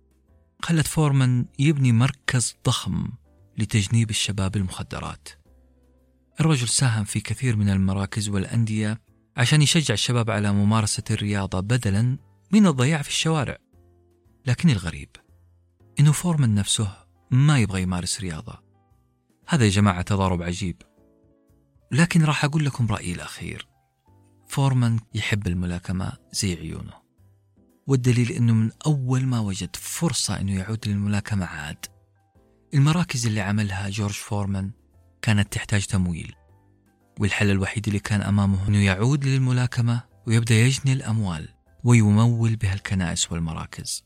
خلت فورمان يبني مركز ضخم لتجنيب الشباب المخدرات. الرجل ساهم في كثير من المراكز والأندية عشان يشجع الشباب على ممارسة الرياضة بدلا من الضياع في الشوارع. لكن الغريب إنه فورمان نفسه ما يبغى يمارس رياضة. هذا يا جماعة تضارب عجيب. لكن راح أقول لكم رأيي الأخير. فورمان يحب الملاكمة زي عيونه، والدليل إنه من أول ما وجد فرصة إنه يعود للملاكمة عاد. المراكز اللي عملها جورج فورمان كانت تحتاج تمويل، والحل الوحيد اللي كان أمامه إنه يعود للملاكمة ويبدأ يجني الأموال ويمول بها الكنائس والمراكز.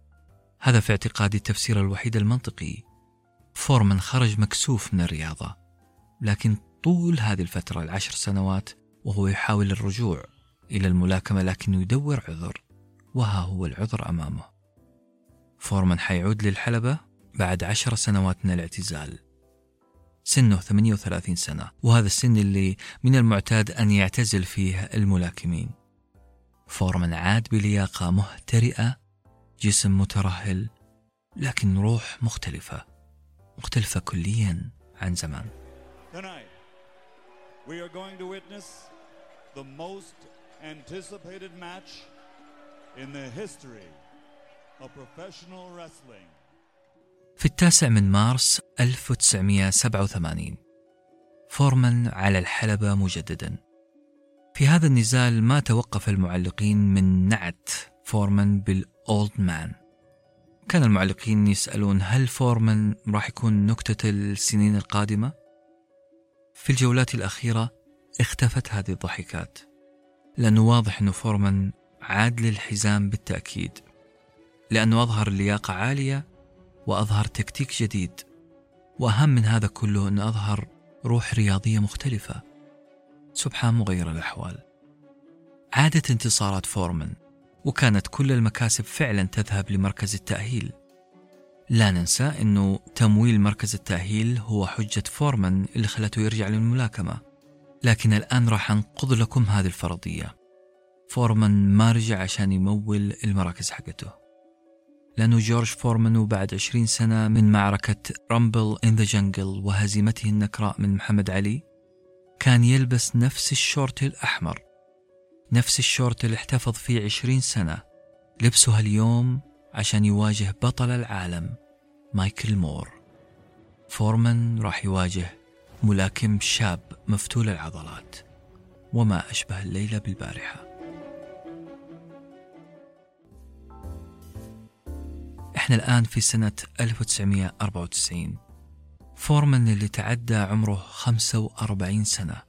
هذا في اعتقادي التفسير الوحيد المنطقي. فورمان خرج مكسوف من الرياضة، لكن طول هذه الفترة 10 سنوات وهو يحاول الرجوع إلى الملاكمة، لكنه يدور عذر، وها هو العذر أمامه. فورمان حيعود للحلبة بعد 10 سنوات من الاعتزال. سنه 38 سنة، وهذا السن اللي من المعتاد أن يعتزل فيه الملاكمين. فورمان عاد بلياقة مهترئة، جسم مترهل، لكن روح مختلفة كليا عن زمان. Tonight, we are going to witness the most anticipated match in the history of professional wrestling. في 9 من مارس 1987 فورمان على الحلبة مجددا. في هذا النزال ما توقف المعلقين من نعت فورمان بالأولد مان. كان المعلقين يسألون هل فورمان راح يكون نكتة السنين القادمة؟ في الجولات الأخيرة اختفت هذه الضحكات، لأنه واضح أنه فورمان عاد للحزام بالتأكيد، لأنه أظهر لياقة عالية وأظهر تكتيك جديد، وأهم من هذا كله أنه أظهر روح رياضية مختلفة. سبحان مغير الأحوال. عادت انتصارات فورمان، وكانت كل المكاسب فعلا تذهب لمركز التأهيل. لا ننسى أنه تمويل مركز التأهيل هو حجة فورمان اللي خلته يرجع للملاكمة. لكن الآن راح أنقض لكم هذه الفرضية. فورمان ما رجع عشان يمول المراكز حقته، لأنه جورج فورمان بعد 20 سنة من معركة رامبل إن ذا جنجل وهزيمته النكراء من محمد علي كان يلبس نفس الشورت الأحمر، نفس الشورت اللي احتفظ فيه 20 سنة لبسها اليوم عشان يواجه بطل العالم مايكل مور. فورمان راح يواجه ملاكم شاب مفتول العضلات، وما أشبه الليلة بالبارحة. احنا الآن في سنة 1994. فورمان اللي تعدى عمره 45 سنة،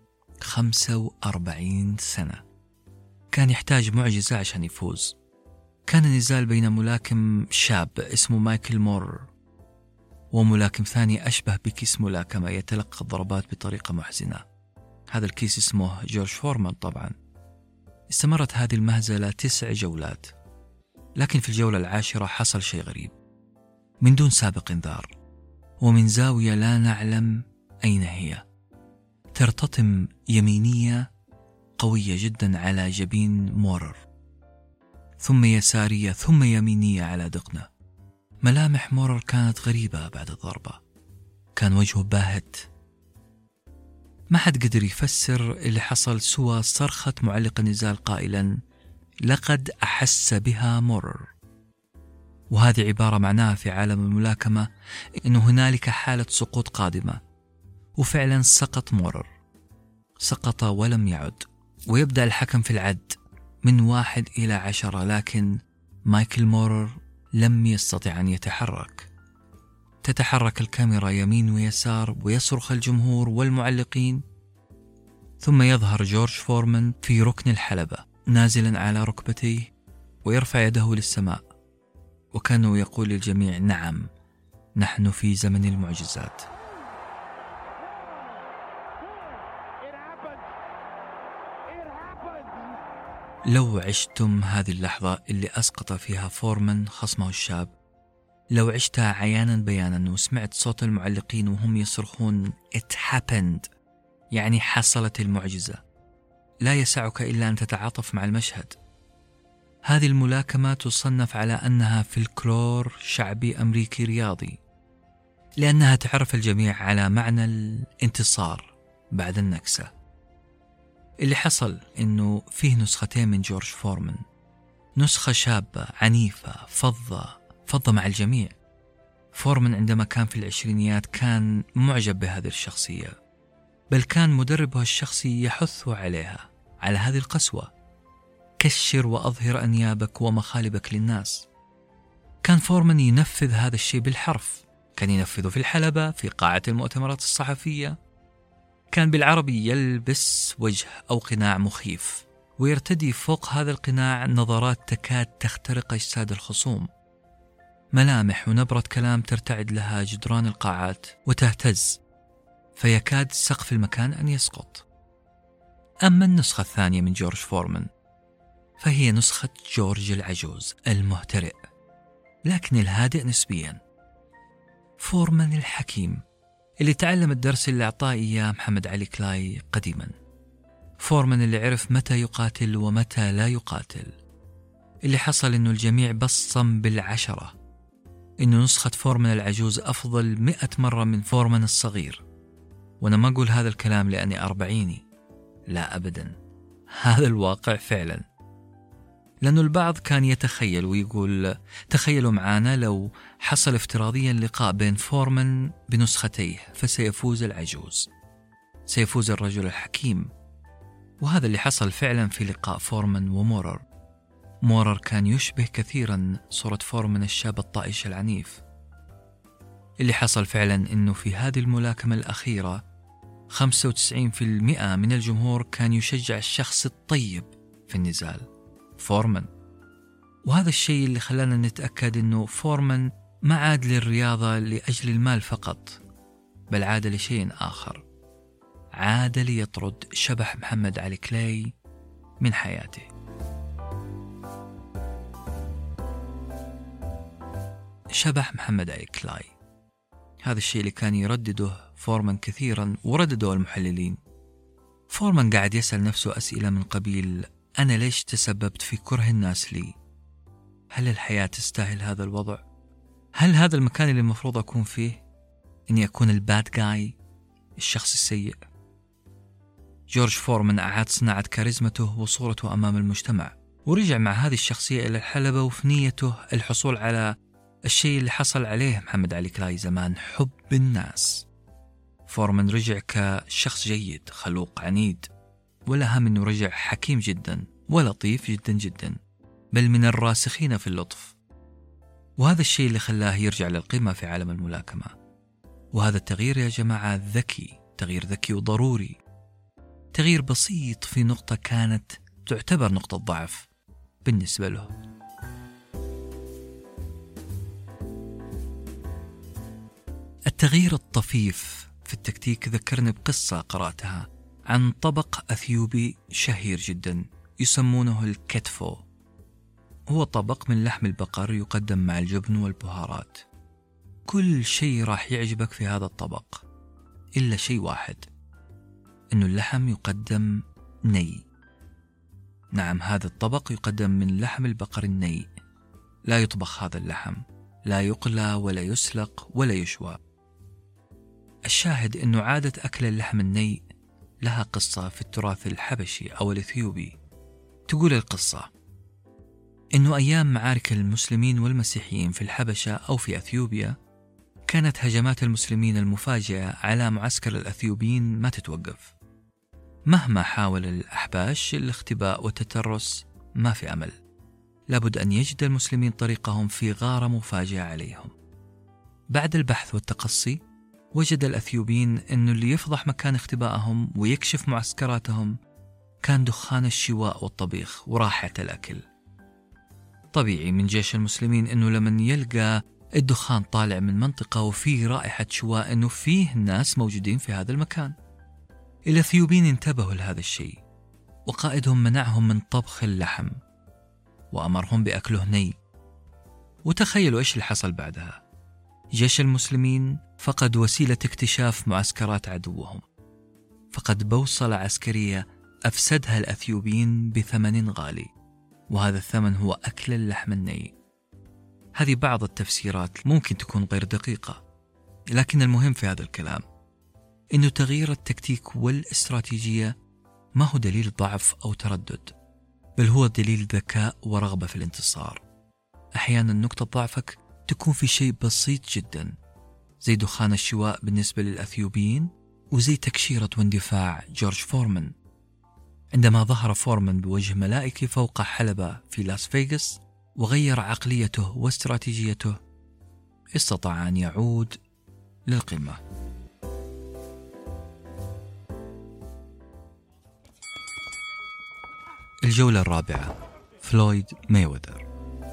45 سنة، كان يحتاج معجزة عشان يفوز. كان النزال بين ملاكم شاب اسمه مايكل مور وملاكم ثاني أشبه بكيس ملاكمة يتلقى الضربات بطريقة محزنة. هذا الكيس اسمه جورج فورمان. طبعا استمرت هذه المهزلة 9 جولات، لكن في الجولة 10 حصل شيء غريب من دون سابق انذار، ومن زاوية لا نعلم أين هي. ترتطم يمينية قوية جدا على جبين مورر، ثم يسارية، ثم يمينية على دقنه. ملامح مورر كانت غريبة بعد الضربة، كان وجهه باهت. ما حد قدر يفسر اللي حصل سوى صرخة معلق النزال قائلا لقد أحس بها مورر، وهذه عبارة معناها في عالم الملاكمة إنه هنالك حالة سقوط قادمة. وفعلا سقط مورر، سقط ولم يعد. ويبدأ الحكم في العد من 1 إلى 10، لكن مايكل مورر لم يستطع أن يتحرك. تتحرك الكاميرا يمين ويسار، ويصرخ الجمهور والمعلقين، ثم يظهر جورج فورمان في ركن الحلبة نازلا على ركبتيه ويرفع يده للسماء، وكانه يقول للجميع نعم، نحن في زمن المعجزات. لو عشتم هذه اللحظة اللي أسقط فيها فورمان خصمه الشاب، لو عشتها عيانا بيانا وسمعت صوت المعلقين وهم يصرخون It happened، يعني حصلت المعجزة، لا يسعك إلا أن تتعاطف مع المشهد. هذه الملاكمة تصنف على أنها فلكلور شعبي أمريكي رياضي، لأنها تعرف الجميع على معنى الانتصار بعد النكسة. اللي حصل إنه فيه نسختين من جورج فورمان، نسخة شابة عنيفة فضة مع الجميع. فورمان عندما كان في العشرينيات كان معجب بهذه الشخصية، بل كان مدربه الشخصي يحثه عليها، على هذه القسوة. كشر وأظهر أنيابك ومخالبك للناس. كان فورمان ينفذ هذا الشيء بالحرف، كان ينفذه في الحلبة، في قاعة المؤتمرات الصحفية. كان بالعربي يلبس وجه أو قناع مخيف، ويرتدي فوق هذا القناع نظرات تكاد تخترق أجساد الخصوم، ملامح ونبرة كلام ترتعد لها جدران القاعات وتهتز، فيكاد سقف المكان أن يسقط. أما النسخة الثانية من جورج فورمان فهي نسخة جورج العجوز المهترئ، لكن الهادئ نسبيا. فورمان الحكيم اللي تعلم الدرس اللي أعطاه إياه محمد علي كلاي قديما. فورمان اللي عرف متى يقاتل ومتى لا يقاتل. اللي حصل إنه الجميع بصم بال10 إنه نسخة فورمان العجوز أفضل 100 مرة من فورمان الصغير. وأنا ما أقول هذا الكلام لأني أربعيني، لا أبدا، هذا الواقع فعلا. لأنه البعض كان يتخيل ويقول تخيلوا معانا لو حصل افتراضيا لقاء بين فورمان بنسختيه فسيفوز العجوز، سيفوز الرجل الحكيم. وهذا اللي حصل فعلا في لقاء فورمان ومورر. مورر كان يشبه كثيرا صورة فورمان الشاب الطائش العنيف. اللي حصل فعلا إنه في هذه الملاكمة الأخيرة 95% من الجمهور كان يشجع الشخص الطيب في النزال، فورمان. وهذا الشيء اللي خلانا نتأكد إنه فورمان ما عاد للرياضة لأجل المال فقط، بل عاد لشيء آخر، عاد ليطرد شبح محمد علي كلاي من حياته. شبح محمد علي كلاي، هذا الشيء اللي كان يردده فورمان كثيرا وردده المحللين. فورمان قاعد يسأل نفسه أسئلة من قبيل أنا ليش تسببت في كره الناس لي؟ هل الحياة تستاهل هذا الوضع؟ هل هذا المكان اللي المفروض أكون فيه؟ إني أكون الباد جاي، الشخص السيء؟ جورج فورمان أعاد صناعة كاريزمته وصورته أمام المجتمع، ورجع مع هذه الشخصية إلى الحلبة وفي نيته الحصول على الشيء اللي حصل عليه محمد علي كلاي زمان، حب الناس. فورمان رجع كشخص جيد، خلوق، عنيد، والأهم أنه رجع حكيم جدا ولطيف جدا جدا، بل من الراسخين في اللطف. وهذا الشيء اللي خلاه يرجع للقمة في عالم الملاكمة. وهذا التغيير يا جماعة ذكي، تغيير ذكي وضروري، تغيير بسيط في نقطة كانت تعتبر نقطة ضعف بالنسبة له. التغيير الطفيف في التكتيك ذكرني بقصة قرأتها عن طبق أثيوبي شهير جدا يسمونه الكتفو. هو طبق من لحم البقر يقدم مع الجبن والبهارات. كل شيء راح يعجبك في هذا الطبق إلا شيء واحد، إنه اللحم يقدم ني. نعم، هذا الطبق يقدم من لحم البقر الني، لا يطبخ هذا اللحم، لا يقلى ولا يسلق ولا يشوى. الشاهد إنه عادة أكل اللحم الني لها قصة في التراث الحبشي أو الإثيوبي. تقول القصة إنه أيام معارك المسلمين والمسيحيين في الحبشة أو في أثيوبيا، كانت هجمات المسلمين المفاجئة على معسكر الأثيوبيين ما تتوقف. مهما حاول الأحباش الاختباء والتترس ما في أمل، لابد أن يجد المسلمين طريقهم في غارة مفاجئة عليهم. بعد البحث والتقصي وجد الأثيوبيين أن اللي يفضح مكان اختبائهم ويكشف معسكراتهم كان دخان الشواء والطبيخ وراحة الأكل. طبيعي من جيش المسلمين أنه لمن يلقى الدخان طالع من منطقة وفيه رائحة شواء أنه فيه ناس موجودين في هذا المكان. الأثيوبيين انتبهوا لهذا الشيء، وقائدهم منعهم من طبخ اللحم وأمرهم بأكله ني. وتخيلوا إيش اللي حصل بعدها. جيش المسلمين فقد وسيلة اكتشاف معسكرات عدوهم، فقد بوصلة عسكرية أفسدها الأثيوبيين بثمن غالي، وهذا الثمن هو أكل اللحم الني. هذه بعض التفسيرات ممكن تكون غير دقيقة، لكن المهم في هذا الكلام إنه تغيير التكتيك والاستراتيجية ما هو دليل ضعف أو تردد، بل هو دليل ذكاء ورغبة في الانتصار. أحيانا نقطة ضعفك تكون في شيء بسيط جدا، زي دخان الشواء بالنسبة للأثيوبيين، وزي تكشيرة واندفاع جورج فورمان. عندما ظهر فورمان بوجه ملائكي فوق حلبة في لاس فيغاس وغير عقليته واستراتيجيته، استطاع أن يعود للقمة. الجولة الرابعة، فلويد مايوذر.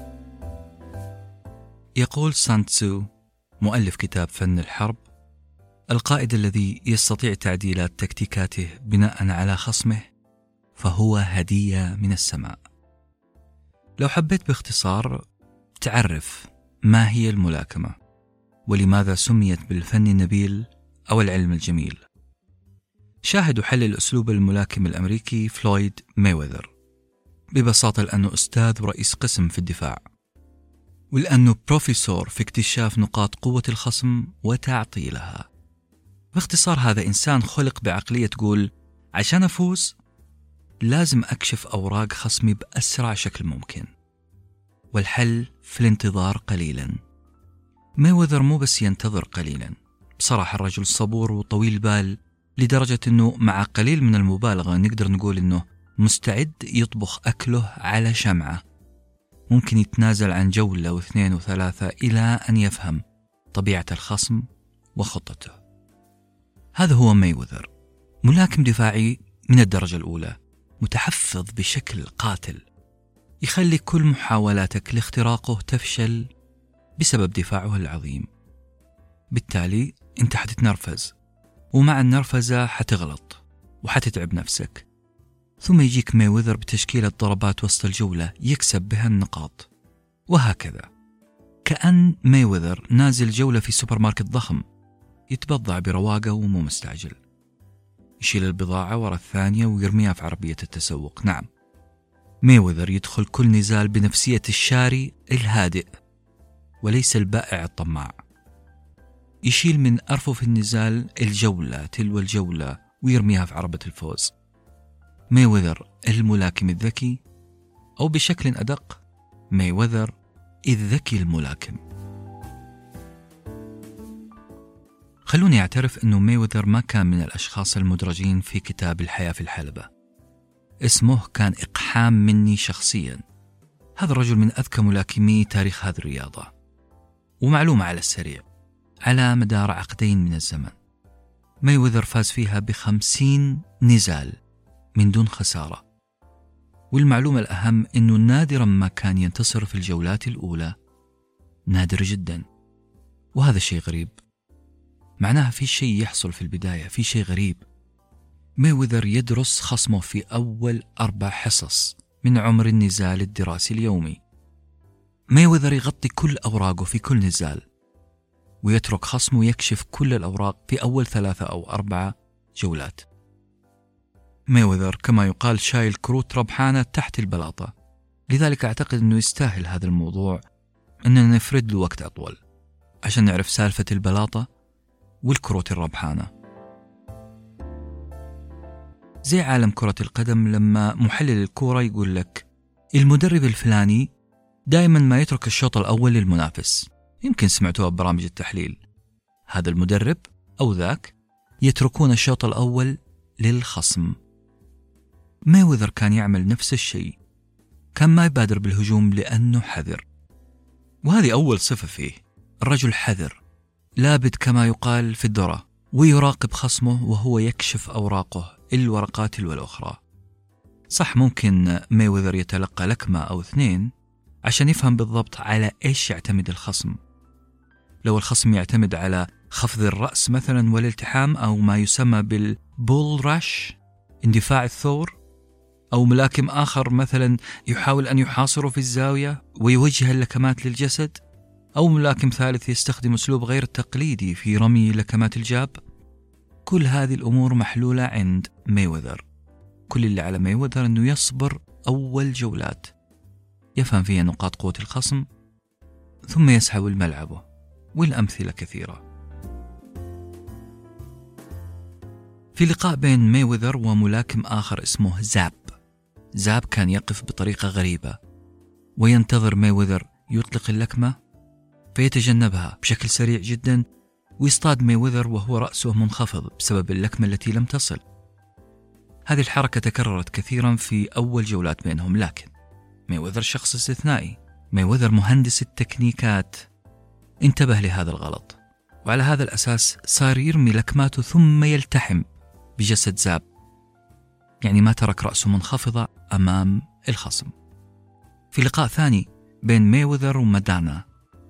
يقول سان تسو مؤلف كتاب فن الحرب: القائد الذي يستطيع تعديلات تكتيكاته بناء على خصمه فهو هدية من السماء. لو حبيت باختصار تعرف ما هي الملاكمة ولماذا سميت بالفن النبيل أو العلم الجميل، شاهد وحلل الأسلوب الملاكم الأمريكي فلويد مايوذر. ببساطة لأنه أستاذ ورئيس قسم في الدفاع، ولأنه بروفيسور في اكتشاف نقاط قوة الخصم وتعطيلها. باختصار هذا إنسان خلق بعقلية تقول عشان أفوز لازم أكشف أوراق خصمي بأسرع شكل ممكن، والحل في الانتظار قليلا. مايوذر مو بس ينتظر قليلا، بصراحة الرجل صبور وطويل البال لدرجة أنه مع قليل من المبالغة نقدر نقول أنه مستعد يطبخ أكله على شمعة. ممكن يتنازل عن جولة واثنين وثلاثة إلى أن يفهم طبيعة الخصم وخطته. هذا هو مايوذر، ملاكم دفاعي من الدرجة الأولى، متحفظ بشكل قاتل، يخلي كل محاولاتك لاختراقه تفشل بسبب دفاعه العظيم. بالتالي أنت حتتنرفز، ومع النرفزة حتغلط وحتتعب نفسك، ثم يجيك مايوذر بتشكيلة ضربات وسط الجولة يكسب بها النقاط، وهكذا. كأن مايوذر نازل جولة في سوبر ماركت ضخم، يتبضع برواقة ومو مستعجل، يشيل البضاعة ورا الثانية ويرميها في عربية التسوق. نعم، مايوذر يدخل كل نزال بنفسية الشاري الهادئ وليس البائع الطماع. يشيل من أرفف النزال الجولة تلو الجولة ويرميها في عربة الفوز. مايوذر الملاكم الذكي أو بشكل أدق مايوذر الذكي الملاكم. خلوني أعترف أنه مايوذر ما كان من الأشخاص المدرجين في كتاب الحياة في الحلبة. اسمه كان إقحام مني شخصيا. هذا الرجل من أذكى ملاكمي تاريخ هذه الرياضة. ومعلومة على السريع، على مدار عقدين من الزمن مايوذر فاز فيها ب50 نزال من دون خسارة. والمعلومة الأهم أنه نادرا ما كان ينتصر في الجولات الأولى، نادر جدا. وهذا شيء غريب، معناها في شيء يحصل في البداية، في شيء غريب. مايوذر يدرس خصمه في أول 4 حصص من عمر النزال الدراسي اليومي. مايوذر يغطي كل أوراقه في كل نزال، ويترك خصمه يكشف كل الأوراق في أول 3 أو 4 جولات. مايوذر كما يقال شايل كروت ربحانة تحت البلاطة، لذلك أعتقد أنه يستاهل هذا الموضوع أننا نفرد له وقت أطول عشان نعرف سالفة البلاطة والكروت الربحانة. زي عالم كرة القدم لما محلل الكورة يقول لك المدرب الفلاني دائما ما يترك الشوط الأول للمنافس. يمكن سمعتوها ببرامج التحليل، هذا المدرب أو ذاك يتركون الشوط الأول للخصم. مايوذر كان يعمل نفس الشيء، كان ما يبادر بالهجوم لأنه حذر. وهذه أول صفة فيه، الرجل حذر، لابد كما يقال في الذرة، ويراقب خصمه وهو يكشف أوراقه الورقات تلو الأخرى. صح ممكن مايوذر يتلقى لكمة أو 2 عشان يفهم بالضبط على إيش يعتمد الخصم. لو الخصم يعتمد على خفض الرأس مثلا والالتحام، أو ما يسمى بالبول راش، اندفاع الثور، أو ملاكم آخر مثلا يحاول أن يحاصره في الزاوية ويوجه اللكمات للجسد، أو ملاكم ثالث يستخدم أسلوب غير تقليدي في رمي لكمات الجاب، كل هذه الأمور محلولة عند مايوذر. كل اللي على مايوذر أنه يصبر أول جولات، يفهم فيها نقاط قوة الخصم، ثم يسحب الملعبه. والأمثلة كثيرة. في لقاء بين مايوذر وملاكم آخر اسمه زاب كان يقف بطريقة غريبة وينتظر مايوذر يطلق اللكمة فيتجنبها بشكل سريع جدا، ويصطاد مايوذر وهو رأسه منخفض بسبب اللكمة التي لم تصل. هذه الحركة تكررت كثيرا في أول جولات بينهم، لكن مايوذر شخص استثنائي. مايوذر مهندس التكنيكات انتبه لهذا الغلط، وعلى هذا الأساس صار يرمي لكماته ثم يلتحم بجسد زاب، يعني ما ترك رأسه منخفضة أمام الخصم. في لقاء ثاني بين مايوذر ومادانا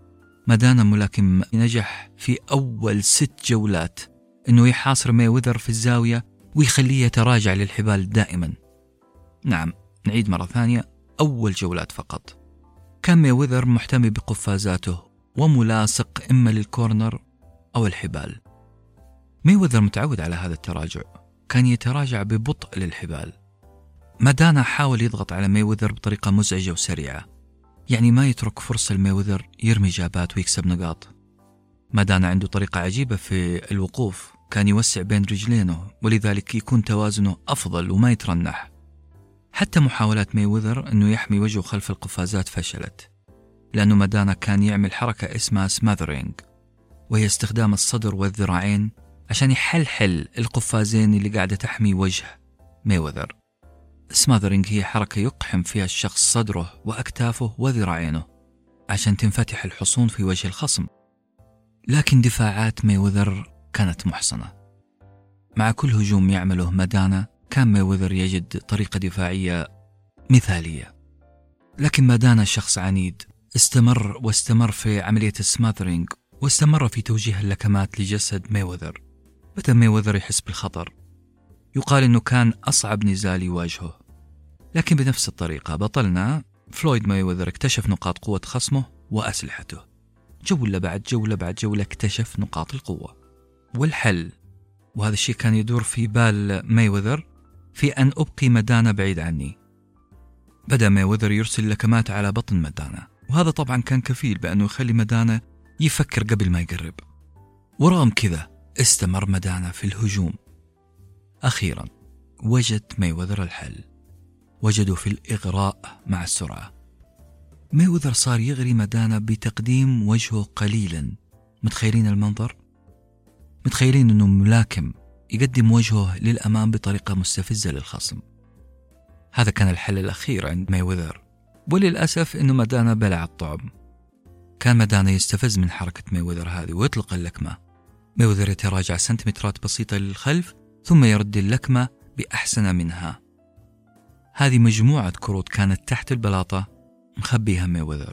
ملاكم نجح في أول 6 جولات أنه يحاصر مايوذر في الزاوية ويخليه يتراجع للحبال دائما. نعم، نعيد مرة ثانية، أول جولات فقط. كان مايوذر محتمي بقفازاته وملاصق إما للكورنر أو الحبال. مايوذر متعود على هذا التراجع، كان يتراجع ببطء للحبال. مادانا حاول يضغط على مايوذر بطريقة مزعجة وسريعة، يعني ما يترك فرصة لمايوذر يرمي جابات ويكسب نقاط. مادانا عنده طريقة عجيبة في الوقوف، كان يوسع بين رجلينه ولذلك يكون توازنه أفضل وما يترنح. حتى محاولات مايوذر أنه يحمي وجهه خلف القفازات فشلت، لأنه مادانا كان يعمل حركة اسمها سماذرينج، وهي استخدام الصدر والذراعين عشان يحلحل القفازين اللي قاعدة تحمي وجه مايوذر. سماذرينج هي حركة يقحم فيها الشخص صدره وأكتافه وذراعينه عشان تنفتح الحصون في وجه الخصم. لكن دفاعات مايوذر كانت محصنة. مع كل هجوم يعمله مادانا كان مايوذر يجد طريقة دفاعية مثالية. لكن مادانا شخص عنيد، استمر في عملية السماذرينج، واستمر في توجيه اللكمات لجسد مايوذر. بدأ مايوذر يحس بالخطر. يقال أنه كان أصعب نزال يواجهه. لكن بنفس الطريقة بطلنا فلويد مايوذر اكتشف نقاط قوة خصمه وأسلحته. جولة بعد جولة بعد جولة اكتشف نقاط القوة والحل. وهذا الشيء كان يدور في بال مايوذر في أن أبقي مادانا بعيد عني. بدأ مايوذر يرسل لكمات على بطن مادانا، وهذا طبعا كان كفيل بأنه يخلي مادانا يفكر قبل ما يقرب. ورغم كذا استمر مادانا في الهجوم. أخيرا وجد مايوذر الحل. وجدوا في الإغراء مع السرعة. مايوذر صار يغري مادانا بتقديم وجهه قليلا. متخيلين المنظر؟ متخيلين أنه ملاكم يقدم وجهه للأمام بطريقة مستفزة للخصم. هذا كان الحل الأخير عند مايوذر، وللأسف أنه مادانا بلع الطعم. كان مادانا يستفز من حركة مايوذر هذه ويطلق اللكمة. مايوذر يتراجع سنتيمترات بسيطة للخلف ثم يرد اللكمة بأحسن منها. هذه مجموعة كروت كانت تحت البلاطة مخبيها مايوذر.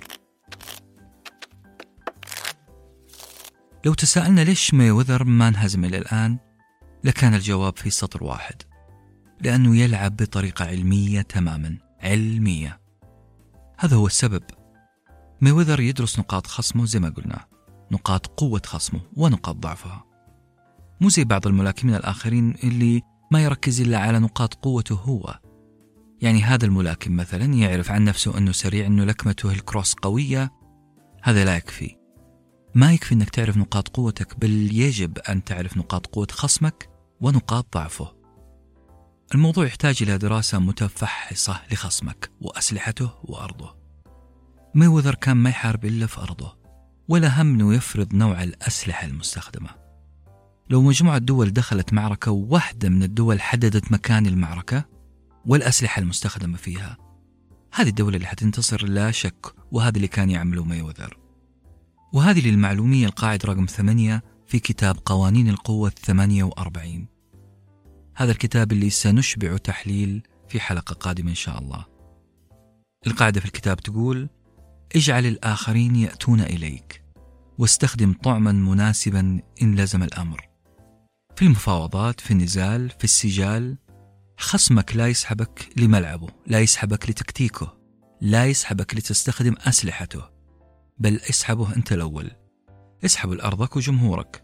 لو تساءلنا ليش مايوذر ما انهزم إلى الآن، لكان الجواب في سطر واحد: لأنه يلعب بطريقة علمية تماما، علمية. هذا هو السبب. مايوذر يدرس نقاط خصمه زي ما قلنا، نقاط قوة خصمه ونقاط ضعفها. مو زي بعض الملاكمين الآخرين اللي ما يركز إلا على نقاط قوته هو. يعني هذا الملاكم مثلا يعرف عن نفسه أنه سريع، أنه لكمته الكروس قوية. هذا لا يكفي. ما يكفي أنك تعرف نقاط قوتك، بل يجب أن تعرف نقاط قوة خصمك ونقاط ضعفه. الموضوع يحتاج إلى دراسة متفحصة لخصمك وأسلحته وأرضه. مايوذر كان ما يحارب إلا في أرضه، ولا هم أنه يفرض نوع الأسلحة المستخدمة. لو مجموعة دول دخلت معركة وواحدة من الدول حددت مكان المعركة والأسلحة المستخدمة فيها، هذه الدولة اللي حتنتصر لا شك. وهذا اللي كان يعمله مايوذر. وهذه للمعلومية القاعدة رقم 8 في كتاب قوانين القوة 48. هذا الكتاب اللي سنشبع تحليل في حلقة قادمة إن شاء الله. القاعدة في الكتاب تقول: اجعل الآخرين يأتون إليك، واستخدم طعما مناسبا إن لزم الأمر. في المفاوضات، في النزال، في السجال، خصمك لا يسحبك لملعبه، لا يسحبك لتكتيكه، لا يسحبك لتستخدم أسلحته، بل اسحبه أنت الأول. اسحب لأرضك وجمهورك.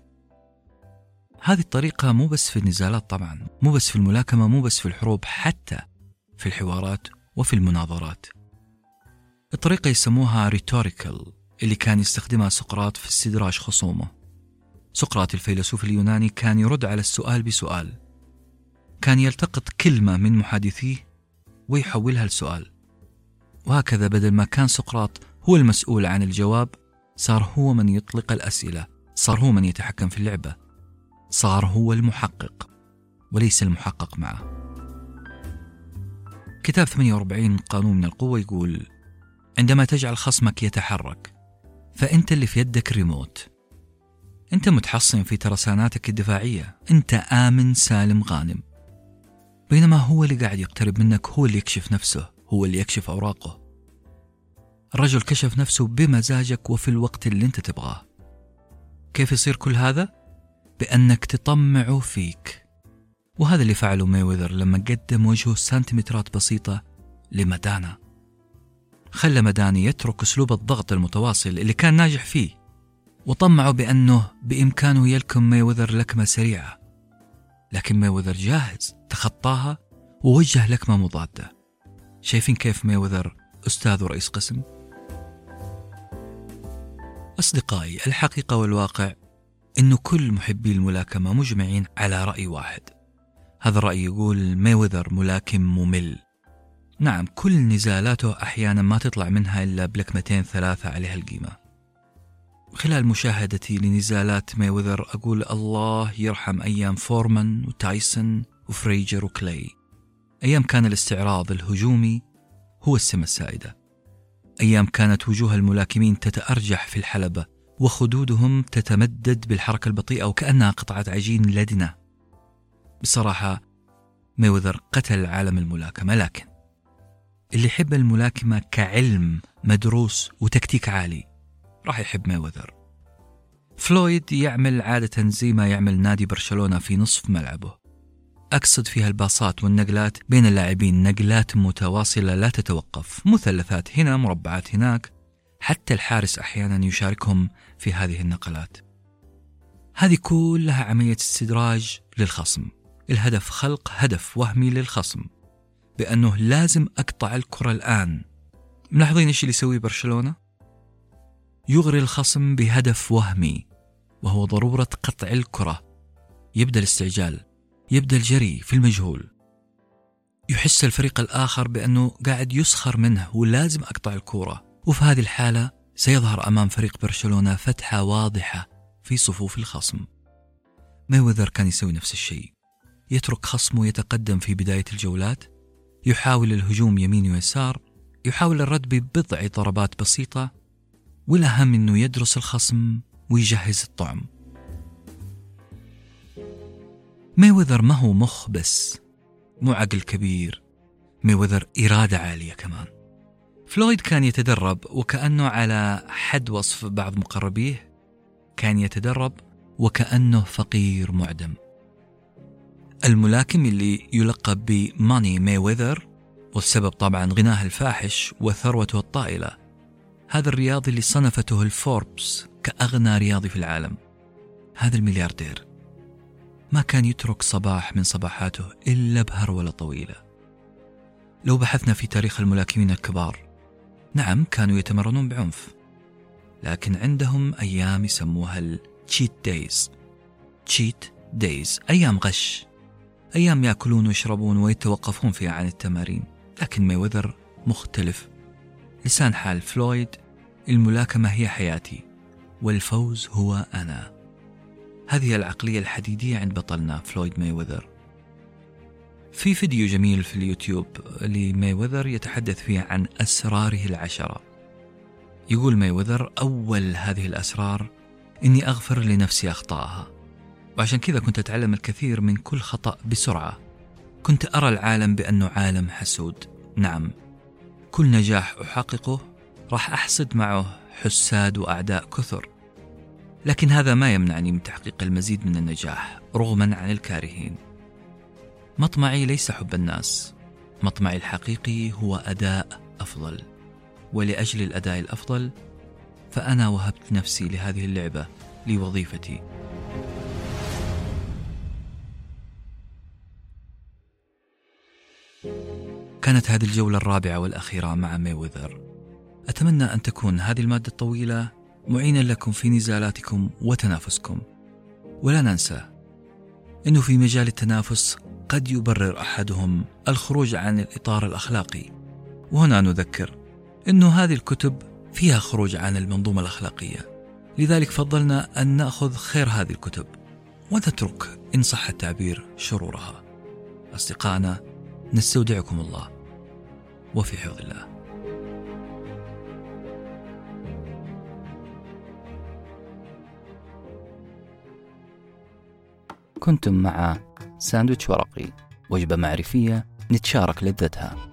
هذه الطريقة مو بس في النزالات طبعا، مو بس في الملاكمة، مو بس في الحروب، حتى في الحوارات وفي المناظرات. الطريقة يسموها ريتوريكال، اللي كان يستخدمها سقراط في استدراج خصومه. سقراط الفيلسوف اليوناني كان يرد على السؤال بسؤال، كان يلتقط كلمة من محادثيه ويحولها لسؤال. وهكذا بدل ما كان سقراط هو المسؤول عن الجواب، صار هو من يطلق الأسئلة، صار هو من يتحكم في اللعبة، صار هو المحقق وليس المحقق معه. كتاب 48 قانون من القوة يقول: عندما تجعل خصمك يتحرك فأنت اللي في يدك ريموت. أنت متحصن في ترساناتك الدفاعية، أنت آمن سالم غانم. بينما هو اللي قاعد يقترب منك، هو اللي يكشف نفسه، هو اللي يكشف أوراقه. الرجل كشف نفسه بمزاجك وفي الوقت اللي أنت تبغاه. كيف يصير كل هذا؟ بأنك تطمعه فيك. وهذا اللي فعله مايوذر لما قدم وجهه سنتيمترات بسيطة لمادانا. خلى ماداني يترك أسلوب الضغط المتواصل اللي كان ناجح فيه، وطمعه بأنه بإمكانه يلكم مايوذر لكمة سريعة. لكن مايوذر جاهز، تخطاها ووجه لكمة مضادة. شايفين كيف مايوذر أستاذ ورئيس قسم؟ أصدقائي، الحقيقة والواقع إنه كل محبي الملاكمة مجمعين على رأي واحد. هذا الرأي يقول مايوذر ملاكم ممل. نعم، كل نزالاته أحيانا ما تطلع منها إلا بلكمتين 3 عليها القيمة. خلال مشاهدتي لنزالات مايوذر أقول الله يرحم أيام فورمان وتايسون وفريجر وكلاي. أيام كان الاستعراض الهجومي هو السمة السائدة. أيام كانت وجوه الملاكمين تتأرجح في الحلبة وخدودهم تتمدد بالحركة البطيئة وكأنها قطعة عجين لدنة. بصراحة مايوذر قتل عالم الملاكمة، لكن اللي يحب الملاكمة كعلم مدروس وتكتيك عالي راح يحب مايوذر. فلويد يعمل عادة زي ما يعمل نادي برشلونة في نصف ملعبه، أقصد فيها الباصات والنقلات بين اللاعبين، نقلات متواصلة لا تتوقف، مثلثات هنا، مربعات هناك، حتى الحارس أحيانا يشاركهم في هذه النقلات. هذه كلها عملية استدراج للخصم. الهدف خلق هدف وهمي للخصم بأنه لازم أقطع الكرة الآن. ملاحظين إيش اللي يسويه برشلونة؟ يغري الخصم بهدف وهمي وهو ضرورة قطع الكرة. يبدأ الاستعجال، يبدأ الجري في المجهول، يحس الفريق الآخر بأنه قاعد يسخر منه ولازم أقطع الكورة، وفي هذه الحالة سيظهر أمام فريق برشلونة فتحة واضحة في صفوف الخصم. مايوذر كان يسوي نفس الشيء، يترك خصمه يتقدم في بداية الجولات، يحاول الهجوم يمين ويسار، يحاول الرد ببضع ضربات بسيطة، والأهم أنه يدرس الخصم ويجهز الطعم. مايوذر ما هو مخ بس، مو عقل كبير، مايوذر إرادة عالية كمان. فلويد كان يتدرب وكأنه على حد وصف بعض مقربيه، كان يتدرب وكأنه فقير معدم. الملاكم اللي يلقب بماني مايوذر، والسبب طبعا غناه الفاحش وثروته الطائلة، هذا الرياضي اللي صنفته الفوربس كأغنى رياضي في العالم، هذا الملياردير ما كان يترك صباح من صباحاته إلا بهرولة طويلة. لو بحثنا في تاريخ الملاكمين الكبار، نعم كانوا يتمرنون بعنف، لكن عندهم أيام يسموها التشيت دايز. تشيت دايز، أيام غش، أيام يأكلون ويشربون ويتوقفون فيها عن التمارين. لكن مايوذر مختلف. لسان حال فلويد: الملاكمة هي حياتي والفوز هو أنا. هذه العقلية الحديدية عند بطلنا فلويد مايوذر. في فيديو جميل في اليوتيوب لمايوذر يتحدث فيه عن أسراره 10. يقول مايوذر: أول هذه الأسرار إني أغفر لنفسي أخطائها، وعشان كذا كنت أتعلم الكثير من كل خطأ بسرعة. كنت أرى العالم بأنه عالم حسود. نعم، كل نجاح أحققه راح أحصد معه حساد وأعداء كثر، لكن هذا ما يمنعني من تحقيق المزيد من النجاح رغما عن الكارهين. مطمعي ليس حب الناس، مطمعي الحقيقي هو أداء أفضل، ولأجل الأداء الأفضل فأنا وهبت نفسي لهذه اللعبة لوظيفتي. كانت هذه الجولة الرابعة والأخيرة مع مايوذر. أتمنى أن تكون هذه المادة الطويلة معينا لكم في نزالاتكم وتنافسكم. ولا ننسى أنه في مجال التنافس قد يبرر أحدهم الخروج عن الإطار الأخلاقي، وهنا نذكر أنه هذه الكتب فيها خروج عن المنظومة الأخلاقية، لذلك فضلنا أن نأخذ خير هذه الكتب ونترك إن صح التعبير شرورها. أصدقائنا، نستودعكم الله وفي حفظ الله. كنتم مع ساندويتش ورقي، وجبة معرفية نتشارك لذتها.